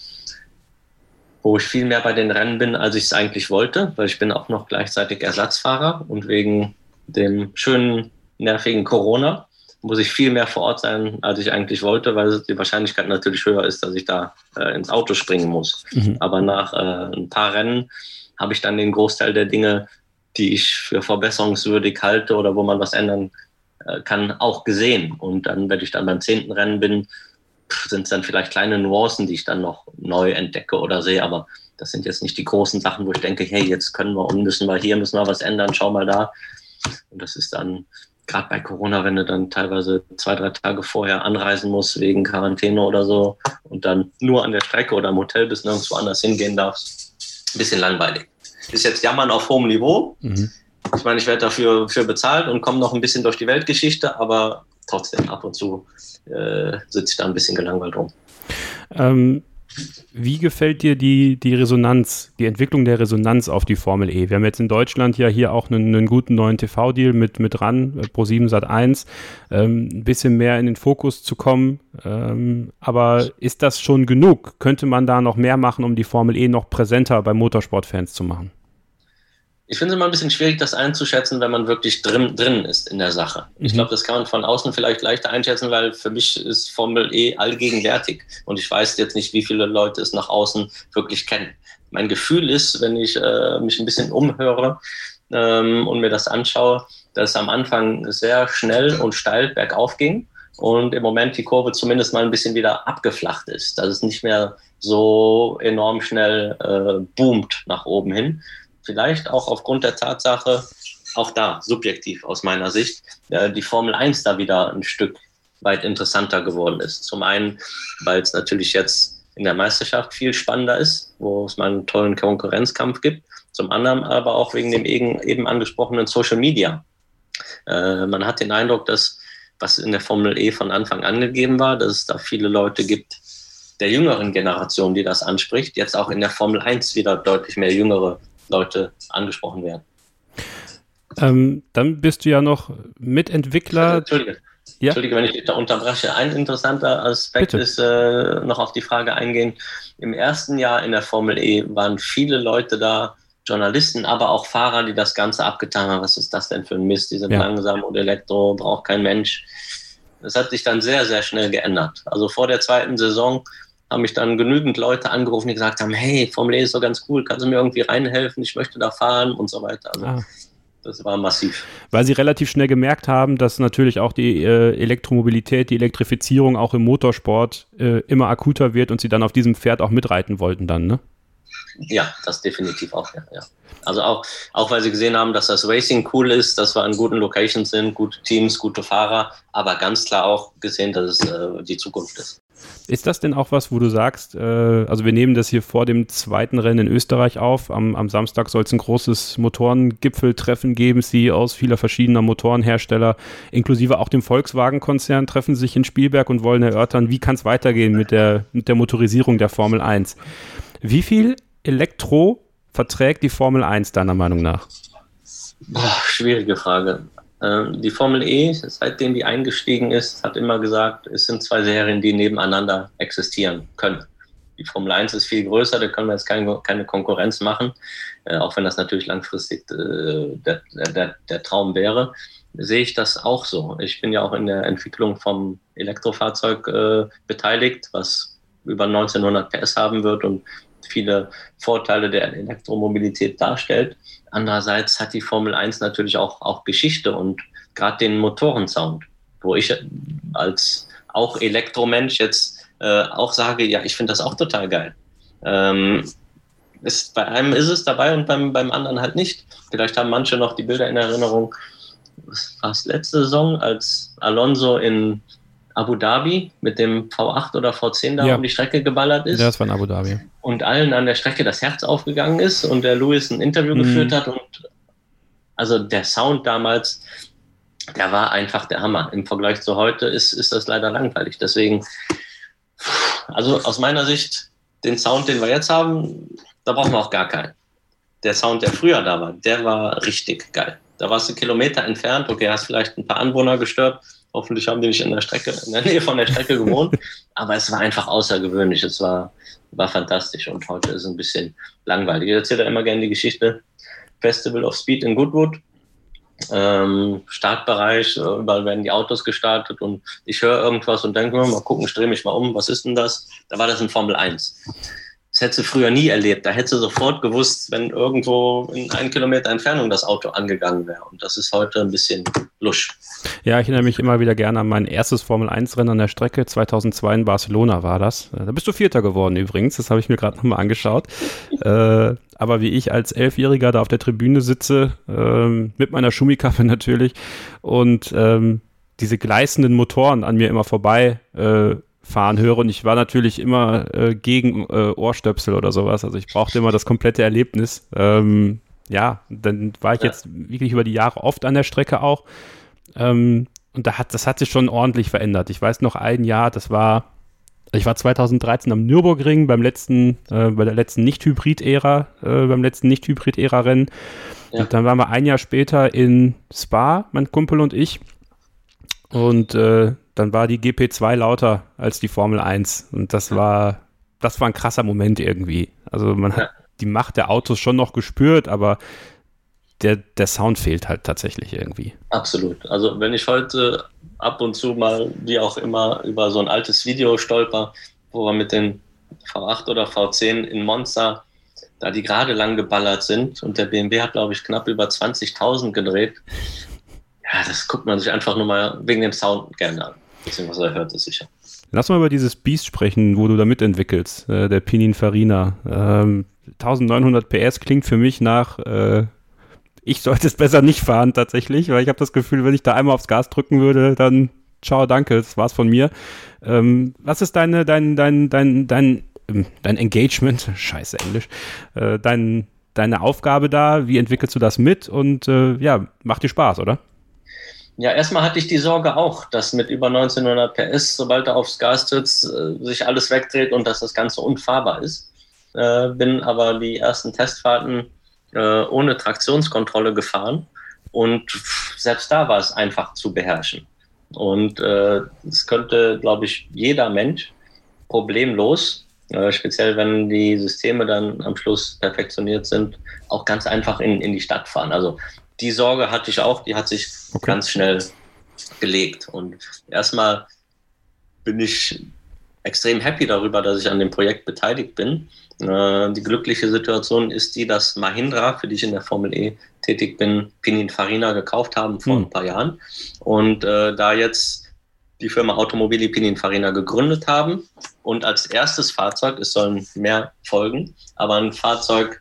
wo ich viel mehr bei den Rennen bin, als ich es eigentlich wollte, weil ich bin auch noch gleichzeitig Ersatzfahrer und wegen dem schönen, nervigen Corona muss ich viel mehr vor Ort sein, als ich eigentlich wollte, weil die Wahrscheinlichkeit natürlich höher ist, dass ich da äh, ins Auto springen muss. Mhm. Aber nach äh, ein paar Rennen habe ich dann den Großteil der Dinge, die ich für verbesserungswürdig halte oder wo man was ändern kann, auch gesehen. Und dann, wenn ich dann beim zehnten Rennen bin, sind es dann vielleicht kleine Nuancen, die ich dann noch neu entdecke oder sehe. Aber das sind jetzt nicht die großen Sachen, wo ich denke, hey, jetzt können wir und müssen wir hier, müssen wir was ändern, schau mal da. Und das ist dann, gerade bei Corona, wenn du dann teilweise zwei, drei Tage vorher anreisen musst wegen Quarantäne oder so und dann nur an der Strecke oder im Hotel bis nirgendwo anders hingehen darfst, ein bisschen langweilig. Ist jetzt Jammern auf hohem Niveau. Mhm. Ich meine, ich werde dafür für bezahlt und komme noch ein bisschen durch die Weltgeschichte, aber trotzdem ab und zu äh, sitze ich da ein bisschen gelangweilt rum. Ähm, Wie gefällt dir die, die Resonanz, die Entwicklung der Resonanz auf die Formel E? Wir haben jetzt in Deutschland ja hier auch einen, einen guten neuen T V-Deal mit, mit RAN, ProSieben Sat eins, ähm, ein bisschen mehr in den Fokus zu kommen. Ähm, aber ist das schon genug? Könnte man da noch mehr machen, um die Formel E noch präsenter bei Motorsportfans zu machen? Ich finde es immer ein bisschen schwierig, das einzuschätzen, wenn man wirklich drin, drin ist in der Sache. Mhm. Ich glaube, das kann man von außen vielleicht leichter einschätzen, weil für mich ist Formel E allgegenwärtig. Und ich weiß jetzt nicht, wie viele Leute es nach außen wirklich kennen. Mein Gefühl ist, wenn ich äh, mich ein bisschen umhöre ähm, und mir das anschaue, dass es am Anfang sehr schnell und steil bergauf ging und im Moment die Kurve zumindest mal ein bisschen wieder abgeflacht ist. Dass es nicht mehr so enorm schnell äh, boomt nach oben hin. Vielleicht auch aufgrund der Tatsache, auch da subjektiv aus meiner Sicht, äh, die Formel eins da wieder ein Stück weit interessanter geworden ist. Zum einen, weil es natürlich jetzt in der Meisterschaft viel spannender ist, wo es mal einen tollen Konkurrenzkampf gibt. Zum anderen aber auch wegen dem eben angesprochenen Social Media. Äh, man hat den Eindruck, dass, was in der Formel E von Anfang an gegeben war, dass es da viele Leute gibt, der jüngeren Generation, die das anspricht, jetzt auch in der Formel eins wieder deutlich mehr jüngere Leute angesprochen werden. Ähm, dann bist du ja noch Mitentwickler. Entschuldige, ja? Entschuldige, wenn ich dich da unterbreche. Ein interessanter Aspekt Bitte. ist, äh, noch auf die Frage eingehen. Im ersten Jahr in der Formel E waren viele Leute da, Journalisten, aber auch Fahrer, die das Ganze abgetan haben. Was ist das denn für ein Mist? Die sind ja. langsam und Elektro, braucht kein Mensch. Das hat sich dann sehr, sehr schnell geändert. Also vor der zweiten Saison haben mich dann genügend Leute angerufen, die gesagt haben, hey, Formel E ist so ganz cool, kannst du mir irgendwie reinhelfen, ich möchte da fahren und so weiter. Also ah. das war massiv. Weil sie relativ schnell gemerkt haben, dass natürlich auch die äh, Elektromobilität, die Elektrifizierung auch im Motorsport äh, immer akuter wird und sie dann auf diesem Pferd auch mitreiten wollten dann, ne? Ja, das definitiv auch, ja. ja. Also auch, auch weil sie gesehen haben, dass das Racing cool ist, dass wir an guten Locations sind, gute Teams, gute Fahrer, aber ganz klar auch gesehen, dass es äh, die Zukunft ist. Ist das denn auch was, wo du sagst, äh, also wir nehmen das hier vor dem zweiten Rennen in Österreich auf, am, am Samstag soll es ein großes Motorengipfeltreffen geben, C E Os vieler verschiedener Motorenhersteller, inklusive auch dem Volkswagen-Konzern, treffen sich in Spielberg und wollen erörtern, wie kann es weitergehen mit der, mit der Motorisierung der Formel eins. Wie viel Elektro verträgt die Formel eins deiner Meinung nach? Boah, schwierige Frage. Die Formel E, seitdem die eingestiegen ist, hat immer gesagt, es sind zwei Serien, die nebeneinander existieren können. Die Formel eins ist viel größer, da können wir jetzt keine, keine Konkurrenz machen, äh, auch wenn das natürlich langfristig äh, der, der, der Traum wäre, sehe ich das auch so. Ich bin ja auch in der Entwicklung vom Elektrofahrzeug äh, beteiligt, was über neunzehnhundert P S haben wird und viele Vorteile der Elektromobilität darstellt. Andererseits hat die Formel eins natürlich auch, auch Geschichte und gerade den Motorensound, wo ich als auch Elektromensch jetzt äh, auch sage, ja, ich finde das auch total geil. Ähm, ist, bei einem ist es dabei und beim, beim anderen halt nicht. Vielleicht haben manche noch die Bilder in Erinnerung, was war es letzte Saison, als Alonso in Abu Dhabi mit dem V acht oder V zehn da ja. um die Strecke geballert ist. Ja, das war in Abu Dhabi. Und allen an der Strecke das Herz aufgegangen ist und der Lewis ein Interview mhm. geführt hat. Und also der Sound damals, der war einfach der Hammer. Im Vergleich zu heute ist, ist das leider langweilig. Deswegen, also aus meiner Sicht, den Sound, den wir jetzt haben, da brauchen wir auch gar keinen. Der Sound, der früher da war, der war richtig geil. Da warst du Kilometer entfernt, okay, hast vielleicht ein paar Anwohner gestört. Hoffentlich haben die nicht in der Strecke, in der Nähe von der Strecke gewohnt. Aber es war einfach außergewöhnlich. Es war, war fantastisch. Und heute ist es ein bisschen langweilig. Ich erzähle immer gerne die Geschichte. Festival of Speed in Goodwood. Ähm, Startbereich, überall werden die Autos gestartet. Und ich höre irgendwas und denke mir, mal gucken, ich drehe mich mal um. Was ist denn das? Da war das in Formel eins. Das hättest du früher nie erlebt. Da hättest du sofort gewusst, wenn irgendwo in einem Kilometer Entfernung das Auto angegangen wäre. Und das ist heute ein bisschen lusch. Ja, ich erinnere mich immer wieder gerne an mein erstes Formel eins Rennen an der Strecke. zweitausendzwei in Barcelona war das. Da bist du Vierter geworden übrigens. Das habe ich mir gerade nochmal angeschaut. äh, aber wie ich als Elfjähriger da auf der Tribüne sitze, ähm, mit meiner Schumikappe natürlich, und ähm, diese gleißenden Motoren an mir immer vorbei äh, fahren höre, und ich war natürlich immer äh, gegen äh, Ohrstöpsel oder sowas, also ich brauchte immer das komplette Erlebnis. Ähm, ja, dann war ich ja. jetzt wirklich über die Jahre oft an der Strecke auch, ähm, und da hat, das hat sich schon ordentlich verändert. Ich weiß noch ein Jahr, das war Ich war zweitausenddreizehn am Nürburgring beim letzten, äh, bei der letzten Nicht-Hybrid-Ära, äh, beim letzten Nicht-Hybrid-Ära-Rennen. Ja. Und dann waren wir ein Jahr später in Spa, mein Kumpel und ich. Und äh, dann war die G P zwei lauter als die Formel eins. Und das war, das war ein krasser Moment irgendwie. Also man hat die Macht der Autos schon noch gespürt, aber der, der Sound fehlt halt tatsächlich irgendwie. Absolut. Also wenn ich heute ab und zu mal, wie auch immer, über so ein altes Video stolper, wo wir mit den V acht oder V zehn in Monza, da die gerade lang geballert sind und der B M W hat, glaube ich, knapp über zwanzigtausend gedreht. Ja, das guckt man sich einfach nur mal wegen dem Sound gerne an. Beziehungsweise er hört es sicher. Lass mal über dieses Biest sprechen, wo du da mitentwickelst, äh, der Pininfarina. Ähm, neunzehnhundert P S klingt für mich nach... Äh, Ich sollte es besser nicht fahren tatsächlich, weil ich habe das Gefühl, wenn ich da einmal aufs Gas drücken würde, dann ciao, danke, das war's von mir. Ähm, was ist deine, dein, dein, dein, dein, dein Engagement, scheiße Englisch, äh, dein, deine Aufgabe da? Wie entwickelst du das mit? Und äh, ja, macht dir Spaß, oder? Ja, erstmal hatte ich die Sorge auch, dass mit über neunzehnhundert P S, sobald er aufs Gas tritt, sich alles wegdreht und dass das Ganze unfahrbar ist. Äh, bin aber die ersten Testfahrten ohne Traktionskontrolle gefahren und selbst da war es einfach zu beherrschen. Und äh, das könnte, glaube ich, jeder Mensch problemlos, äh, speziell wenn die Systeme dann am Schluss perfektioniert sind, auch ganz einfach in, in die Stadt fahren. Also die Sorge hatte ich auch, die hat sich okay. ganz schnell gelegt. Und erstmal bin ich extrem happy darüber, dass ich an dem Projekt beteiligt bin. Die glückliche Situation ist die, dass Mahindra, für die ich in der Formel E tätig bin, Pininfarina gekauft haben vor hm. ein paar Jahren. Und äh, da jetzt die Firma Automobili Pininfarina gegründet haben und als erstes Fahrzeug, es sollen mehr folgen, aber ein Fahrzeug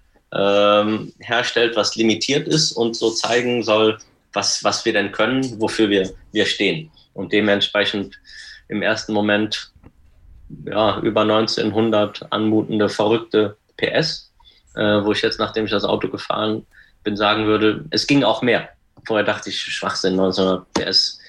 ähm, herstellt, was limitiert ist und so zeigen soll, was, was wir denn können, wofür wir, wir stehen. Und dementsprechend im ersten Moment ja, über neunzehnhundert anmutende, verrückte P S, äh, wo ich jetzt, nachdem ich das Auto gefahren bin, sagen würde, es ging auch mehr. Vorher dachte ich, Schwachsinn, neunzehnhundert P S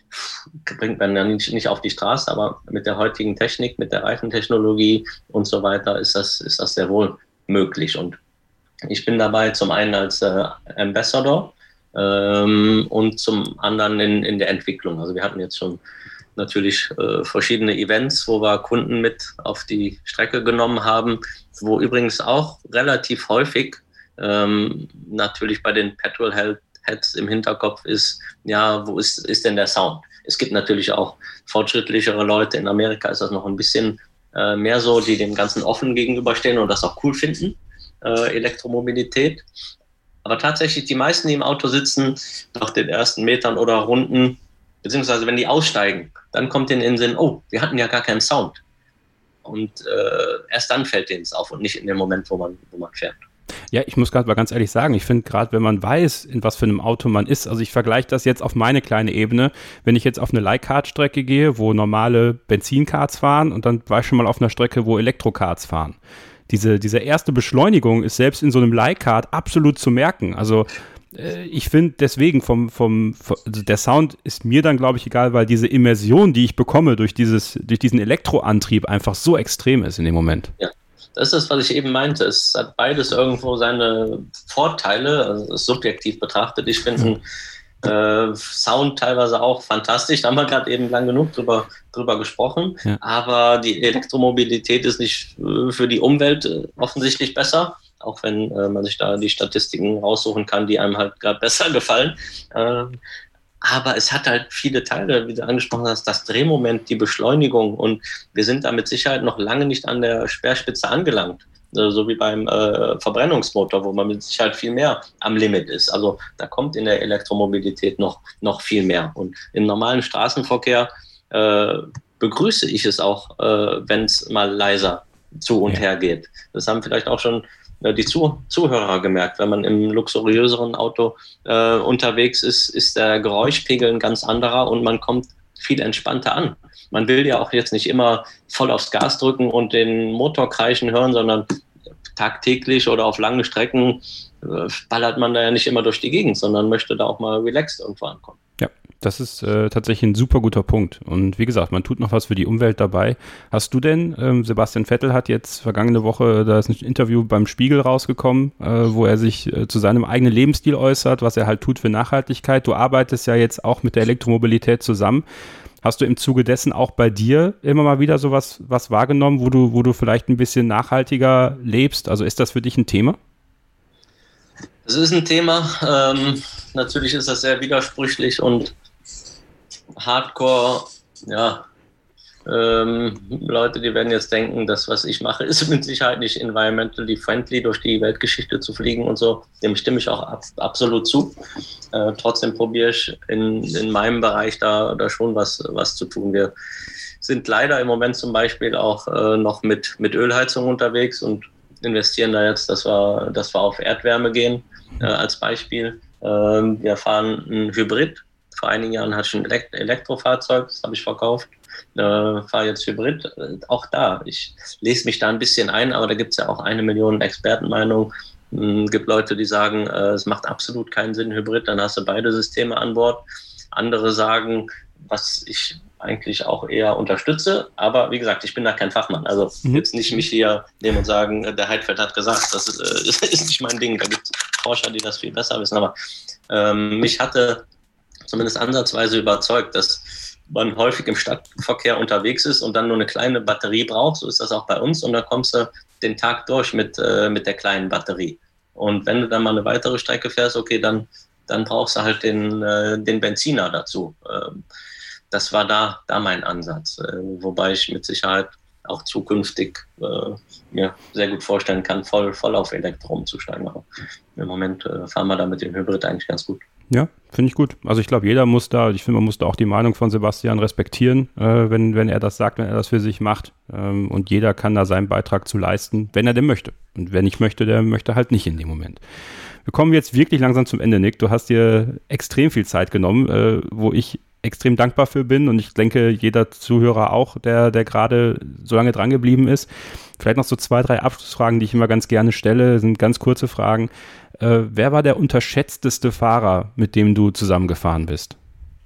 bringt man ja nicht, nicht auf die Straße, aber mit der heutigen Technik, mit der Reifentechnologie und so weiter ist das, ist das sehr wohl möglich. Und ich bin dabei zum einen als äh, Ambassador ähm, und zum anderen in, in der Entwicklung. Also wir hatten jetzt schon natürlich äh, verschiedene Events, wo wir Kunden mit auf die Strecke genommen haben, wo übrigens auch relativ häufig ähm, natürlich bei den Petrolheads im Hinterkopf ist, ja, wo ist, ist denn der Sound? Es gibt natürlich auch fortschrittlichere Leute, in Amerika ist das noch ein bisschen äh, mehr so, die dem Ganzen offen gegenüberstehen und das auch cool finden, äh, Elektromobilität. Aber tatsächlich die meisten, die im Auto sitzen, nach den ersten Metern oder Runden, beziehungsweise wenn die aussteigen, dann kommt denen in den Sinn, oh, wir hatten ja gar keinen Sound. Und äh, erst dann fällt denen es auf und nicht in dem Moment, wo man, wo man fährt. Ja, ich muss gerade mal ganz ehrlich sagen, ich finde gerade, wenn man weiß, in was für einem Auto man ist, also ich vergleiche das jetzt auf meine kleine Ebene, wenn ich jetzt auf eine Leihkart-Strecke gehe, wo normale Benzinkarts fahren und dann war ich schon mal auf einer Strecke, wo Elektrokarts fahren. Diese, diese erste Beschleunigung ist selbst in so einem Leihkart absolut zu merken. Also ich finde deswegen vom, vom, vom also der Sound ist mir dann, glaube ich, egal, weil diese Immersion, die ich bekomme durch dieses, durch diesen Elektroantrieb einfach so extrem ist in dem Moment. Ja, das ist das, was ich eben meinte. Es hat beides irgendwo seine Vorteile, also subjektiv betrachtet. Ich finde mhm. äh, Sound teilweise auch fantastisch. Da haben wir gerade eben lang genug drüber, drüber gesprochen. Ja. Aber die Elektromobilität ist nicht für die Umwelt äh, offensichtlich besser. Auch wenn äh, man sich da die Statistiken raussuchen kann, die einem halt gerade besser gefallen. Ähm, aber es hat halt viele Teile, wie du angesprochen hast, das Drehmoment, die Beschleunigung und wir sind da mit Sicherheit noch lange nicht an der Speerspitze angelangt. Äh, so wie beim äh, Verbrennungsmotor, wo man mit Sicherheit viel mehr am Limit ist. Also da kommt in der Elektromobilität noch, noch viel mehr. Und im normalen Straßenverkehr äh, begrüße ich es auch, äh, wenn es mal leiser zu und her geht. Das haben vielleicht auch schon die Zuh- Zuhörer gemerkt. Wenn man im luxuriöseren Auto äh, unterwegs ist, ist der Geräuschpegel ein ganz anderer und man kommt viel entspannter an. Man will ja auch jetzt nicht immer voll aufs Gas drücken und den Motor kreischen hören, sondern tagtäglich oder auf lange Strecken äh, ballert man da ja nicht immer durch die Gegend, sondern möchte da auch mal relaxed irgendwo ankommen. Ja, Das ist äh, tatsächlich ein super guter Punkt. Und wie gesagt, man tut noch was für die Umwelt dabei. Hast du denn, ähm, Sebastian Vettel hat jetzt vergangene Woche, da ist ein Interview beim Spiegel rausgekommen, äh, wo er sich äh, zu seinem eigenen Lebensstil äußert, was er halt tut für Nachhaltigkeit. Du arbeitest ja jetzt auch mit der Elektromobilität zusammen. Hast du im Zuge dessen auch bei dir immer mal wieder sowas was wahrgenommen, wo du, wo du vielleicht ein bisschen nachhaltiger lebst? Also ist das für dich ein Thema? Das ist ein Thema. Ähm, natürlich ist das sehr widersprüchlich und Hardcore, ja, ähm, Leute, die werden jetzt denken, das, was ich mache, ist mit Sicherheit nicht environmentally friendly, durch die Weltgeschichte zu fliegen und so. Dem stimme ich auch ab, absolut zu. Äh, trotzdem probiere ich in, in meinem Bereich da, da schon was, was zu tun. Wir sind leider im Moment zum Beispiel auch äh, noch mit, mit Ölheizung unterwegs und investieren da jetzt, dass wir, dass wir auf Erdwärme gehen, äh, als Beispiel. Äh, wir fahren ein Hybrid. Vor einigen Jahren hatte ich ein Elekt- Elektrofahrzeug, das habe ich verkauft. Äh, fahre jetzt Hybrid. Äh, auch da, ich lese mich da ein bisschen ein, aber da gibt es ja auch eine Million Expertenmeinungen. Es gibt Leute, die sagen, äh, es macht absolut keinen Sinn, Hybrid, dann hast du beide Systeme an Bord. Andere sagen, was ich eigentlich auch eher unterstütze, aber wie gesagt, ich bin da kein Fachmann. Also mhm. jetzt nicht mich hier nehmen und sagen, der Heidfeld hat gesagt, das ist, äh, das ist nicht mein Ding. Da gibt es Forscher, die das viel besser wissen, aber ähm, mich hatte zumindest ansatzweise überzeugt, dass man häufig im Stadtverkehr unterwegs ist und dann nur eine kleine Batterie braucht. So ist das auch bei uns und dann kommst du den Tag durch mit, äh, mit der kleinen Batterie. Und wenn du dann mal eine weitere Strecke fährst, okay, dann, dann brauchst du halt den, äh, den Benziner dazu. Ähm, das war da, da mein Ansatz, äh, wobei ich mit Sicherheit auch zukünftig äh, mir sehr gut vorstellen kann, voll, voll auf Elektro umzusteigen. Aber im Moment äh, fahren wir da mit dem Hybrid eigentlich ganz gut. Ja, finde ich gut. Also ich glaube, jeder muss da, ich finde, man muss da auch die Meinung von Sebastian respektieren, äh, wenn, wenn er das sagt, wenn er das für sich macht. Ähm, und jeder kann da seinen Beitrag zu leisten, wenn er denn möchte. Und wer nicht möchte, der möchte halt nicht in dem Moment. Wir kommen jetzt wirklich langsam zum Ende, Nick. Du hast dir extrem viel Zeit genommen, äh, wo ich extrem dankbar für bin und ich denke, jeder Zuhörer auch, der, der gerade so lange dran geblieben ist. Vielleicht noch so zwei, drei Abschlussfragen, die ich immer ganz gerne stelle, sind ganz kurze Fragen. Äh, wer war der unterschätzteste Fahrer, mit dem du zusammengefahren bist?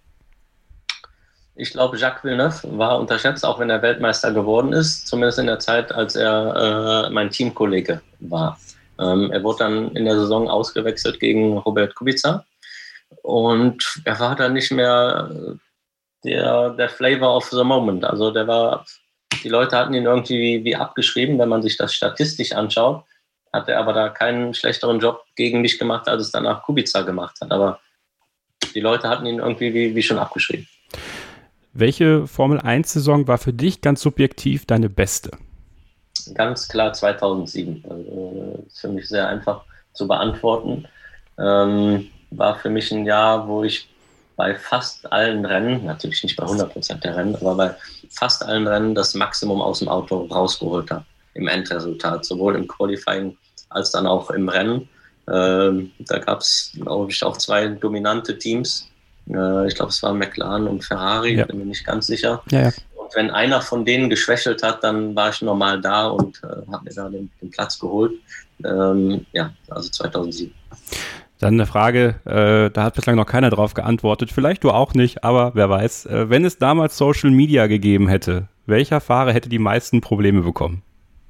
Ich glaube, Jacques Villeneuve war unterschätzt, auch wenn er Weltmeister geworden ist, zumindest in der Zeit, als er äh, mein Teamkollege war. Ähm, er wurde dann in der Saison ausgewechselt gegen Robert Kubica. Und er war dann nicht mehr der, der Flavor of the Moment. Also der war, die Leute hatten ihn irgendwie wie, wie abgeschrieben, wenn man sich das statistisch anschaut, hat er aber da keinen schlechteren Job gegen mich gemacht, als es danach Kubica gemacht hat. Aber die Leute hatten ihn irgendwie wie, wie schon abgeschrieben. Welche Formel eins Saison war für dich ganz subjektiv deine beste? Ganz klar zweitausendsieben. Also, ist für mich sehr einfach zu beantworten. Ähm, war für mich ein Jahr, wo ich bei fast allen Rennen, natürlich nicht bei hundert Prozent der Rennen, aber bei fast allen Rennen das Maximum aus dem Auto rausgeholt habe im Endresultat, sowohl im Qualifying als dann auch im Rennen. Ähm, da gab es, glaube ich, auch zwei dominante Teams. Äh, ich glaube, es waren McLaren und Ferrari, ja. Bin mir nicht ganz sicher. Ja, ja. Und wenn einer von denen geschwächelt hat, dann war ich normal da und äh, habe mir da den, den Platz geholt. Ähm, ja, also zweitausendsieben. Dann eine Frage, äh, da hat bislang noch keiner drauf geantwortet, vielleicht du auch nicht, aber wer weiß. Äh, wenn es damals Social Media gegeben hätte, welcher Fahrer hätte die meisten Probleme bekommen?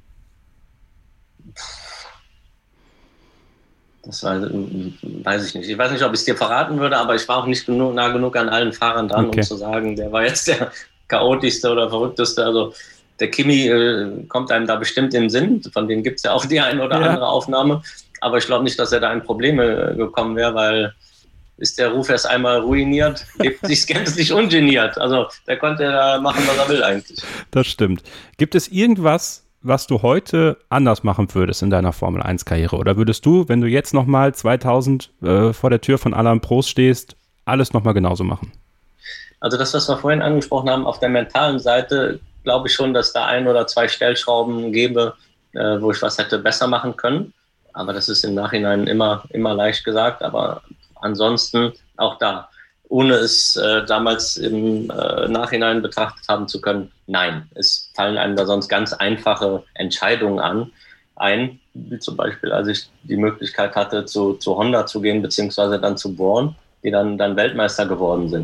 Das weiß, weiß ich nicht. Ich weiß nicht, ob ich es dir verraten würde, aber ich war auch nicht genug, nah genug an allen Fahrern dran, okay. um zu sagen, der war jetzt der chaotischste oder verrückteste. Also der Kimi äh, kommt einem da bestimmt in den Sinn, von denen gibt es ja auch die eine oder ja. andere Aufnahme. Aber ich glaube nicht, dass er da in Probleme gekommen wäre, weil ist der Ruf erst einmal ruiniert, lebt sich gänzlich ungeniert. Also der konnte da machen, was er will eigentlich. Das stimmt. Gibt es irgendwas, was du heute anders machen würdest in deiner Formel eins Karriere? Oder würdest du, wenn du jetzt nochmal zweitausend äh, vor der Tür von Alain Prost stehst, alles nochmal genauso machen? Also das, was wir vorhin angesprochen haben, auf der mentalen Seite, glaube ich schon, dass da ein oder zwei Stellschrauben gäbe, äh, wo ich was hätte besser machen können. Aber das ist im Nachhinein immer, immer leicht gesagt. Aber ansonsten auch da, ohne es äh, damals im äh, Nachhinein betrachtet haben zu können, nein. Es fallen einem da sonst ganz einfache Entscheidungen an, ein. Wie zum Beispiel, als ich die Möglichkeit hatte, zu, zu Honda zu gehen, beziehungsweise dann zu Born, die dann, dann Weltmeister geworden sind.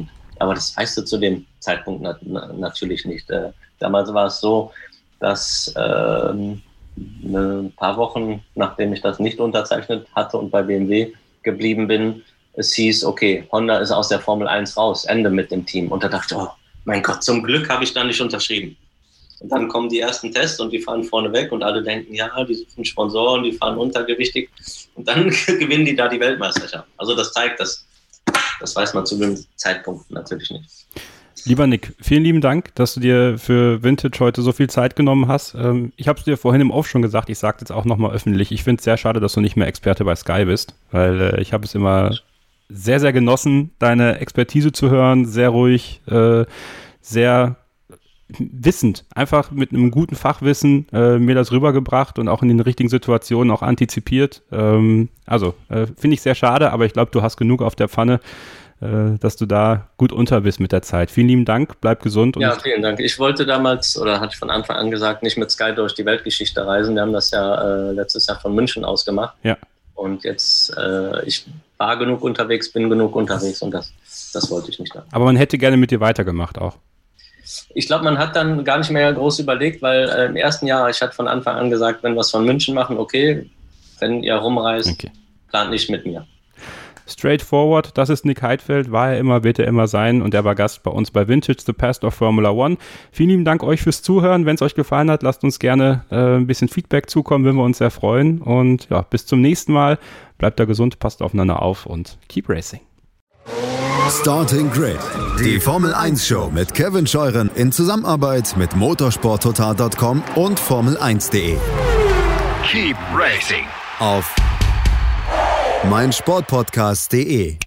Aber das weißt du zu dem Zeitpunkt nat- natürlich nicht. Äh, damals war es so, dass äh, ein paar Wochen, nachdem ich das nicht unterzeichnet hatte und bei B M W geblieben bin, es hieß, okay, Honda ist aus der Formel eins raus, Ende mit dem Team. Und da dachte ich, oh mein Gott, zum Glück habe ich da nicht unterschrieben. Und dann kommen die ersten Tests und die fahren vorne weg und alle denken, ja, die suchen Sponsoren, die fahren untergewichtig. Und dann gewinnen die da die Weltmeisterschaft. Also das zeigt, dass, das weiß man zu dem Zeitpunkt natürlich nicht. Lieber Nick, vielen lieben Dank, dass du dir für Vintage heute so viel Zeit genommen hast. Ähm, ich habe es dir vorhin im Off schon gesagt, ich sage jetzt auch nochmal öffentlich, ich finde es sehr schade, dass du nicht mehr Experte bei Sky bist, weil äh, ich habe es immer sehr, sehr genossen, deine Expertise zu hören, sehr ruhig, äh, sehr wissend, einfach mit einem guten Fachwissen äh, mir das rübergebracht und auch in den richtigen Situationen auch antizipiert. Ähm, also, äh, finde ich sehr schade, aber ich glaube, du hast genug auf der Pfanne, äh, dass du da gut unter bist mit der Zeit. Vielen lieben Dank, bleib gesund. Und ja, vielen Dank. Ich wollte damals, oder hatte ich von Anfang an gesagt, nicht mit Sky durch die Weltgeschichte reisen. Wir haben das ja äh, letztes Jahr von München aus gemacht. Ja. Und jetzt, äh, ich war genug unterwegs, bin genug unterwegs und das, das wollte ich nicht haben. Aber man hätte gerne mit dir weitergemacht auch. Ich glaube, man hat dann gar nicht mehr groß überlegt, weil äh, im ersten Jahr, ich hatte von Anfang an gesagt, wenn wir es von München machen, okay, wenn ihr rumreist, okay. Plant nicht mit mir. Straightforward, das ist Nick Heidfeld, war er immer, wird er immer sein und er war Gast bei uns bei Vintage, The Past of Formula One. Vielen lieben Dank euch fürs Zuhören. Wenn es euch gefallen hat, lasst uns gerne äh, ein bisschen Feedback zukommen, würden wir uns sehr freuen. Und ja, bis zum nächsten Mal. Bleibt da gesund, passt aufeinander auf und keep racing. Starting Grid, die Formel eins Show mit Kevin Scheuren in Zusammenarbeit mit motorsport total Punkt com und Formel eins Punkt de. Keep racing Auf meinsportpodcast Punkt de.